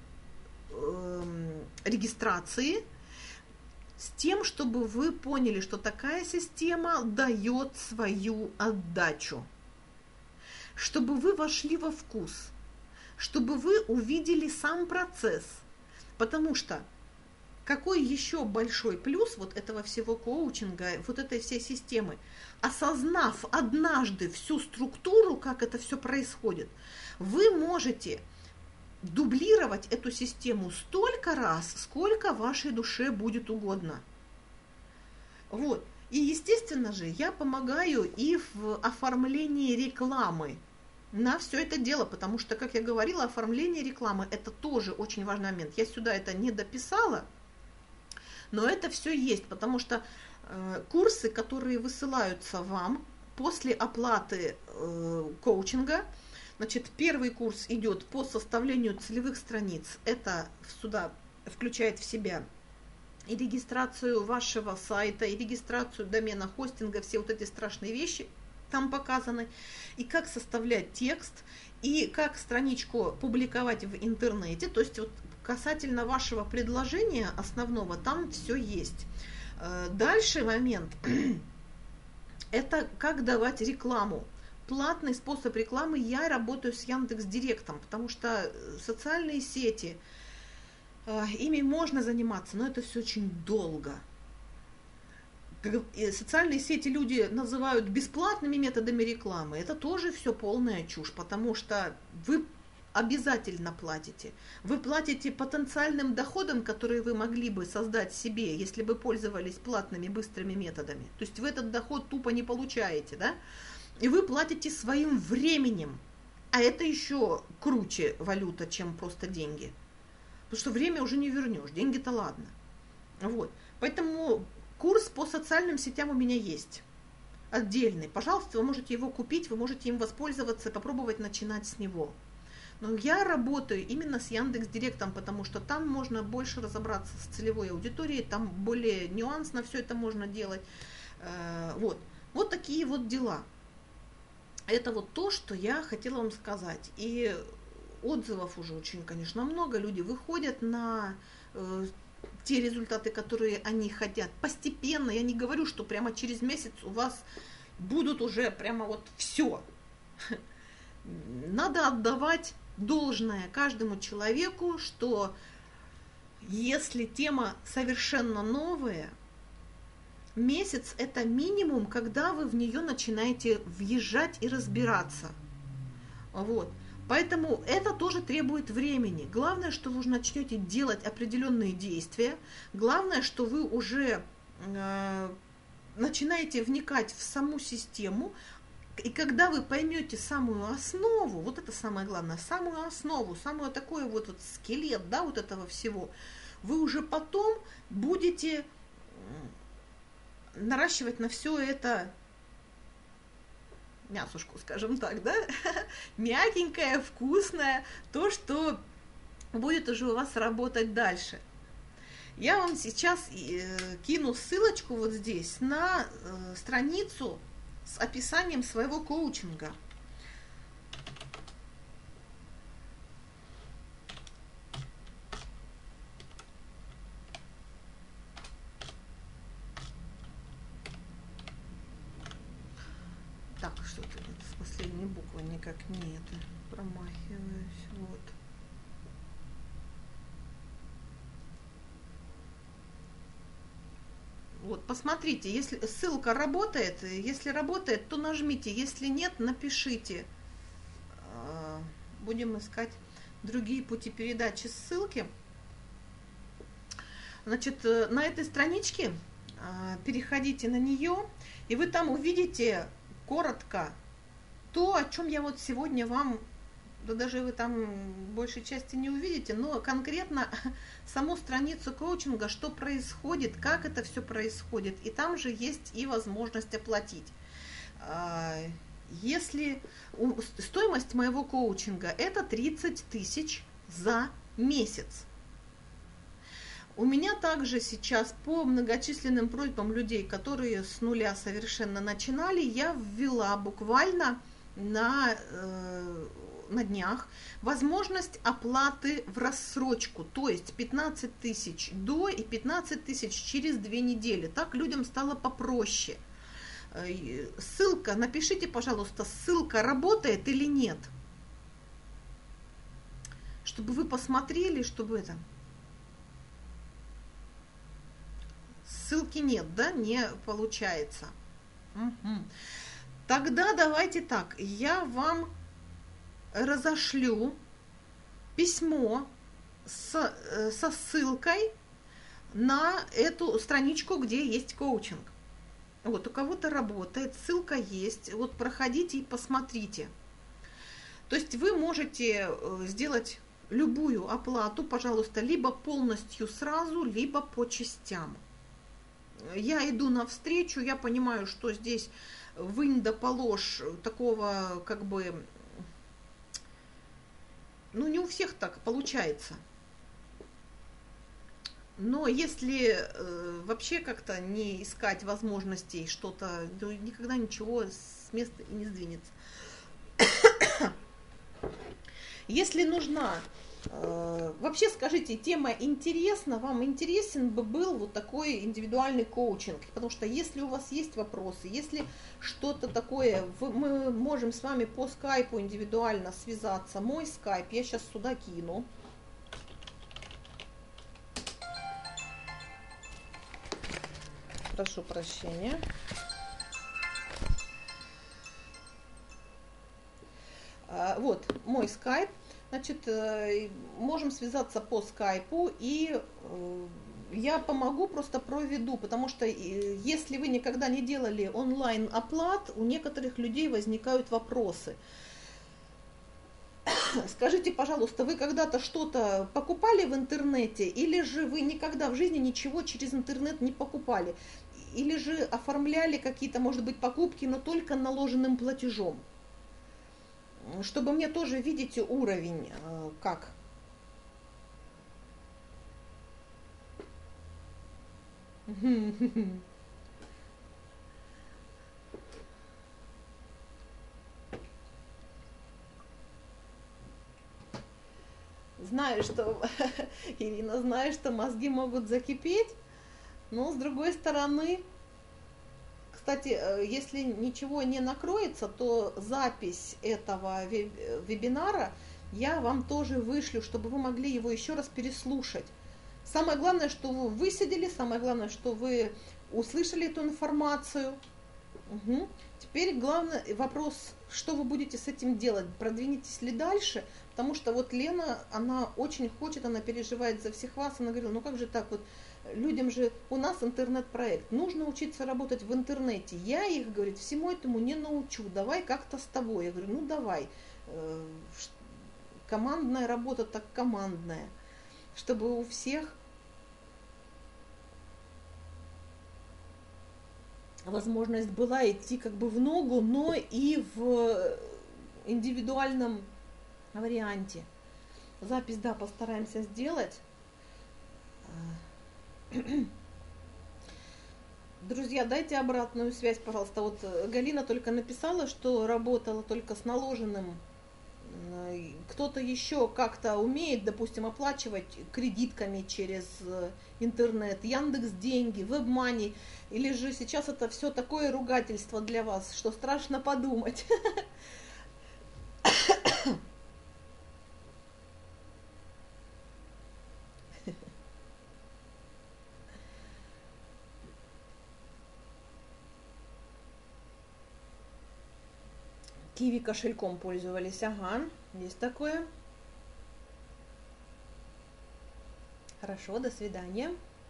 Speaker 1: регистрации, с тем, чтобы вы поняли, что такая система дает свою отдачу, чтобы вы вошли во вкус, чтобы вы увидели сам процесс, потому что какой еще большой плюс вот этого всего коучинга, вот этой всей системы, осознав однажды всю структуру, как это все происходит, вы можете дублировать эту систему столько раз, сколько вашей душе будет угодно. Вот. И, естественно же, я помогаю и в оформлении рекламы на все это дело, потому что, как я говорила, оформление рекламы – это тоже очень важный момент. Я сюда это не дописала, но это все есть, потому что э, курсы, которые высылаются вам после оплаты э, коучинга, значит, первый курс идет по составлению целевых страниц. Это сюда включает в себя и регистрацию вашего сайта, и регистрацию домена, хостинга, все вот эти страшные вещи там показаны, и как составлять текст, и как страничку публиковать в интернете. То есть вот касательно вашего предложения основного, там все есть. Дальше момент – это как давать рекламу. Платный способ рекламы, я работаю с Яндекс.Директом, потому что социальные сети, ими можно заниматься, но это все очень долго. Социальные сети люди называют бесплатными методами рекламы, это тоже все полная чушь, потому что вы обязательно платите. Вы платите потенциальным доходом, которые вы могли бы создать себе, если бы пользовались платными быстрыми методами. То есть вы этот доход тупо не получаете, да? И вы платите своим временем. А это еще круче валюта, чем просто деньги. Потому что время уже не вернешь, деньги-то ладно. Вот. Поэтому курс по социальным сетям у меня есть. Отдельный. Пожалуйста, вы можете его купить, вы можете им воспользоваться, попробовать начинать с него. Но я работаю именно с Яндекс.Директом, потому что там можно больше разобраться с целевой аудиторией, там более нюансно все это можно делать. Вот. Вот такие вот дела. Это вот то, что я хотела вам сказать. И отзывов уже очень, конечно, много. Люди выходят на э, те результаты, которые они хотят. Постепенно, я не говорю, что прямо через месяц у вас будут уже прямо вот все. Надо отдавать должное каждому человеку, что если тема совершенно новая, месяц – это минимум, когда вы в нее начинаете въезжать и разбираться. Вот. Поэтому это тоже требует времени. Главное, что вы уже начнете делать определенные действия. Главное, что вы уже э, начинаете вникать в саму систему. И когда вы поймете самую основу, вот это самое главное, самую основу, самую такой вот, вот скелет, да, вот этого всего, вы уже потом будете наращивать на все это мясушку, скажем так, да, мягенькое, вкусное, то, что будет уже у вас работать дальше. Я вам сейчас э, кину ссылочку вот здесь на э, страницу с описанием своего коучинга. Так, что-то с последней буквы никак нет, промахиваюсь, вот. Вот, посмотрите, если ссылка работает, если работает, то нажмите, если нет, напишите. Будем искать другие пути передачи ссылки. Значит, на этой страничке переходите на нее, и вы там увидите коротко то, о чем я вот сегодня вам, да даже вы там большей части не увидите, но конкретно саму страницу коучинга, что происходит, как это все происходит. И там же есть и возможность оплатить. Если стоимость моего коучинга это тридцать тысяч за месяц. У меня также сейчас по многочисленным просьбам людей, которые с нуля совершенно начинали, я ввела буквально на, э, на днях возможность оплаты в рассрочку, то есть пятнадцать тысяч до и пятнадцать тысяч через две недели. Так людям стало попроще. Ссылка, напишите, пожалуйста, ссылка работает или нет, чтобы вы посмотрели, чтобы это... Ссылки нет, да, не получается. Угу. Тогда давайте так, я вам разошлю письмо с, со ссылкой на эту страничку, где есть коучинг. Вот, у кого-то работает, ссылка есть, вот проходите и посмотрите. То есть вы можете сделать любую оплату, пожалуйста, либо полностью сразу, либо по частям. Я иду навстречу, я понимаю, что здесь вынь да положь такого, как бы, ну не у всех так получается. Но если э, вообще как-то не искать возможностей что-то, то никогда ничего с места и не сдвинется. Если нужна, э, вообще скажите, тема интересна, вам интересен бы был вот такой индивидуальный коучинг, потому что если у вас есть вопросы, если что-то такое, вы, мы можем с вами по скайпу индивидуально связаться, мой скайп я сейчас сюда кину. Прошу прощения. Вот мой скайп. Значит, можем связаться по скайпу, и я помогу, просто проведу, потому что если вы никогда не делали онлайн оплат, у некоторых людей возникают вопросы. Скажите, пожалуйста, вы когда-то что-то покупали в интернете, или же вы никогда в жизни ничего через интернет не покупали? Или же оформляли какие-то, может быть, покупки, но только наложенным платежом? Чтобы мне тоже видеть уровень, как. Знаю, что, Ирина, знаю, что мозги могут закипеть, но с другой стороны, кстати, если ничего не накроется, то запись этого вебинара я вам тоже вышлю, чтобы вы могли его еще раз переслушать. Самое главное, что вы высидели, самое главное, что вы услышали эту информацию. Угу. Теперь главный вопрос, что вы будете с этим делать, продвинетесь ли дальше, потому что вот Лена, она очень хочет, она переживает за всех вас, она говорила, ну как же так вот, людям же, у нас интернет-проект, нужно учиться работать в интернете. Я их, говорит, всему этому не научу, давай как-то с тобой. Я говорю, ну давай, командная работа так командная, чтобы у всех возможность была идти как бы в ногу, но и в индивидуальном варианте. Запись, да, постараемся сделать. Друзья, дайте обратную связь, пожалуйста. Вот Галина только написала, что работала только с наложенным. Кто-то еще как-то умеет, допустим, оплачивать кредитками через интернет, Яндекс.Деньги, WebMoney, или же сейчас это все такое ругательство для вас, что страшно подумать. Киви кошельком пользовались, ага, есть такое. Хорошо, до свидания.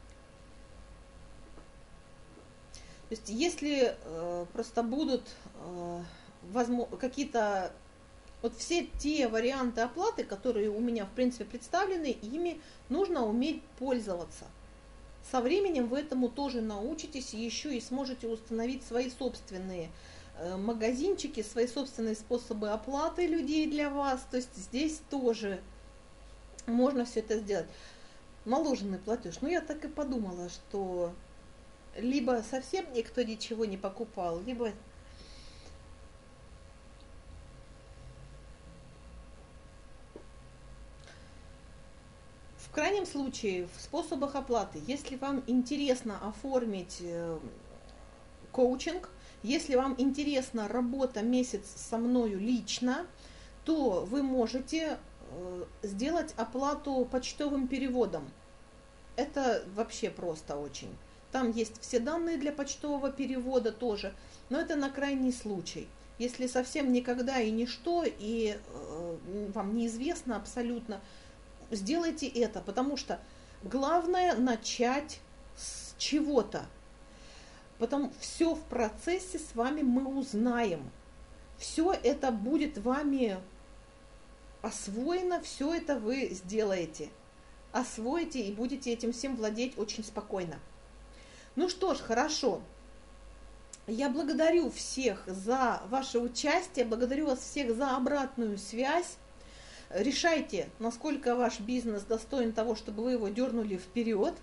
Speaker 1: То есть, если э, просто будут э, возможно, какие-то, вот все те варианты оплаты, которые у меня, в принципе, представлены, ими нужно уметь пользоваться. Со временем вы этому тоже научитесь, и еще и сможете установить свои собственные магазинчики, свои собственные способы оплаты людей для вас. То есть здесь тоже можно все это сделать. Наложенный платеж. Ну, я так и подумала, что либо совсем никто ничего не покупал, либо в крайнем случае в способах оплаты, если вам интересно оформить коучинг, если вам интересна работа месяц со мною лично, то вы можете сделать оплату почтовым переводом. Это вообще просто очень. Там есть все данные для почтового перевода тоже, но это на крайний случай. Если совсем никогда и ничто, и э, вам неизвестно абсолютно, сделайте это, потому что главное начать с чего-то. Потом все в процессе с вами мы узнаем. Все это будет вами освоено, все это вы сделаете. Освоите и будете этим всем владеть очень спокойно. Ну что ж, хорошо. Я благодарю всех за ваше участие, благодарю вас всех за обратную связь. Решайте, насколько ваш бизнес достоин того, чтобы вы его дернули вперед.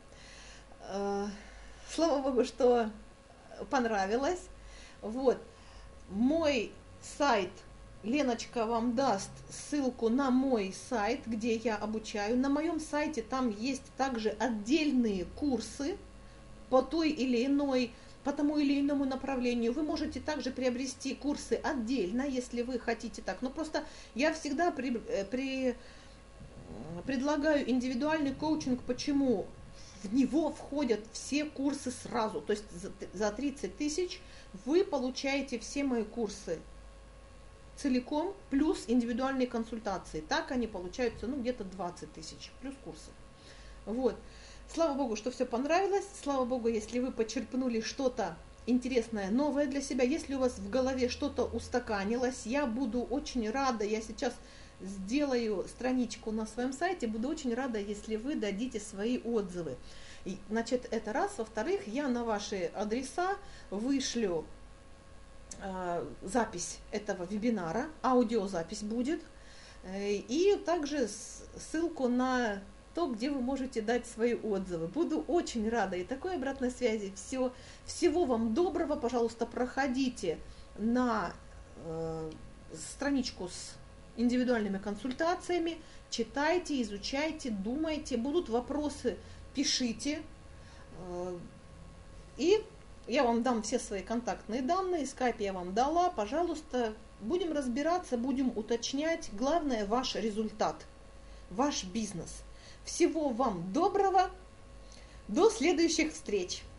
Speaker 1: Слава Богу, что понравилось. Вот. Мой сайт, Леночка вам даст ссылку на мой сайт, где я обучаю. На моем сайте там есть также отдельные курсы по той или иной, по тому или иному направлению. Вы можете также приобрести курсы отдельно, если вы хотите так. Но просто я всегда при, при, предлагаю индивидуальный коучинг. Почему? В него входят все курсы сразу, то есть за тридцать тысяч вы получаете все мои курсы целиком, плюс индивидуальные консультации. Так они получаются, ну, где-то двадцать тысяч, плюс курсы. Вот. Слава Богу, что все понравилось. Слава Богу, если вы почерпнули что-то интересное, новое для себя. Если у вас в голове что-то устаканилось, я буду очень рада, я сейчас сделаю страничку на своем сайте, буду очень рада, если вы дадите свои отзывы. И, значит, это раз. Во-вторых, я на ваши адреса вышлю э, запись этого вебинара, аудиозапись будет, э, и также ссылку на то, где вы можете дать свои отзывы. Буду очень рада и такой обратной связи. Все, всего вам доброго. Пожалуйста, проходите на э, страничку с индивидуальными консультациями, читайте, изучайте, думайте, будут вопросы, пишите, и я вам дам все свои контактные данные, скайп я вам дала, пожалуйста, будем разбираться, будем уточнять, главное ваш результат, ваш бизнес. Всего вам доброго, до следующих встреч!